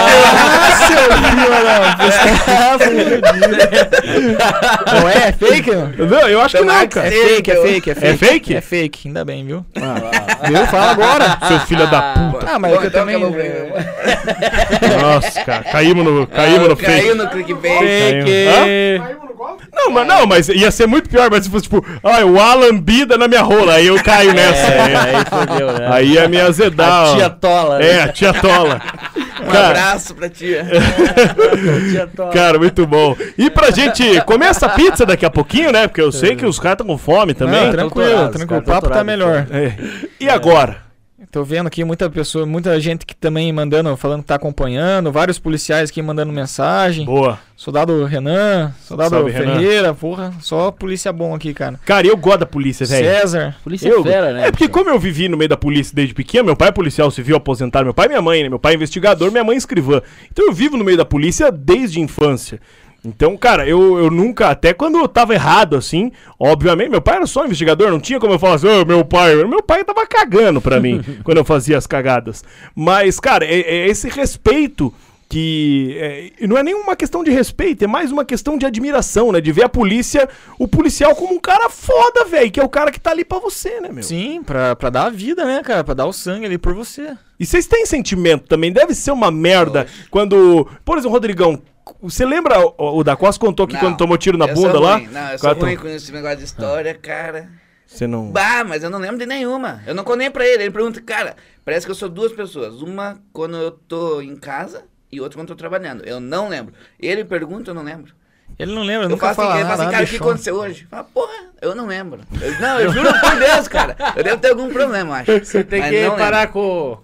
A: a
D: Não é fake?
A: Não, eu acho que não, cara.
D: É fake.
A: É fake?
D: É fake, ainda bem, viu? Viu? Fala agora.
A: Seu filho da puta.
D: Ah, mas
E: Bom,
D: é que eu
E: então
D: também...
E: acabou o programa.
A: Nossa, cara. Caímos no fake.
E: Caiu no clickbait.
A: Hã? Não, mas ia ser muito pior, mas se fosse tipo, o Alan Bida na minha rola, aí eu caio nessa.
C: Aí fodeu, né?
A: Aí ia me azedar.
C: A tia Tola. né?
A: A tia Tola.
E: Um abraço pra tia.
C: Tia Tola.
A: Cara, muito bom. E pra gente comer essa pizza daqui a pouquinho, né? Porque eu sei que os caras estão com fome também.
D: Não, tranquilo. O papo tá melhor.
A: E agora?
D: Tô vendo aqui muita gente que também falando que tá acompanhando, vários policiais aqui mandando mensagem.
A: Boa.
D: Soldado Renan, soldado
A: Salve,
D: Ferreira, porra, só polícia bom aqui, cara.
A: Cara, eu gosto da polícia, velho.
D: César.
C: Polícia fera, né?
A: Porque como eu vivi no meio da polícia desde pequeno, meu pai é policial civil aposentado, meu pai e minha mãe, né? Meu pai é investigador, minha mãe é escrivã. Então eu vivo no meio da polícia desde a infância. Então, cara, eu nunca, até quando eu tava errado, assim, obviamente, meu pai era só investigador, não tinha como eu falar assim, meu pai tava cagando pra mim quando eu fazia as cagadas. Mas, cara, é esse respeito que não é nenhuma questão de respeito, é mais uma questão de admiração, né? De ver o policial como um cara foda, velho, que é o cara que tá ali pra você, né, meu?
D: Sim, pra dar a vida, né, cara? Pra dar o sangue ali por você.
A: E vocês têm sentimento também, deve ser uma merda quando, por exemplo, Rodrigão, você lembra, o da Costa contou que quando tomou tiro na bunda lá?
E: Não, eu sou ruim com esse negócio de história, cara.
A: Você não...
E: Mas eu não lembro de nenhuma. Eu não contei pra ele. Ele pergunta, cara, parece que eu sou 2 pessoas. Uma quando eu tô em casa e outra quando eu tô trabalhando. Eu não lembro. Ele pergunta, eu não lembro.
D: Ele não lembra,
E: Eu
D: nunca
E: falo assim,
D: fala
E: cara, o que aconteceu hoje? Fala, porra, eu não lembro. Eu juro por Deus, cara. Eu devo ter algum problema, acho.
C: Você tem
E: Mas
C: que
E: não
C: parar com...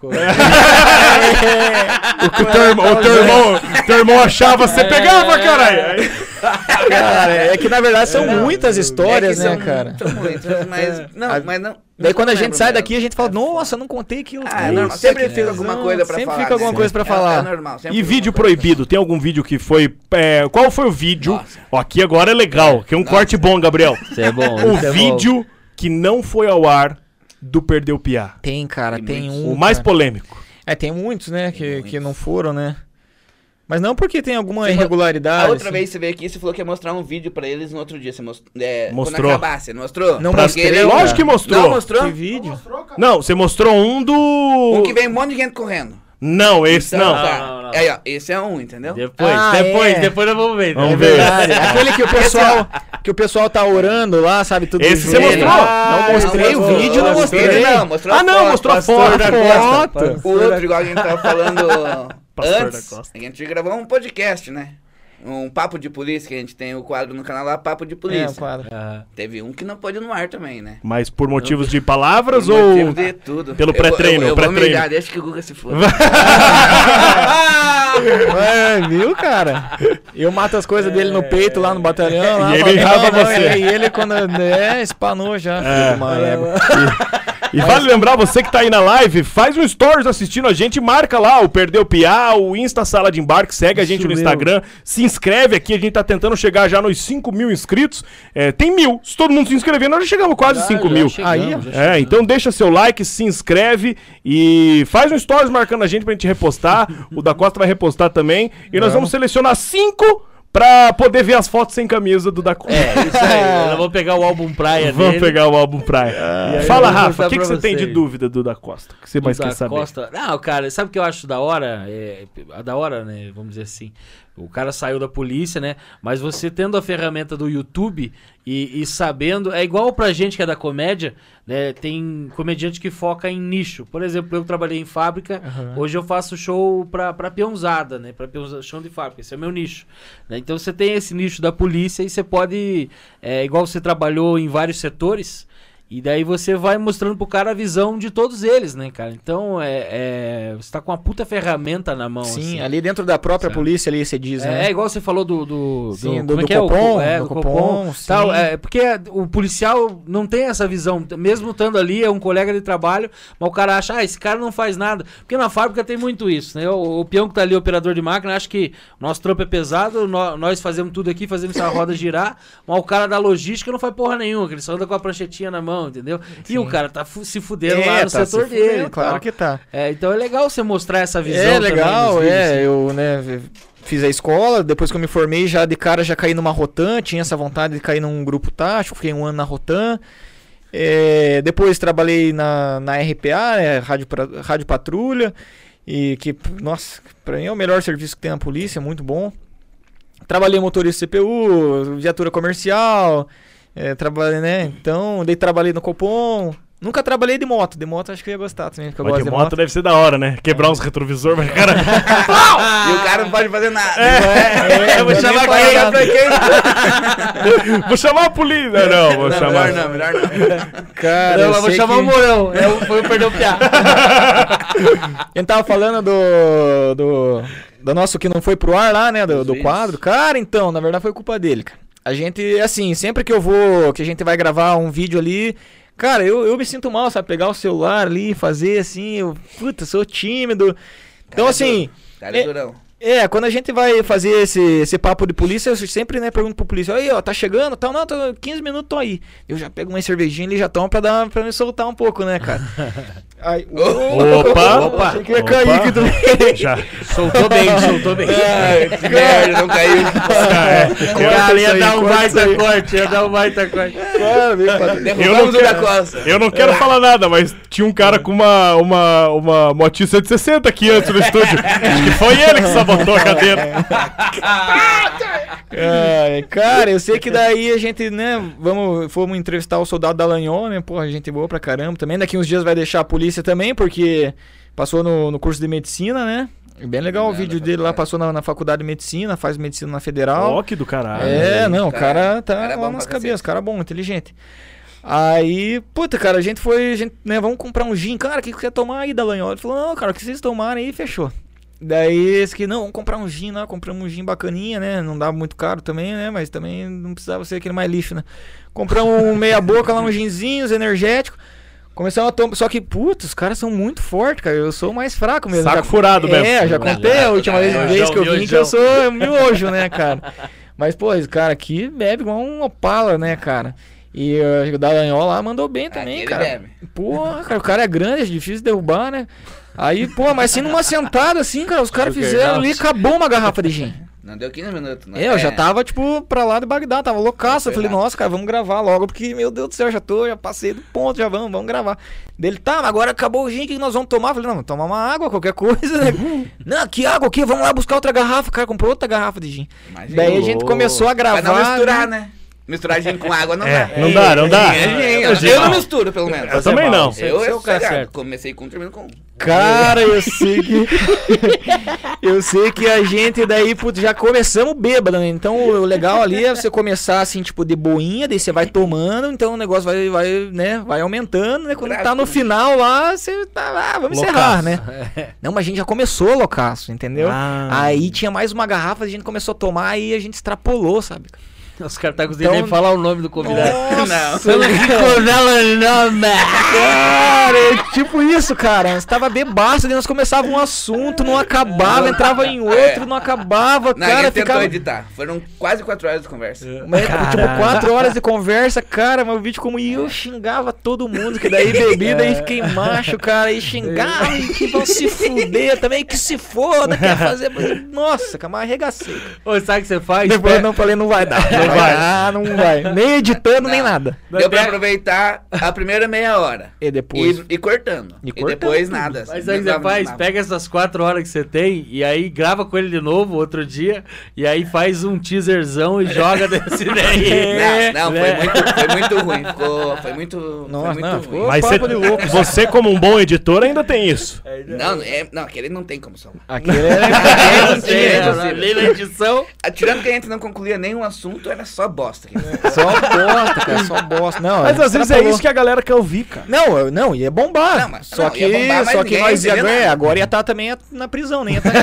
A: O teu irmão achava, você pegava, caralho.
D: Cara, é que na verdade são muitas histórias, né, cara?
E: Muitas, mas não.
D: Daí quando a
E: não
D: gente
E: lembro
D: sai
E: mesmo.
D: daqui, a gente fala, nossa, não contei aquilo.
E: É normal. Sempre fica alguma coisa pra falar.
D: Sempre fica alguma
E: né?
D: coisa pra falar.
E: É normal. sempre
A: E
E: fica
A: vídeo
E: alguma coisa.
A: proibido, tem algum vídeo que foi... qual foi o vídeo?
E: Nossa.
A: Ó, aqui agora é legal, que é um corte bom, Gabriel.
C: Isso é bom.
A: O
C: isso é bom.
A: vídeo que não foi ao ar do Perdeu Piá.
D: Tem, cara, tem um.
A: O mais
D: cara.
A: polêmico.
D: Tem muitos, né, que
E: muitos.
D: não foram, né? Mas não porque tem alguma
E: Você
D: irregularidade.
E: A outra
D: assim.
E: vez você veio aqui, você falou que ia mostrar um vídeo pra eles no outro dia. Você mostrou.
A: Mostrou.
E: Quando acabasse, não mostrou?
D: Não
E: Porque
D: mostrei,
E: ele-
A: Lógico que mostrou.
E: Não mostrou?
D: Que vídeo?
A: Não, você mostrou um do...
E: Um que vem um monte de gente correndo.
A: Não, esse
E: Então,
A: não.
E: tá.
C: Não.
E: Aí, ó, esse é um, entendeu?
C: Depois nós vamos ver.
A: Vamos
D: É
A: ver.
D: verdade. Aquele que o pessoal tá orando lá, sabe? Tudo
A: Esse
D: do
A: você
D: joelho.
A: mostrou?
D: Não mostrei o vídeo, não mostrei.
E: Ele não, mostrou a
A: Ah, não,
E: foto.
A: mostrou a
C: Pastor
A: foto.
C: da
D: foto.
C: Costa.
E: O outro, igual a gente tava falando...
A: Pastor da
E: Antes,
A: Costa.
E: a gente gravou um podcast, né? Um papo de polícia, que a gente tem o quadro no canal lá, Papo de Polícia.
D: quadro.
E: Teve um que não pôde ir no ar também, né?
A: Mas por motivos de palavras
E: Por
A: ou
E: motivo de tudo.
A: pelo pré-treino?
E: Eu vou
A: Pré-treino.
E: humilhar, deixa que o Guga se foda.
D: Viu, cara? Eu mato as coisas dele no peito lá no batalhão. Lá,
A: E ele raba
D: não,
A: você.
D: E ele quando espanou já. filho de uma égua.
A: E vale lembrar, você que tá aí na live, faz um stories assistindo a gente, marca lá o Perdeu Piá, o Insta Sala de Embarque, segue a gente no Instagram, se inscreve aqui, a gente tá tentando chegar já nos 5 mil inscritos. Tem 1.000, se todo mundo se inscrever, nós já chegamos quase 5 mil.
D: Aí,
A: Então deixa seu like, se inscreve e faz um stories marcando a gente pra gente repostar. O da Costa vai repostar também. E nós vamos selecionar 5 pra poder ver as fotos sem camisa do da Costa.
C: Isso aí. Nós vamos pegar o álbum praia
A: Vamos
C: dele.
A: pegar o álbum Praia.
C: aí
A: Fala,
C: eu vou
A: Rafa,
C: mostrar
A: o que
C: pra
A: você tem de
C: vocês.
A: dúvida do da Costa? O que você mais
C: Da
A: quer saber?
C: Costa. Não, cara, sabe o que eu acho da hora? Da hora, né? Vamos dizer assim. O cara saiu da polícia, né? Mas você tendo a ferramenta do YouTube e sabendo... É igual pra gente que é da comédia, né? Tem comediante que foca em nicho. Por exemplo, eu trabalhei em fábrica. Hoje eu faço show pra peãozada, né? Show de fábrica. Esse é o meu nicho. Né? Então você tem esse nicho da polícia e você pode... igual você trabalhou em vários setores... E daí você vai mostrando pro cara a visão de todos eles, né, cara? Então, você tá com uma puta ferramenta na mão,
D: Sim,
C: assim.
D: ali dentro da própria polícia ali, você diz, né?
C: É igual você falou do
D: Sim,
C: como
D: do
C: é que é?
D: Copom,
C: Do
D: do
C: Copom.
D: Copom,
C: Tal,
D: sim.
C: porque o policial não tem essa visão. Mesmo estando ali, é um colega de trabalho, mas o cara acha, esse cara não faz nada. Porque na fábrica tem muito isso, né? O peão que tá ali, operador de máquina, acha que o nosso trampo é pesado, nós fazemos tudo aqui, fazemos essa roda girar, mas o cara da logística não faz porra nenhuma, que ele só anda com a pranchetinha na mão, entendeu? E o cara tá se fudendo lá no
D: tá
C: setor
D: se fudendo,
C: dele.
D: claro
C: tal.
D: que tá.
C: Então é legal você mostrar essa visão.
D: É
C: também
D: legal,
C: nos vídeos, assim.
D: eu, né, fiz a escola, depois que eu me formei, já de cara já caí numa Rotan, tinha essa vontade de cair num grupo tático, fiquei 1 ano na Rotan. Depois trabalhei na RPA, Rádio Patrulha, e que, nossa, pra mim é o melhor serviço que tem na polícia, muito bom. Trabalhei motorista CPU, viatura comercial, trabalhei, né, então, daí trabalhei no Copom. Nunca trabalhei de moto acho que eu ia gostar também, porque eu
A: Mas
D: gosto
A: de
D: de
A: moto deve ser da hora, né? Quebrar uns retrovisores, mas cara...
E: E o cara não pode fazer nada.
A: Eu vou chamar Vou chamar a polícia. Não, vou chamar...
E: Melhor não.
D: Cara,
C: Eu vou chamar o Mourão. Foi perder o piá.
D: A gente tava falando do nosso que não foi pro ar lá, né? Do quadro. Cara, então, na verdade foi culpa dele, cara. A gente, assim, sempre que a gente vai gravar um vídeo ali, cara, eu me sinto mal, sabe? Pegar o celular ali, fazer assim, puta, sou tímido. Então, assim...
E: Cara é durão.
D: Quando a gente vai fazer esse papo de polícia, eu sempre, né, pergunto pro polícia, aí, ó, tá chegando, tal, não, 15 minutos, tô aí. Eu já pego uma cervejinha e já tomo pra me soltar um pouco, né, cara? Aí,
A: Opa!
D: Achei que ia cair aqui também.
A: Já.
C: Soltou bem.
E: Que merda, não caiu.
C: Cara, ia dar um baita corte,
E: Derrubamos o da Costa.
A: Eu não quero falar nada, mas tinha um cara com uma motinha 160 aqui antes do estúdio. Acho que foi ele que sabotou a cadeira.
D: Cara, eu sei que daí a gente, né, fomos entrevistar o soldado Dallagnol, né, porra, gente boa pra caramba também. Daqui uns dias vai deixar a polícia também, porque passou no curso de medicina, né. Bem legal o vídeo dele lá, passou na faculdade de medicina, faz medicina na Federal.
A: Ó, que do caralho.
D: O cara tá
E: cara é
D: lá
E: bom
D: nas
E: pra
D: cabeças,
E: cacete.
D: cara bom, inteligente. Aí, puta, cara, a gente, né, vamos comprar um gin. Cara, o que você quer tomar aí, Dallagnol? Ele falou, não, cara, o que vocês tomarem aí, fechou. Daí, esse que, não, vamos comprar um gin lá, compramos um gin bacaninha, né, não dava muito caro também, né, mas também não precisava ser aquele mais lixo, né. Compramos um meia boca lá, um ginzinho, energético. Começamos a tomar, só que, putz, os caras são muito fortes, cara, eu sou mais fraco mesmo.
A: Saco furado mesmo.
D: Já contei a última vez que eu vim que eu sou miojo, né, cara. Mas, pô, esse cara aqui bebe igual um Opala, né, cara. E o Dallagnol lá mandou bem também,
E: Aquele
D: cara.
E: bebe.
D: Porra, cara, o cara é grande, é difícil de derrubar, né? Aí, pô, mas assim, numa sentada assim, cara, os caras fizeram ali, acabou uma garrafa de gin.
E: Não deu 15 minutos, né?
D: Eu já tava, tipo, pra lá de Bagdá, tava loucaço. Eu falei, nossa, cara, vamos gravar logo, porque, meu Deus do céu, já passei do ponto, já vamos gravar. Dele, tá, mas agora acabou o gin, o que nós vamos tomar? Eu falei, não, vamos tomar uma água, qualquer coisa, né? Não, que água aqui, vamos lá buscar outra garrafa. Cara, comprou outra garrafa de gin.
E: Imagina.
D: Daí a gente começou a gravar.
E: Pra não misturar, né? Misturar gin com água não dá.
A: Não dá, não dá.
E: Eu não misturo, pelo menos.
A: Eu também não.
E: Eu
C: Seu cara
E: sossegado.
C: certo.
E: Comecei com um, termino com um.
D: Cara, eu sei que. Eu sei que a gente daí, putz, já começamos bêbado, né? Então o legal ali é você começar assim, tipo, de boinha, daí você vai tomando, então o negócio vai aumentando, né? Quando tá no final lá, você tá. Vamos encerrar, né? Não, mas a gente já começou loucaço, entendeu? Aí tinha mais uma garrafa, a gente começou a tomar e a gente extrapolou, sabe?
C: Os caras tá com os dedos nem falar o nome do convidado.
D: Nossa,
C: Eu não recordava o nome.
D: cara, é tipo isso, cara. Nós tava bebaço, daí nós começava um assunto, não acabava, entrava em outro, não acabava,
E: Não,
D: cara,
E: ele tentou
D: ficava...
E: editar. Foram quase 4 horas de conversa.
D: Mas, tipo, 4 horas de conversa, cara, mas o vídeo como eu xingava todo mundo, que daí bebi, daí fiquei macho, cara, e xingava, e que vão se fuder também, que se foda, quer fazer... Nossa, cara, mas arregacei.
C: Ô, sabe o que você faz?
D: Depois eu não falei, não vai dar. Não vai. Ah, não vai. Nem editando, nem nada.
E: Deu pra aproveitar a primeira meia hora.
D: E depois...
E: E cortando.
D: E
E: E
D: cortando
E: depois
D: tudo.
E: nada.
C: Mas
E: Não
C: aí você
E: dava
C: faz,
E: nada.
C: pega essas 4 horas que você tem e aí grava com ele de novo outro dia e aí faz um teaserzão e joga desse daí.
E: Não,
C: né?
E: foi muito ruim. Foi muito.
D: Nossa,
E: foi
D: não,
E: muito
D: ficou-
E: ruim.
A: Mas
D: papo de louco.
A: você, como um bom editor, ainda tem isso.
E: Não, aquele não tem como salvar.
D: Aquele é...
E: Não tem, é impossível.
C: Lei na edição.
E: Tirando que a gente não concluía nenhum assunto, era só bosta.
D: Só bosta, cara, só bosta. Não,
A: Mas às vezes é isso que a galera quer ouvir, cara.
D: Não, ia bombar.
E: Não, mas-
D: só
E: não,
D: que,
E: ia bombar, mas
D: só que
E: ninguém
D: nós
E: ia entender nada.
D: agora ia estar também na prisão, nem ia estar.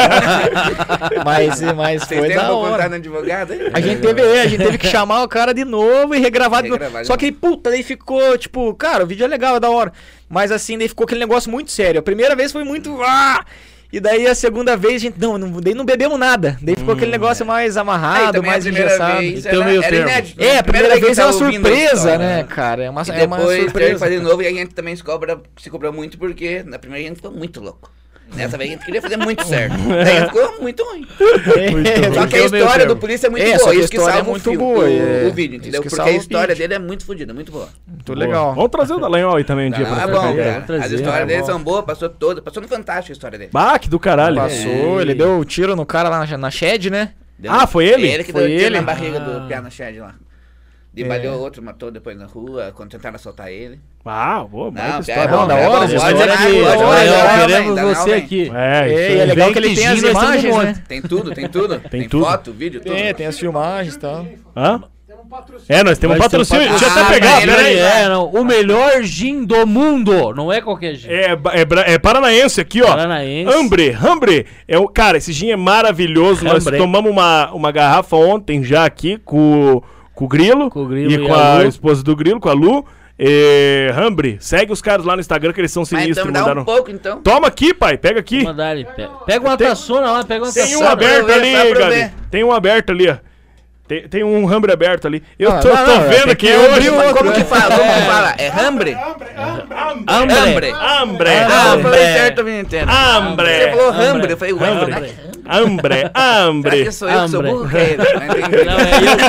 D: mas
E: Vocês
D: foi
E: têm
D: da
E: pra contar
D: hora.
E: no advogado aí?
D: A gente teve que chamar o cara de novo e regravar de novo.
E: Regravar de
D: Só que, puta, daí ficou, tipo, cara, o vídeo é legal, é da hora. Mas assim, daí ficou aquele negócio muito sério. A primeira vez foi muito. E daí a segunda vez a gente. Daí não bebemos nada. Daí ficou aquele negócio mais
E: Aí
D: amarrado,
E: também
D: mais
E: a primeira
D: engessado.
E: vez
C: Então, meio
E: era
C: termo.
E: inédito.
D: É, a primeira vez
E: que
D: é uma
E: tá ouvindo a
D: surpresa,
E: história,
D: né, cara? É uma
E: E depois teve que
D: surpresa.
E: fazer de novo e a gente também se cobra muito porque na primeira a gente ficou muito louco. Nessa vez a gente queria fazer muito certo. Daí ficou muito ruim. Só que a história do polícia é muito
D: É, só
E: boa.
D: que a
E: Isso que
D: história
E: salva
D: é muito
E: o filme,
D: boa, é.
E: o vídeo,
D: Isso
E: entendeu?
D: que
E: Porque
D: salva
E: a
D: o
E: história
D: vídeo.
E: dele é muito fodida, muito boa.
D: Muito legal.
A: Vamos trazer o Dallagnol aí também um dia
E: Não,
A: pra
E: é
A: trocar
E: bom,
A: ideia.
E: cara.
C: trazer,
E: As histórias
C: é
E: dele
C: bom.
E: são boas, passou no Fantástico a história dele.
A: Ah, que do caralho.
D: Passou, ele deu um tiro no cara lá na shed, né?
A: Ah, foi ele?
E: Ele que
D: Foi
E: deu tiro
D: ele?
E: na barriga do piano shed lá. Debalhou outro, matou depois na rua, quando tentaram assaltar ele.
A: Ah, boa, baita
E: Não,
A: história.
D: bom, da hora,
E: pode
D: história
E: ir lá,
D: aqui,
E: pode ir lá,
C: Olha,
E: não,
C: queremos
E: não,
C: você
E: vem.
C: aqui.
A: É, isso
D: É,
A: aí.
D: e é legal
C: Vem
D: que ele
C: que
D: tem as
C: Gino, nós temos um
D: imagens,
C: monte.
D: né?
E: Tem tudo, tem tudo. Tem
A: tudo.
E: foto, vídeo, tudo.
D: Tem as filmagens e tal.
A: Hã? É, nós temos um
C: Vai ter um
A: patrocínio. Deixa eu
E: patrocínio.
A: até pegar,
E: Ah, mas
A: peraí.
E: ele-
C: Não. O melhor gin do mundo. Não é qualquer gin.
A: É paranaense aqui, ó.
C: Paranaense.
A: Hambre. Cara, esse gin é maravilhoso. Nós
C: Hambre.
A: tomamos uma garrafa ontem já aqui com o Grilo.
C: Com o Grilo
A: e
C: e
A: com
C: a
A: a
C: Lu.
A: esposa do Grilo, com a Lu. Hambre. Segue os caras lá no Instagram que eles são
E: Mas
A: sinistros.
E: então me dá
A: mandaram...
E: um pouco, então.
A: Toma aqui, pai. Pega aqui.
C: Vou mandar ele. Pega uma taçona lá, pega uma
A: Tem
C: taçona.
A: um aberto
E: ver,
A: ali,
E: só pra
A: Gabi.
E: ver.
A: Tem um aberto ali, ó. Tem um hambre aberto ali. Eu
D: Ah,
A: tô
D: não,
A: vendo
D: tem
A: aqui
D: que
A: hoje.
D: abrir o outro,
E: Como
D: né?
E: que fala? Como que fala? É hambre?
C: Hambre.
A: Hambre.
E: Ah, eu falei certo a vida inteira.
A: Hambre.
E: Você falou hambre, eu falei, ué,
C: Hambre.
E: será que
A: Hambre.
E: será
A: Hambre.
E: que sou eu que sou
C: Hambre.
E: burro? Que é ele? Não entendi.
C: Não,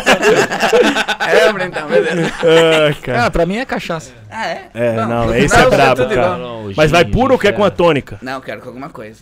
C: é
E: É hambre então, beleza.
A: Ah, cara.
D: Ah, pra mim é cachaça.
E: Ah, é?
A: É,
E: Bom,
A: não,
E: no
A: esse
E: final
A: é brabo,
E: tudo
A: cara.
E: igual.
C: Não,
A: Mas vai
C: gin,
A: puro ou quer
C: cara.
A: com a tônica?
E: Não, quero com alguma coisa.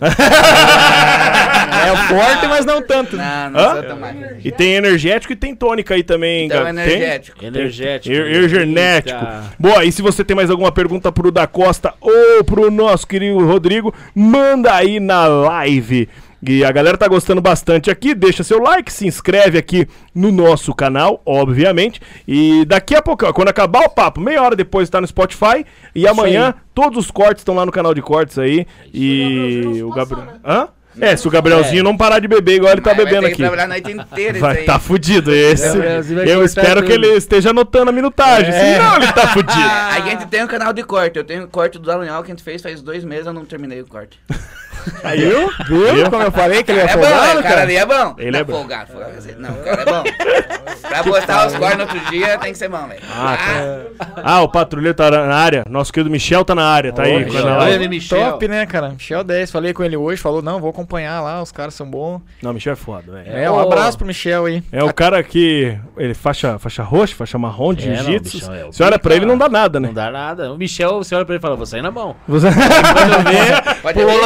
D: É forte, mas não tanto.
E: Não
A: Hã?
E: sou tão mais.
A: E tem energético e tem tônica aí também,
E: Então,
A: Gabi.
E: energético.
C: Energético.
A: Energético.
C: Eita.
A: Boa, e se você tem mais alguma pergunta pro Da Costa ou pro nosso querido Rodrigo, manda aí na live. E a galera tá gostando bastante aqui, deixa seu like, se inscreve aqui no nosso canal, obviamente. E daqui a pouco, ó, quando acabar o papo, meia hora depois tá no Spotify. E amanhã todos os cortes estão lá no canal de cortes aí. E o Gabriel... Hã? É, se o Gabrielzinho não parar de beber igual ele tá
E: Mas vai
A: bebendo
E: ter que
A: aqui.
E: trabalhar a noite inteira isso
A: Vai
E: aí.
A: tá fudido esse.
C: Gabrielzinho vai
A: Eu
C: cortar
A: espero que
C: tudo.
A: ele esteja anotando a minutagem, senão ele tá fudido.
E: A gente tem um canal de corte. Eu tenho o corte do Dallagnol que a gente fez faz 2 meses, eu não terminei o corte.
A: Aí, viu?
D: Viu como eu falei que ele é
E: É bom,
D: folgado,
E: o cara ali é bom.
A: Ele
E: Não
A: é bom.
E: folgado. Não, o cara é bom. Pra postar os cortes no outro dia tem que ser bom, velho.
A: Ah, o patrulheiro tá na área. Nosso querido Michel tá na área, tá aí.
C: Ô,
A: com a
C: Michel.
A: live.
C: Ele, Michel.
D: Top, né, cara? Michel 10, falei com ele hoje, falou, não, vou acompanhar lá, os caras são bons.
A: Não, Michel é foda, velho.
D: É, um abraço pro Michel aí.
A: É o cara que. Ele faixa roxa, faixa marrom de
C: É, não,
A: jiu-jitsu.
C: Michel é o
A: Você olha pra ele não dá nada, né?
C: Não dá nada. O Michel, você olha pra ele e fala, você aí na mão.
A: Você...
C: Quando vê,
E: Pode
C: pulou
E: ver.
C: na piscina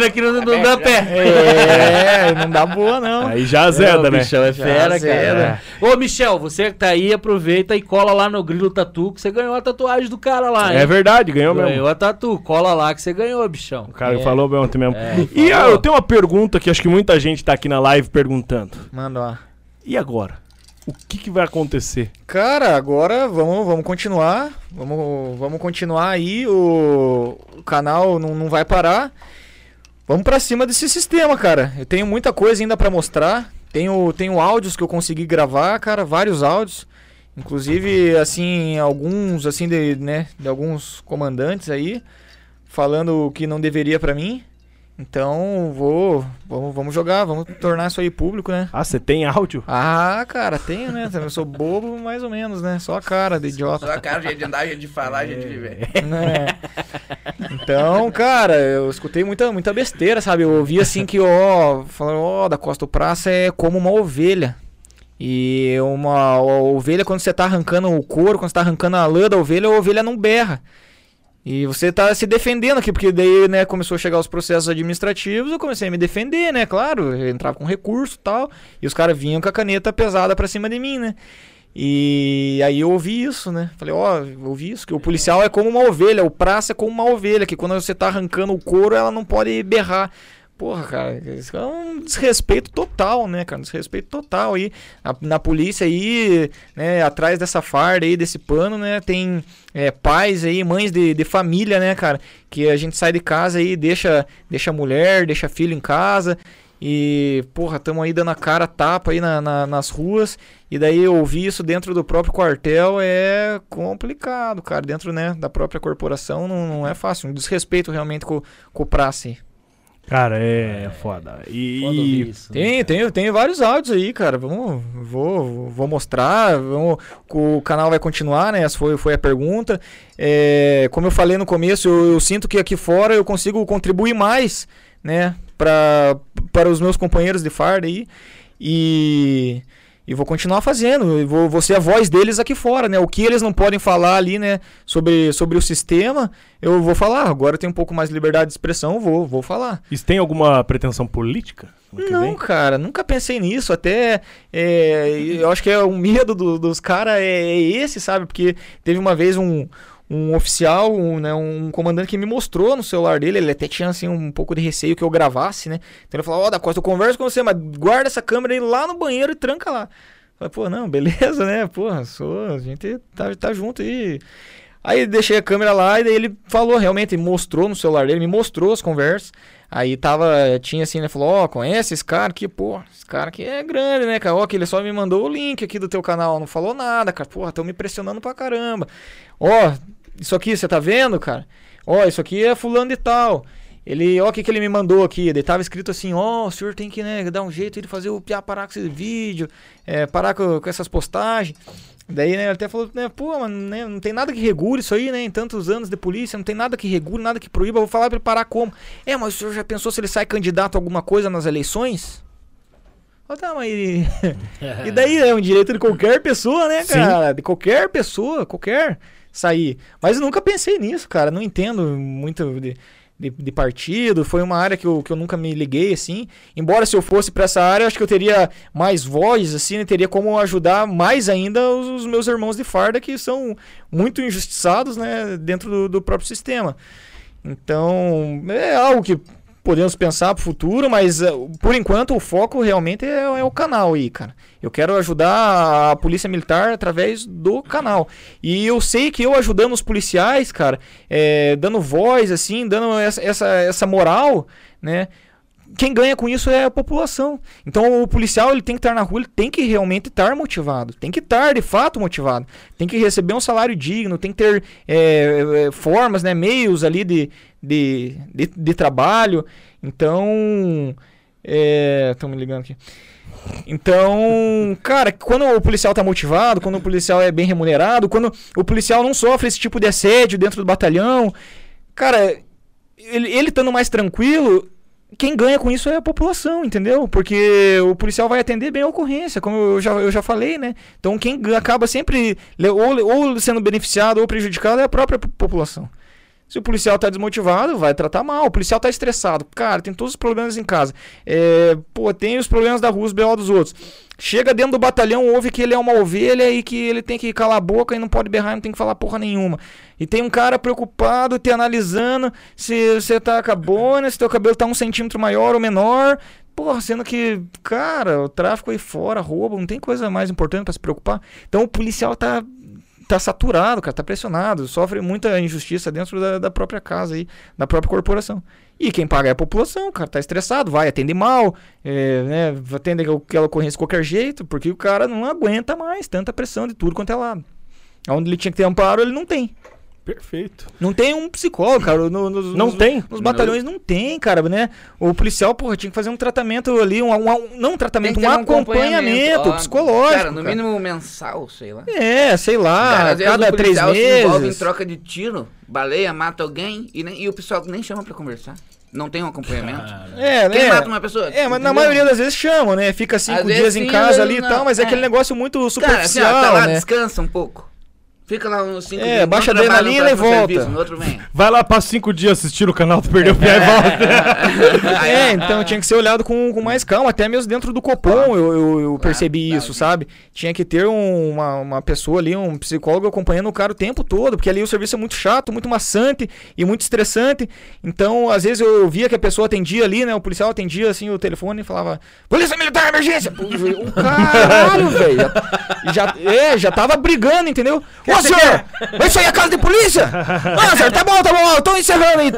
C: vendo aqui não dá
D: pé. Não dá boa, não.
A: Aí já azeda, né?
C: O Michel é fera,
D: azeda.
C: cara. Ô, Michel, você que tá aí, aproveita e cola lá no Grilo Tatu, que você ganhou a tatuagem do cara lá, hein?
A: É verdade, ganhou mesmo.
C: Ganhou a tatu, cola lá que você ganhou, bichão.
A: O cara falou bem ontem mesmo.
C: E
A: eu tenho uma pergunta que acho que muita gente tá aqui na live perguntando.
D: Manda lá.
A: E agora? O que vai acontecer?
D: Cara, agora vamos continuar. Vamos continuar aí. O canal não vai parar. Vamos pra cima desse sistema, cara. Eu tenho muita coisa ainda pra mostrar. Tenho áudios que eu consegui gravar, cara. Vários áudios. Inclusive, assim, alguns, assim, de alguns comandantes aí. Falando o que não deveria pra mim. Então, vamos jogar, vamos tornar isso aí público, né?
A: Ah, você tem áudio?
D: Ah, cara, tenho, né? Eu sou bobo, mais ou menos, né? Só a cara de idiota.
E: Só a cara, jeito de andar, jeito de falar, jeito de viver.
D: Então, cara, eu escutei muita besteira, sabe? Eu ouvi assim que, falaram, da Costa do Praça é como uma ovelha. E uma ovelha, quando você tá arrancando o couro, quando você tá arrancando a lã da ovelha, a ovelha não berra. E você tá se defendendo aqui, porque daí, né, começou a chegar os processos administrativos, eu comecei a me defender, né, claro, eu entrava com recurso e tal, e os caras vinham com a caneta pesada pra cima de mim, né. E aí eu ouvi isso, né, falei, eu ouvi isso, que o policial é como uma ovelha, o praça é como uma ovelha, que quando você tá arrancando o couro, ela não pode berrar. Porra, cara, isso é um desrespeito total, né, cara, um desrespeito total aí, na polícia aí, né, atrás dessa farda aí, desse pano, né, tem pais aí, mães de família, né, cara, que a gente sai de casa aí, deixa a mulher, deixa filho em casa e, porra, tamo aí dando a cara, tapa aí nas ruas e daí eu ouvir isso dentro do próprio quartel é complicado, cara, dentro, né, da própria corporação não é fácil, um desrespeito realmente com o praça aí.
A: Cara, é foda.
C: E isso,
D: tem vários áudios aí, cara. Vou mostrar. O canal vai continuar, né? Essa foi a pergunta. Como eu falei no começo, eu sinto que aqui fora eu consigo contribuir mais, né? Para os meus companheiros de farda aí. E vou continuar fazendo, vou ser a voz deles aqui fora, né? O que eles não podem falar ali, né? Sobre o sistema, eu vou falar. Agora eu tenho um pouco mais de liberdade de expressão, vou falar.
A: Isso tem alguma pretensão política?
D: Não, cara, nunca pensei nisso. Até, eu acho que um medo dos caras é esse, sabe? Porque teve uma vez um oficial, um comandante que me mostrou no celular dele, ele até tinha assim um pouco de receio que eu gravasse, né? Então ele falou, da Costa, eu converso com você, mas guarda essa câmera aí lá no banheiro e tranca lá. Eu falei, pô, não, beleza, né? Porra, a gente tá junto aí. Aí deixei a câmera lá e daí ele falou, realmente, mostrou no celular dele, me mostrou as conversas. Aí tinha assim, ele falou, conhece esse cara aqui? Pô, esse cara aqui é grande, né, cara? Que ele só me mandou o link aqui do teu canal, não falou nada, cara. Porra, tão me pressionando pra caramba. Isso aqui, você tá vendo, cara? Isso aqui é fulano de tal. Ele, o que ele me mandou aqui? Ele tava escrito assim, o senhor tem que, né, dar um jeito de fazer o piá parar com esse vídeo, parar com essas postagens. Daí, né, ele até falou, né, pô, mano, né, não tem nada que regule isso aí, né, em tantos anos de polícia, não tem nada que regule, nada que proíba, eu vou falar pra ele parar como? Mas o senhor já pensou se ele sai candidato a alguma coisa nas eleições? Tá, mas e daí é um direito de qualquer pessoa, né, cara? Sim. De qualquer pessoa, sair. Mas eu nunca pensei nisso, cara, não entendo muito de partido, foi uma área que eu nunca me liguei, assim, embora se eu fosse pra essa área, eu acho que eu teria mais voz, assim, né? Teria como ajudar mais ainda os meus irmãos de farda, que são muito injustiçados, né, dentro do próprio sistema. Então, é algo que podemos pensar pro futuro, mas por enquanto o foco realmente é o canal aí, cara. Eu quero ajudar a polícia militar através do canal. E eu sei que eu ajudando os policiais, cara, dando voz, assim, dando essa moral, né? Quem ganha com isso é a população. Então o policial ele tem que estar na rua, ele tem que realmente estar motivado. Tem que estar de fato motivado. Tem que receber um salário digno, tem que ter formas, né, meios ali de trabalho. Então, estão me ligando aqui. Então, cara, quando o policial tá motivado, quando o policial é bem remunerado, quando o policial não sofre esse tipo de assédio dentro do batalhão, cara, ele estando mais tranquilo, quem ganha com isso é a população, entendeu? Porque o policial vai atender bem a ocorrência, como eu já falei, né? Então quem acaba sempre ou sendo beneficiado ou prejudicado é a própria população. Se o policial tá desmotivado, vai tratar mal. O policial tá estressado. Cara, tem todos os problemas em casa. Tem os problemas da rua, os BO dos outros. Chega dentro do batalhão, ouve que ele é uma ovelha e que ele tem que calar a boca e não pode berrar, não tem que falar porra nenhuma. E tem um cara preocupado, te analisando se você tá com a boina, se teu cabelo tá 1 centímetro maior ou menor. Porra, sendo que, cara, o tráfico aí fora, roubo, não tem coisa mais importante pra se preocupar. Então o policial tá saturado, cara, tá pressionado, sofre muita injustiça dentro da própria casa aí, da própria corporação. E quem paga é a população, cara, tá estressado, vai, atende mal, atende aquela ocorrência de qualquer jeito, porque o cara não aguenta mais tanta pressão de tudo quanto é lado. Onde ele tinha que ter amparo, ele não tem.
A: Perfeito.
D: Não tem um psicólogo, cara. Nos batalhões não tem, cara, né? O policial, porra, tinha que fazer um tratamento ali, não um tratamento, um acompanhamento psicológico.
E: Cara, no mínimo mensal, sei lá.
D: Sei lá,
E: cara, às vezes
D: cada
E: o
D: 3
E: policial se envolve em
D: meses.
E: troca de tiro, baleia, mata alguém e o pessoal nem chama pra conversar. Não tem um acompanhamento. Quem mata uma pessoa?
D: Mas na maioria das vezes chamam, né? Fica 5 dias em casa ali e tal, mas é aquele negócio muito superficial,
E: cara, assim, tá lá,
D: né?
E: descansa um pouco. Fica lá uns 5 dias.
D: Baixa a adrenalina e volta.
E: Serviço, no outro vem.
A: Vai lá, passa 5 dias assistindo o canal, tu perdeu o pé e volta.
D: Então tinha que ser olhado com mais calma, até mesmo dentro do Copom eu percebi isso, sabe? Tinha que ter uma pessoa ali, um psicólogo acompanhando o cara o tempo todo, porque ali o serviço é muito chato, muito maçante e muito estressante. Então, às vezes eu via que a pessoa atendia ali, né? O policial atendia assim o telefone e falava: Polícia Militar, emergência! O caralho, velho! Já tava brigando, entendeu? Ô, senhor, isso aí é casa de polícia? Não, senhor, tá bom, eu tô encerrando aí.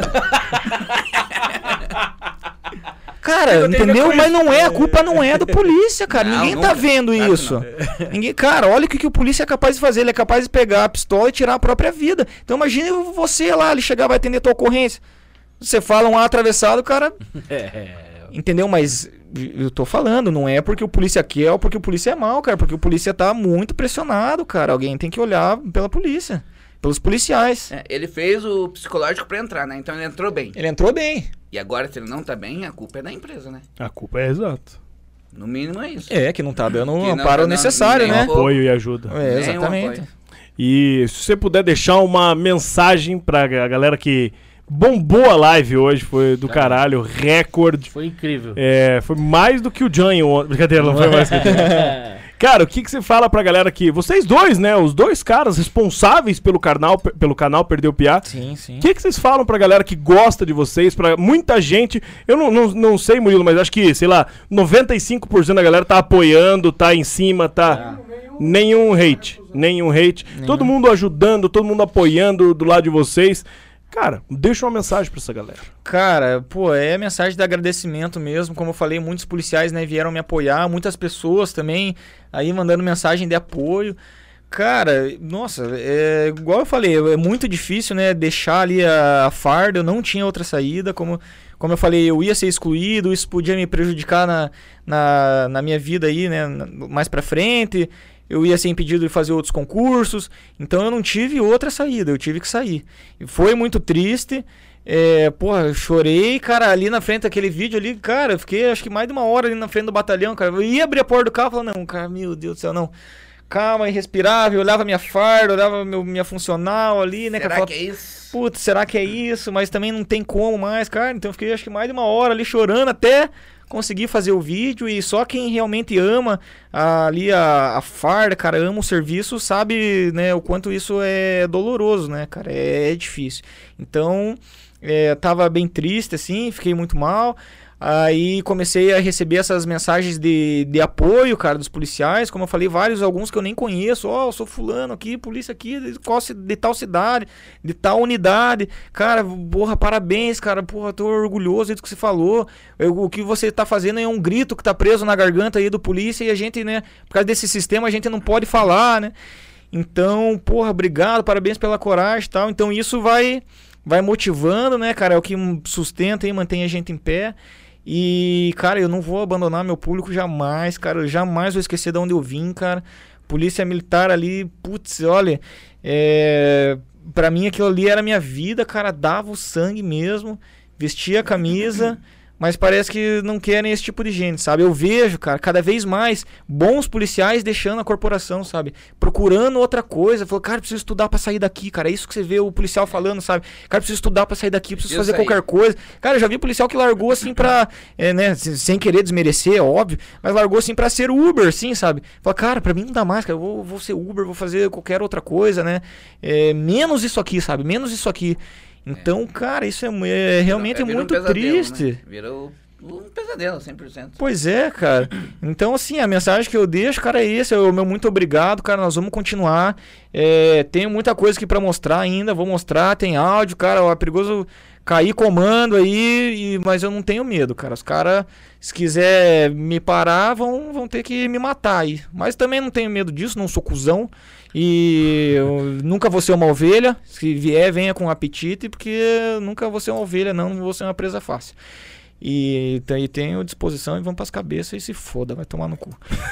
D: Cara, entendeu? Mas a culpa não é do polícia, cara. Ninguém tá vendo isso. Ninguém, cara, olha o que o polícia é capaz de fazer. Ele é capaz de pegar a pistola e tirar a própria vida. Então imagine você lá, ele chegar, vai atender a tua ocorrência. Você fala um A atravessado, cara... Entendeu? Mas eu tô falando, não é porque o polícia quer ou porque o polícia é mau, cara. Porque o polícia tá muito pressionado, cara. Alguém tem que olhar pela polícia, pelos policiais.
E: Ele fez o psicológico pra entrar, né? Então ele entrou bem.
D: Ele entrou bem.
E: E agora, se ele não tá bem, a culpa é da empresa, né?
A: A culpa é exato.
E: No mínimo é isso.
D: Que não tá dando o amparo necessário, né?
A: Apoio e ajuda.
D: Exatamente.
A: E se você puder deixar uma mensagem pra galera que... bombou a live hoje, foi do caralho, recorde.
C: Foi incrível.
A: Foi mais do que o Johnny ontem. Brincadeira, não foi mais que o Johnny. Cara, o que você fala pra galera que... Vocês dois, né? Os dois caras responsáveis pelo canal Perdeu o Piá.
D: Sim, sim.
A: O que vocês falam pra galera que gosta de vocês? Pra muita gente... Eu não sei, Murilo, mas acho que, sei lá, 95% da galera tá apoiando, tá em cima, tá... Nenhum hate. Todo mundo ajudando, todo mundo apoiando do lado de vocês. Cara, deixa uma mensagem pra essa galera.
D: Cara, é mensagem de agradecimento mesmo. Como eu falei, muitos policiais, né, vieram me apoiar. Muitas pessoas também aí mandando mensagem de apoio. Cara, nossa, igual eu falei, é muito difícil, né, deixar ali a farda. Eu não tinha outra saída. Como eu falei, eu ia ser excluído. Isso podia me prejudicar na minha vida aí, né, mais pra frente. Eu ia ser impedido de fazer outros concursos, então eu não tive outra saída, eu tive que sair. E foi muito triste, eu chorei, cara, ali na frente daquele vídeo ali, cara, eu fiquei acho que mais de 1 hora ali na frente do batalhão, cara. Eu ia abrir a porta do carro e falava, não, cara, meu Deus do céu, não. Calma, e respirava, eu olhava minha farda, olhava minha funcional ali, né?
E: Será que é isso?
D: Putz, será que é isso? Mas também não tem como mais, cara. Então eu fiquei acho que mais de 1 hora ali chorando até... conseguir fazer o vídeo, e só quem realmente ama ali a farda, cara, ama o serviço, sabe, né, o quanto isso é doloroso, né, cara, é difícil. Então, tava bem triste, assim, fiquei muito mal. Aí comecei a receber essas mensagens de apoio, cara, dos policiais. Como eu falei, alguns que eu nem conheço. Eu sou fulano aqui, polícia aqui, de tal cidade, de tal unidade. Cara, porra, parabéns, cara, porra, tô orgulhoso do que você falou. O que você tá fazendo é um grito que tá preso na garganta aí do polícia, e a gente, né, por causa desse sistema, a gente não pode falar, né. Então, porra, obrigado, parabéns pela coragem e tal. Então isso vai motivando, né, cara, é o que sustenta e mantém a gente em pé. E, cara, eu não vou abandonar meu público jamais, cara. Eu jamais vou esquecer de onde eu vim, cara. Polícia Militar ali, putz, olha, pra mim aquilo ali era minha vida, cara. Dava o sangue mesmo, vestia a camisa, mas parece que não querem esse tipo de gente, sabe? Eu vejo, cara, cada vez mais bons policiais deixando a corporação, sabe? Procurando outra coisa. Falou, cara, preciso estudar pra sair daqui, cara. É isso que você vê o policial falando, sabe? Cara, preciso estudar pra sair daqui, preciso fazer qualquer coisa. Cara, eu já vi policial que largou assim pra, né, sem querer desmerecer, óbvio, mas largou assim pra ser Uber, assim, sabe? Falou, cara, pra mim não dá mais, cara, eu vou ser Uber, vou fazer qualquer outra coisa, né? Menos isso aqui, sabe? Menos isso aqui. Então, cara, isso realmente muito triste.
E: Né? Virou um pesadelo, 100%.
D: Pois é, cara. Então, assim, a mensagem que eu deixo, cara, é esse. É o meu muito obrigado, cara. Nós vamos continuar. Tenho muita coisa aqui pra mostrar ainda. Vou mostrar. Tem áudio, cara. É perigoso cair comando aí. Mas eu não tenho medo, cara. Os caras, se quiser me parar, vão ter que me matar aí. Mas também não tenho medo disso. Não sou cuzão. E eu nunca vou ser uma ovelha. Se vier, venha com apetite, porque nunca vou ser uma ovelha, não vou ser uma presa fácil. E tenho disposição e vamos pras cabeças e se foda, vai tomar no cu.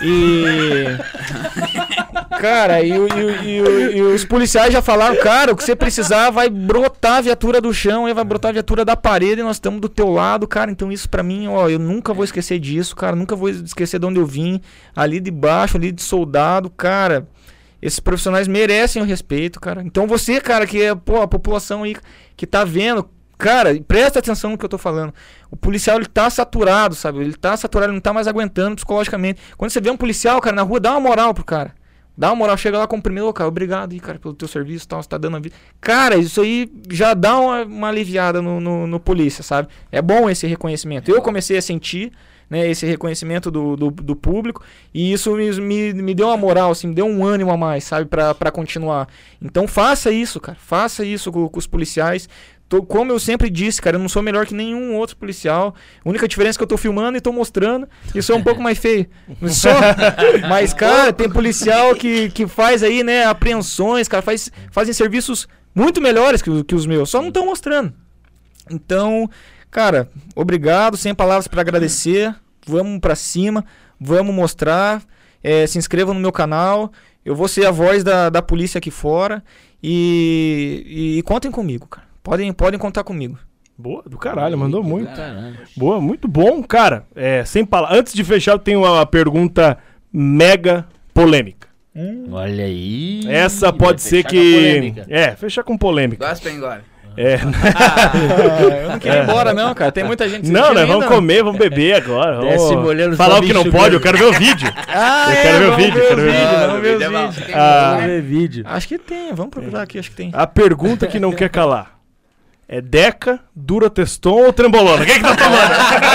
D: Cara, e os policiais já falaram, cara, o que você precisar vai brotar a viatura do chão, vai brotar a viatura da parede e nós estamos do teu lado, cara. Então isso pra mim, ó, eu nunca vou esquecer disso, cara, nunca vou esquecer de onde eu vim, ali de baixo, ali de soldado, cara. Esses profissionais merecem o respeito, cara. Então você, cara, que é a população aí que tá vendo, cara, presta atenção no que eu tô falando. O policial, ele tá saturado, sabe? Ele tá saturado, ele não tá mais aguentando psicologicamente. Quando você vê um policial, cara, na rua, dá uma moral pro cara. Dá uma moral, chega lá, cumprimenta, cara, obrigado aí, cara, pelo teu serviço, tal, você tá dando a vida. Cara, isso aí já dá uma aliviada no polícia, sabe? É bom esse reconhecimento. Eu comecei a sentir, né, esse reconhecimento do público, e isso me deu uma moral, assim, me deu um ânimo a mais, sabe, pra continuar. Então faça isso, cara, faça isso com os policiais. Como eu sempre disse, cara, eu não sou melhor que nenhum outro policial. A única diferença é que eu tô filmando e tô mostrando, e sou um pouco mais feio. Só. Mas, cara, tem policial que faz aí, né, apreensões, cara, fazem serviços muito melhores que os meus, só não estão mostrando. Então, cara, obrigado, sem palavras para agradecer. Vamos pra cima, vamos mostrar. Se inscrevam no meu canal. Eu vou ser a voz da polícia aqui fora. E contem comigo, cara. Podem contar comigo.
A: Boa, do caralho, mandou muito.
C: Caralho.
A: Boa, muito bom, cara. Sem palavras. Antes de fechar, eu tenho uma pergunta mega polêmica.
C: Olha aí.
A: Essa pode ser que. Fechar com polêmica.
E: Gosta engole.
D: Eu não quero ir embora, não, cara. Tem muita gente.
A: Não, nós vamos comer, vamos beber agora.
C: Desce molhando
A: falar
C: só
A: o que não
C: bicho
A: pode,
C: grande.
A: eu quero ver o vídeo. Eu quero ver o vídeo.
D: Vamos ver os vídeos.
C: Vamos ver vídeo.
D: Acho que tem, vamos procurar aqui, acho que tem.
A: A pergunta que não quer calar. É Deca, Durateston ou Trembolona? Quem que tá tomando?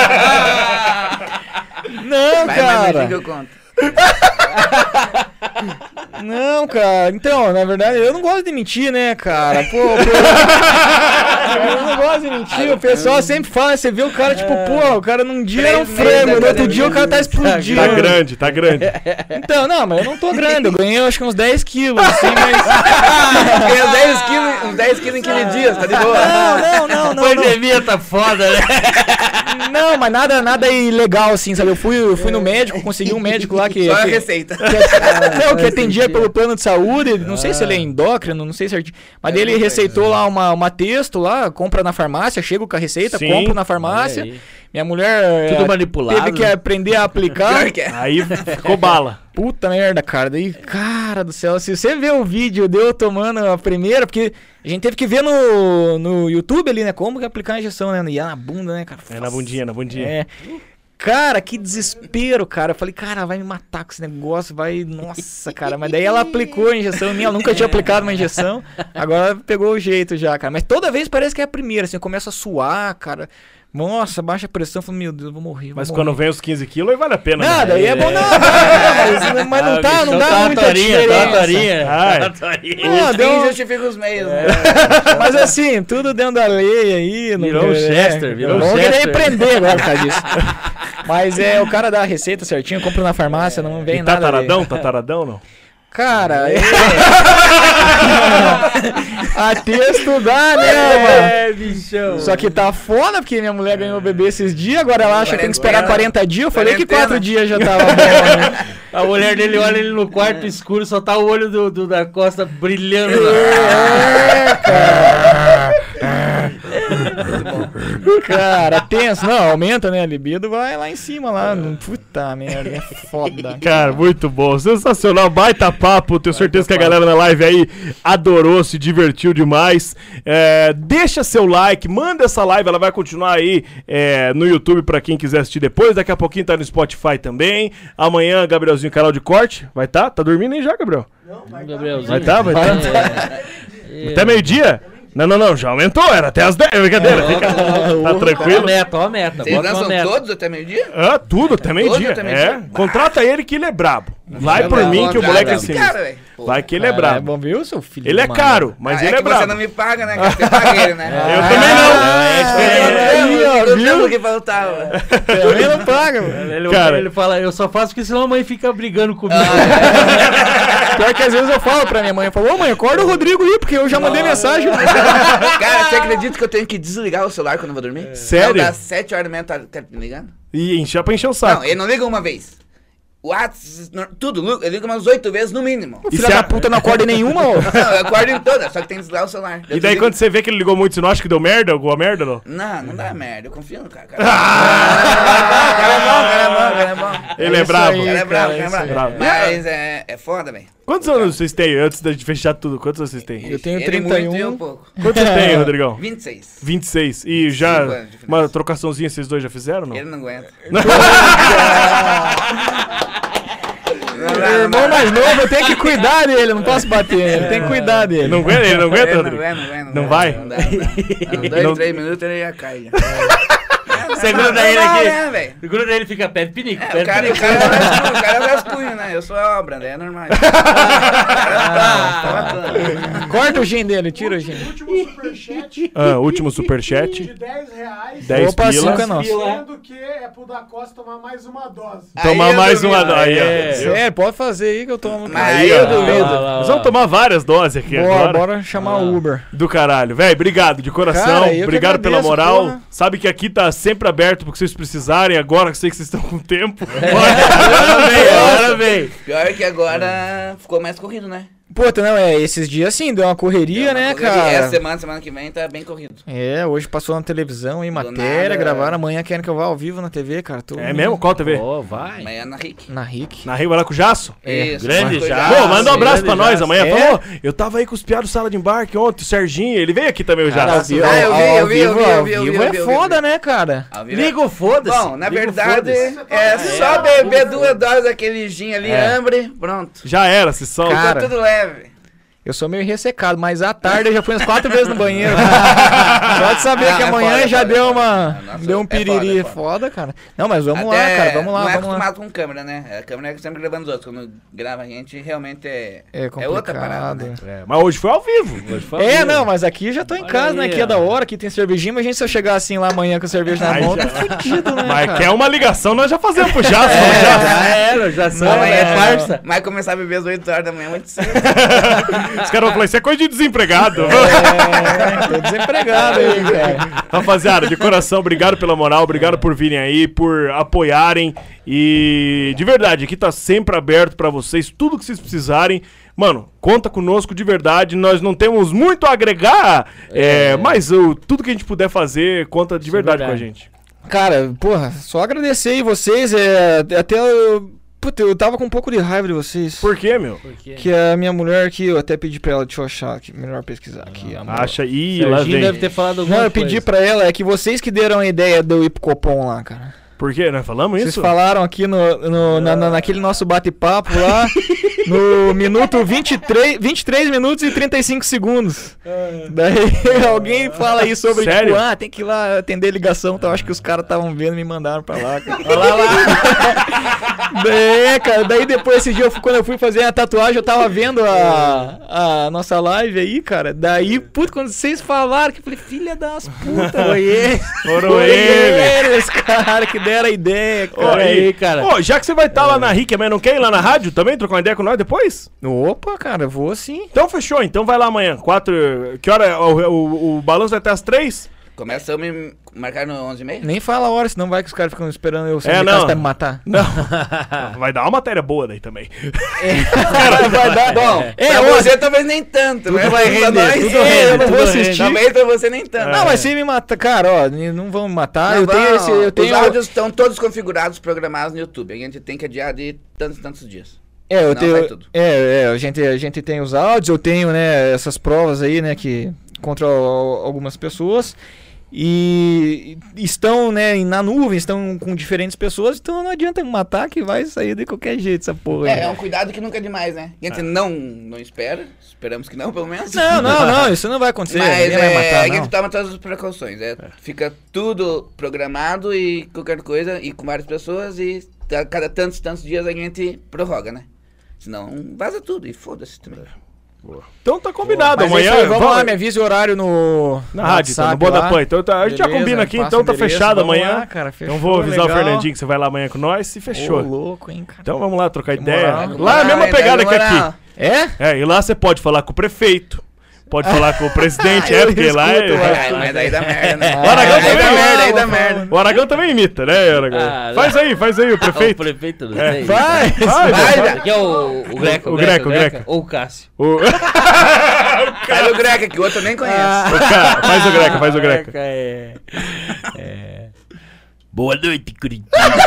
D: Não,
E: Vai,
D: cara.
E: mas que eu conto.
D: Não, cara. Então, na verdade, eu não gosto de mentir, né, cara? Pô, eu não gosto de mentir. O pessoal sempre fala, você vê o cara, tipo, pô, o cara num dia era um
E: 3 meses
D: frango,
E: da
D: no outro dia o cara tá explodindo.
A: Tá grande.
D: Então, não, mas eu não tô grande. Eu ganhei, acho que uns 10 quilos, assim, mas...
E: Ganhei uns 10 quilos em 15 dias, tá de boa.
D: Não.
C: Pandemia tá foda, né?
D: Não, mas nada ilegal, assim, sabe? Eu fui no médico, consegui um médico lá que...
E: Só a receita.
D: que atendia pelo plano de saúde, não sei se ele é endócrino, não sei certinho. Mas ele receitou lá uma texto lá, compra na farmácia, chego com a receita,
A: Sim.
D: compro na farmácia. Minha mulher
C: Tudo manipulado,
D: teve que
C: né?
D: aprender a aplicar.
E: Pior que é.
A: Aí ficou bala.
D: Puta merda, cara. Daí, cara do céu, se você ver o vídeo de eu tomando a primeira, porque a gente teve que ver no YouTube ali, né? Como que aplicar a injeção, né? Ia na bunda, né, cara?
A: Na bundinha.
D: É. Cara, que desespero, cara. Eu falei, cara, vai me matar com esse negócio, vai... Nossa, cara. Mas daí ela aplicou a injeção minha, ela nunca tinha aplicado uma injeção. Agora pegou o jeito já, cara. Mas toda vez parece que é a primeira, assim, eu começo a suar, cara. Nossa, baixa a pressão, eu falo, meu Deus, eu vou morrer.
A: Mas quando vem os 15 quilos, aí vale a pena.
D: Nada, aí é bom, não. Mas não dá muita diferença.
E: Os fins justificam os meios, né?
D: Mas assim, tudo dentro da lei aí.
C: Virou o Chester, virou o
D: Vamos querer
C: Chester.
D: prender agora por causa disso. Mas o cara dá a receita certinho, compra na farmácia, não vem
A: E
D: nada.
A: tataradão, não?
D: Cara, a texto dá, né, mano?
C: bichão.
D: Só que tá foda, porque minha mulher ganhou o bebê esses dias, agora ela acha que tem que esperar 40 dias. Eu falei que 4 dias já tava bom, né?
C: A mulher dele olha ele no quarto escuro, só tá o olho do da Costa brilhando.
D: Cara, tenso. Não, aumenta, né? A libido vai lá em cima, lá. Puta merda, é foda.
A: Cara, muito bom. Sensacional. Baita papo. Tenho certeza que a galera na live aí adorou, se divertiu demais. Deixa seu like, manda essa live. Ela vai continuar aí no YouTube pra quem quiser assistir depois. Daqui a pouquinho tá no Spotify também. Amanhã, Gabrielzinho, canal de corte. Vai tá? Tá dormindo aí já, Gabriel?
C: Não, Gabrielzinho.
A: Vai tá? Até meio-dia? Não, já aumentou, era até as 10, brincadeira, tá tranquilo?
C: Ó a meta,
E: Vocês lançam todos até meio-dia?
A: Tudo, até meio-dia, contrata ele que ele é brabo, vai por mim que o moleque é assim, vai que ele é brabo.
D: Bom, viu, seu filho?
A: Ele é caro, mas ele é brabo.
E: Você não me paga, né, cara? Você paga ele, né?
A: Eu também não.
E: Viu? Que faltava.
D: Também não paga, mano.
C: Cara, ele fala, eu só faço porque senão a mãe fica brigando comigo.
D: Pior que às vezes eu falo pra minha mãe, eu falo, ô mãe, acorda o Rodrigo aí, porque eu já mandei mensagem.
E: Cara, você acredita que eu tenho que desligar o celular quando eu vou dormir?
A: Sério?
E: Das 7 horas da manhã tá me ligando?
A: E pra encher o saco.
E: Não, ele não liga uma vez. WhatsApp, tudo, eu ligo umas 8 vezes no mínimo.
D: Filha da puta não acorda em nenhuma, ô.
E: Não, eu acordo em todas, só que tem que desligar o celular.
A: E daí quando você vê que ele ligou muito, você não acha que deu merda? Alguma merda, não?
E: Não dá merda, eu confio no cara. Cara é bom.
A: Ele é brabo.
E: Cara é brabo. Mas é foda, velho.
A: Quantos anos vocês têm, antes de fechar tudo? Quantos anos vocês têm?
D: Eu tenho
E: Ele
D: 31.
E: muito e eu pouco.
A: Quantos você tem, Rodrigão?
E: 26.
A: 26. E já,
E: 5 anos de diferença.
A: uma trocaçãozinha vocês dois já fizeram, não?
E: Ele não aguenta.
D: Meu irmão mais novo, eu tenho que cuidar dele, não posso bater nele, tem que cuidar dele.
A: Não aguenta, ele não aguenta, Rodrigo?
E: Não
A: vai?
E: Não dá. 2, 3 minutos ele já cai.
C: Segura ele aqui.
E: Velho.
C: Segura ele, fica pé de pinico.
E: O cara é o rascunho, né? Eu sou a obra, né? É normal.
D: Corta o gin dele, tira o gin.
A: Último superchat.
F: De R$10.
A: 10
D: Opa,
A: pila.
D: 5 é nosso.
F: Sendo que é pro da Costa tomar mais uma dose.
A: Tomar mais uma dose. Aí, ó.
D: Sério, pode fazer aí que eu tomo.
E: Aí eu duvido.
A: Nós vamos tomar várias doses aqui agora.
D: Bora chamar o Uber.
A: Do caralho. Véi, obrigado de coração.
D: Cara, eu que
A: obrigado pela
D: agradeço,
A: moral.
D: porra.
A: Sabe que aqui tá sempre aberto porque vocês precisarem. Agora que eu sei que vocês estão com tempo.
C: Agora vem.
E: Pior que agora ficou mais corrido, né?
D: Puta, não, esses dias sim, deu uma correria, né, cara?
E: Essa semana que vem tá bem corrido.
D: Hoje passou na televisão aí, matéria,
E: nada.
D: gravaram, amanhã querem que eu vá ao vivo na TV, cara.
A: É mesmo? Qual TV?
C: Vai.
E: Amanhã na RIC.
D: Na RIC.
A: Na Rio, vai lá com o Jaço?
E: Isso,
C: grande
E: mas
C: já.
A: Pô, manda um abraço pra nós
C: Jaço.
A: amanhã. Falou, eu tava aí com os piados do Sala de Embarque ontem, o Serginho, ele veio aqui também, o Jaço.
E: eu vi.
D: Ao vivo é foda, né, cara?
C: Liga o foda-se.
E: Bom, na
C: Liga o
E: verdade,
C: foda-se.
E: é só beber 2 doses daquele gin ali, hambre, pronto.
A: Já era, se solta.
D: Cara,
E: Ficou tudo leve.
D: Eu sou meio ressecado, mas à tarde eu já fui umas 4 vezes no banheiro. Pode saber que
E: é
D: amanhã
E: foda,
D: já
E: foda,
D: deu
E: foda.
D: uma.
E: Nossa,
D: Deu um piriri.
E: é foda.
D: Cara. Não, mas vamos lá,
E: Até
D: cara. Vamos lá,
E: não é
D: vamos lá.
E: acostumado com câmera, né? A câmera é sempre gravando os outros. Quando grava a gente, realmente
D: É
E: é outra parada,
D: complicado.
E: né?
A: Mas hoje foi ao vivo.
D: Não, mas aqui eu já tô em casa, né? Aqui é da hora, aqui tem cervejinha, mas a gente se eu chegar assim lá amanhã com a cerveja na
A: Aí
D: mão,
A: já-
D: tá fudido, né?
A: Mas
D: cara?
A: quer uma ligação, nós já fazemos pro Jaço.
C: Já era, já sou.
E: Amanhã
C: É parça.
E: Mas começar a beber às 8 horas da manhã é muito cedo.
A: Os caras vão falar, isso é coisa de desempregado.
D: Tô desempregado aí, cara.
A: Rapaziada, de coração, obrigado pela moral, obrigado por virem aí, por apoiarem. E de verdade, aqui tá sempre aberto pra vocês, tudo que vocês precisarem. Mano, conta conosco de verdade, nós não temos muito a agregar, mas tudo que a gente puder fazer, conta de verdade com a gente.
D: Cara, porra, só agradecer aí vocês, até puta, eu tava com um pouco de raiva de vocês.
A: Por quê, meu?
D: Que a minha mulher aqui, eu até pedi pra ela, deixa eu achar aqui, melhor pesquisar aqui.
A: Acha aí, lá
C: Serginho
A: vem.
C: deve ter falado alguma
D: Não, eu
C: coisa.
D: pedi pra ela, é que vocês que deram a ideia do ir pro Copom lá, cara.
A: Por quê? Nós falamos
D: Vocês
A: isso?
D: falaram aqui naquele nosso bate-papo lá, no minuto 23 minutos e 35 segundos. Daí alguém fala aí sobre,
A: Sério?
D: tipo, tem que ir lá atender ligação, então acho que os caras estavam vendo e me mandaram pra lá. Cara. Lá. Cara, daí depois esse dia, quando eu fui fazer a tatuagem, eu tava vendo a nossa live aí, cara. Daí, puto, quando vocês falaram, que eu falei, filha das putas,
A: Foram eles.
D: cara, que deram a ideia, cara.
A: Ó,
C: aí, cara.
A: Ó, já que você vai estar lá na RIC, mas não quer ir lá na rádio também, trocar uma ideia com nós depois?
D: Opa, cara, eu vou sim.
A: Então fechou, então vai lá amanhã. 4. Que hora? O balanço vai até às 3?
E: Começa a me marcar no 11h30?
D: Nem fala a hora, senão vai que os caras ficam esperando eu sair
A: É,
D: de casa
A: não.
D: pra me matar.
A: Não. Vai dar uma matéria boa daí também.
D: Vai dar.
E: Bom,
D: É,
E: pra
D: ó,
E: você talvez nem tanto, né?
D: vai
E: Pra
D: render,
E: nós,
D: tudo
E: é,
D: rende,
E: eu não
D: tudo
E: vou
D: rende.
E: assistir. Talvez pra você nem tanto.
D: Não, mas se me matar, cara, ó, não vão me matar.
E: Não,
D: eu tenho esse. Eu tenho.
E: Os áudios estão todos configurados, programados no YouTube. A gente tem que adiar de tantos dias.
D: É, eu
E: Não,
D: tenho.
E: vai tudo.
D: A gente tem os áudios, eu tenho, né, essas provas aí, né, que contra algumas pessoas. E estão, né, na nuvem, estão com diferentes pessoas, então não adianta me matar que vai sair de qualquer jeito essa porra.
E: É um cuidado que nunca é demais, né? A gente não espera, esperamos que não, pelo menos.
D: Não, isso não vai acontecer.
E: Mas
D: Ninguém vai matar,
E: a gente
D: não.
E: toma todas as precauções. Fica tudo programado e qualquer coisa, e com várias pessoas, e a cada tantos dias a gente prorroga, né? Senão vaza tudo e foda-se também.
A: Então tá combinado.
D: Mas
A: Amanhã
D: é isso aí, vamos lá, me avise o horário no
A: na rádio, então, no
D: WhatsApp
A: Boa da
D: lá.
A: Pan. Então a gente já
D: Beleza,
A: combina aqui,
D: passa
A: então
D: o
A: tá
D: endereço,
A: fechado
D: vamos
A: amanhã.
D: lá, cara, fechou,
A: Então vou avisar
D: legal.
A: o Fernandinho que você vai lá amanhã com nós e fechou.
D: Ô, louco, hein, cara.
A: Então vamos lá trocar
D: Que
A: ideia.
D: moral.
A: Lá é a mesma pegada que
E: moral.
A: aqui.
D: É?
A: E lá você pode falar com o prefeito, pode falar com o presidente, porque lá
D: escuto,
A: é...
E: Mas daí dá merda, né?
A: O Aragão
E: Aí dá
A: também.
E: merda, aí dá merda.
A: O Aragão também imita, né, Aragão?
C: Ah,
A: Faz aí o
C: O
A: prefeito.
C: prefeito, não
A: É.
C: sei.
A: Vai,
C: Aqui é o Greco,
A: O Greco.
C: ou o Cássio.
A: O...
E: Faz o Greca, que o outro eu nem conheço.
A: Faz o Greca.
C: Boa noite, Curitiba.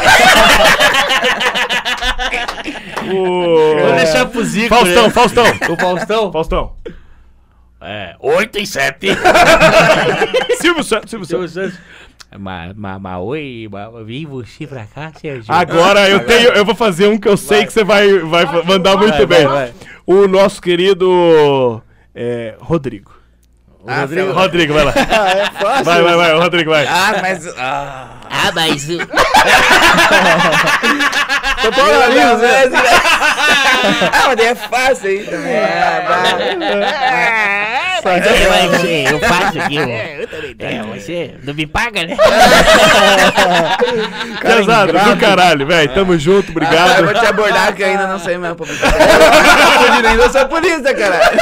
C: Vou deixar pro Zico, né?
A: Faustão.
C: O Faustão?
A: Faustão.
C: 8 e 7.
A: Silvio Santos.
C: Oi, vim você pra cá, Sérgio.
A: Agora eu vou fazer um que eu sei que você vai mandar muito bem.
C: vai.
A: O nosso querido Rodrigo. Rodrigo, vai lá.
D: É fácil.
A: Vai, o Rodrigo vai.
E: Mas...
C: mas...
E: mas daí é fácil aí também.
C: Eu faço aqui, você não me paga, né?
A: Pesado do caralho, velho. Tamo junto,
E: Eu
A: obrigado.
E: vou te abordar que eu ainda não sei mesmo. Eu ainda sou polícia, caralho.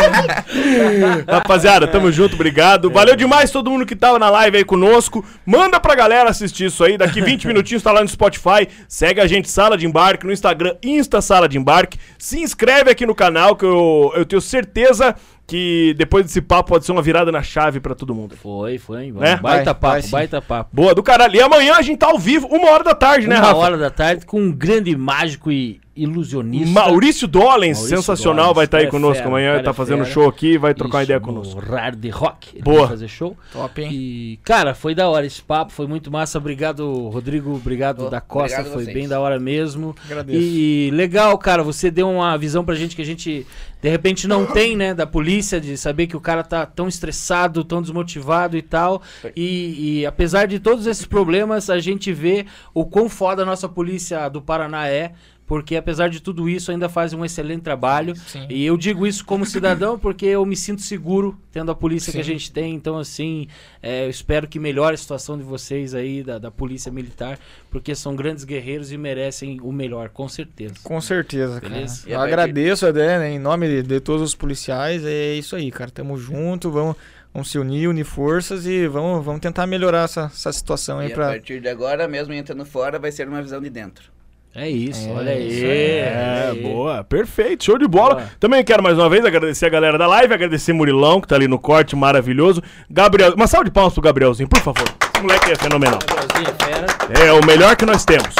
A: Rapaziada, tamo junto, obrigado. Valeu demais todo mundo que tava na live aí conosco. Manda pra galera assistir isso aí. Daqui 20 minutinhos tá lá no Spotify. Segue a gente, Sala de Embarque, no Instagram, Insta Sala de Embarque. Se inscreve aqui no canal que eu tenho certeza que depois desse papo pode ser uma virada na chave pra todo mundo.
C: Foi.
A: Né?
C: Baita
D: Vai,
C: papo, baita papo.
A: Boa, do caralho. E amanhã a gente tá ao vivo, 1h da tarde, né, Rafa?
C: 1h com um grande mágico e ilusionista.
A: Maurício Dollens,
C: Maurício
A: sensacional,
C: Dollens,
A: vai estar aí
C: cara é
A: conosco
C: fera,
A: amanhã,
C: cara
A: tá
C: é
A: fazendo
C: fera.
A: show aqui, vai trocar uma
C: Isso,
A: ideia
C: no
A: conosco.
C: Hard Rock. Ele
A: Boa.
C: vai fazer show.
D: Top, hein?
C: E, cara, foi da hora esse papo, foi muito massa. Obrigado, Rodrigo. Obrigado da Costa,
E: obrigado
C: foi
E: vocês.
C: bem da hora mesmo.
D: Agradeço.
C: E legal, cara, você deu uma visão pra gente que a gente de repente não tem, né, da polícia, de saber que o cara tá tão estressado, tão desmotivado e tal. E apesar de todos esses problemas, a gente vê o quão foda a nossa polícia do Paraná é. Porque apesar de tudo isso, ainda fazem um excelente trabalho.
D: Sim.
C: E eu digo isso como cidadão porque eu me sinto seguro tendo a polícia que a gente tem. Então, assim, eu espero que melhore a situação de vocês aí, da polícia militar. Porque são grandes guerreiros e merecem o melhor, com certeza.
D: Com certeza, cara.
C: Beleza?
E: E a
D: Eu
E: partir-
D: agradeço, né, em nome de todos os policiais. É isso aí, cara. Tamo junto, vamos se unir forças e vamos tentar melhorar essa situação aí
E: E a
D: pra...
E: partir de agora, mesmo entrando fora, vai ser uma visão de dentro.
C: É isso,
D: É,
C: olha aí.
D: isso aí.
A: É, boa, perfeito, show de bola.
C: Boa.
A: Também quero mais uma vez agradecer a galera da live, agradecer Murilão, que tá ali no corte, maravilhoso. Gabriel, uma salva de palmas pro Gabrielzinho, por favor. Esse moleque é fenomenal.
C: Gabrielzinho, fera.
A: É o melhor que nós temos.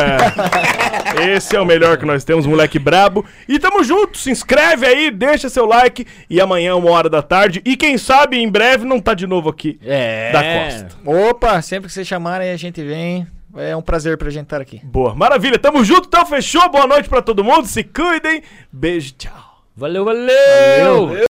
A: Esse é o melhor que nós temos, moleque brabo. E tamo junto, se inscreve aí, deixa seu like. E amanhã, 1h da tarde. E quem sabe, em breve, não tá de novo aqui. Da Costa.
D: Opa, sempre que vocês chamarem a gente vem. É um prazer pra gente estar aqui.
A: Boa, maravilha, tamo junto, então fechou. Boa noite pra todo mundo, se cuidem. Beijo, tchau.
C: Valeu.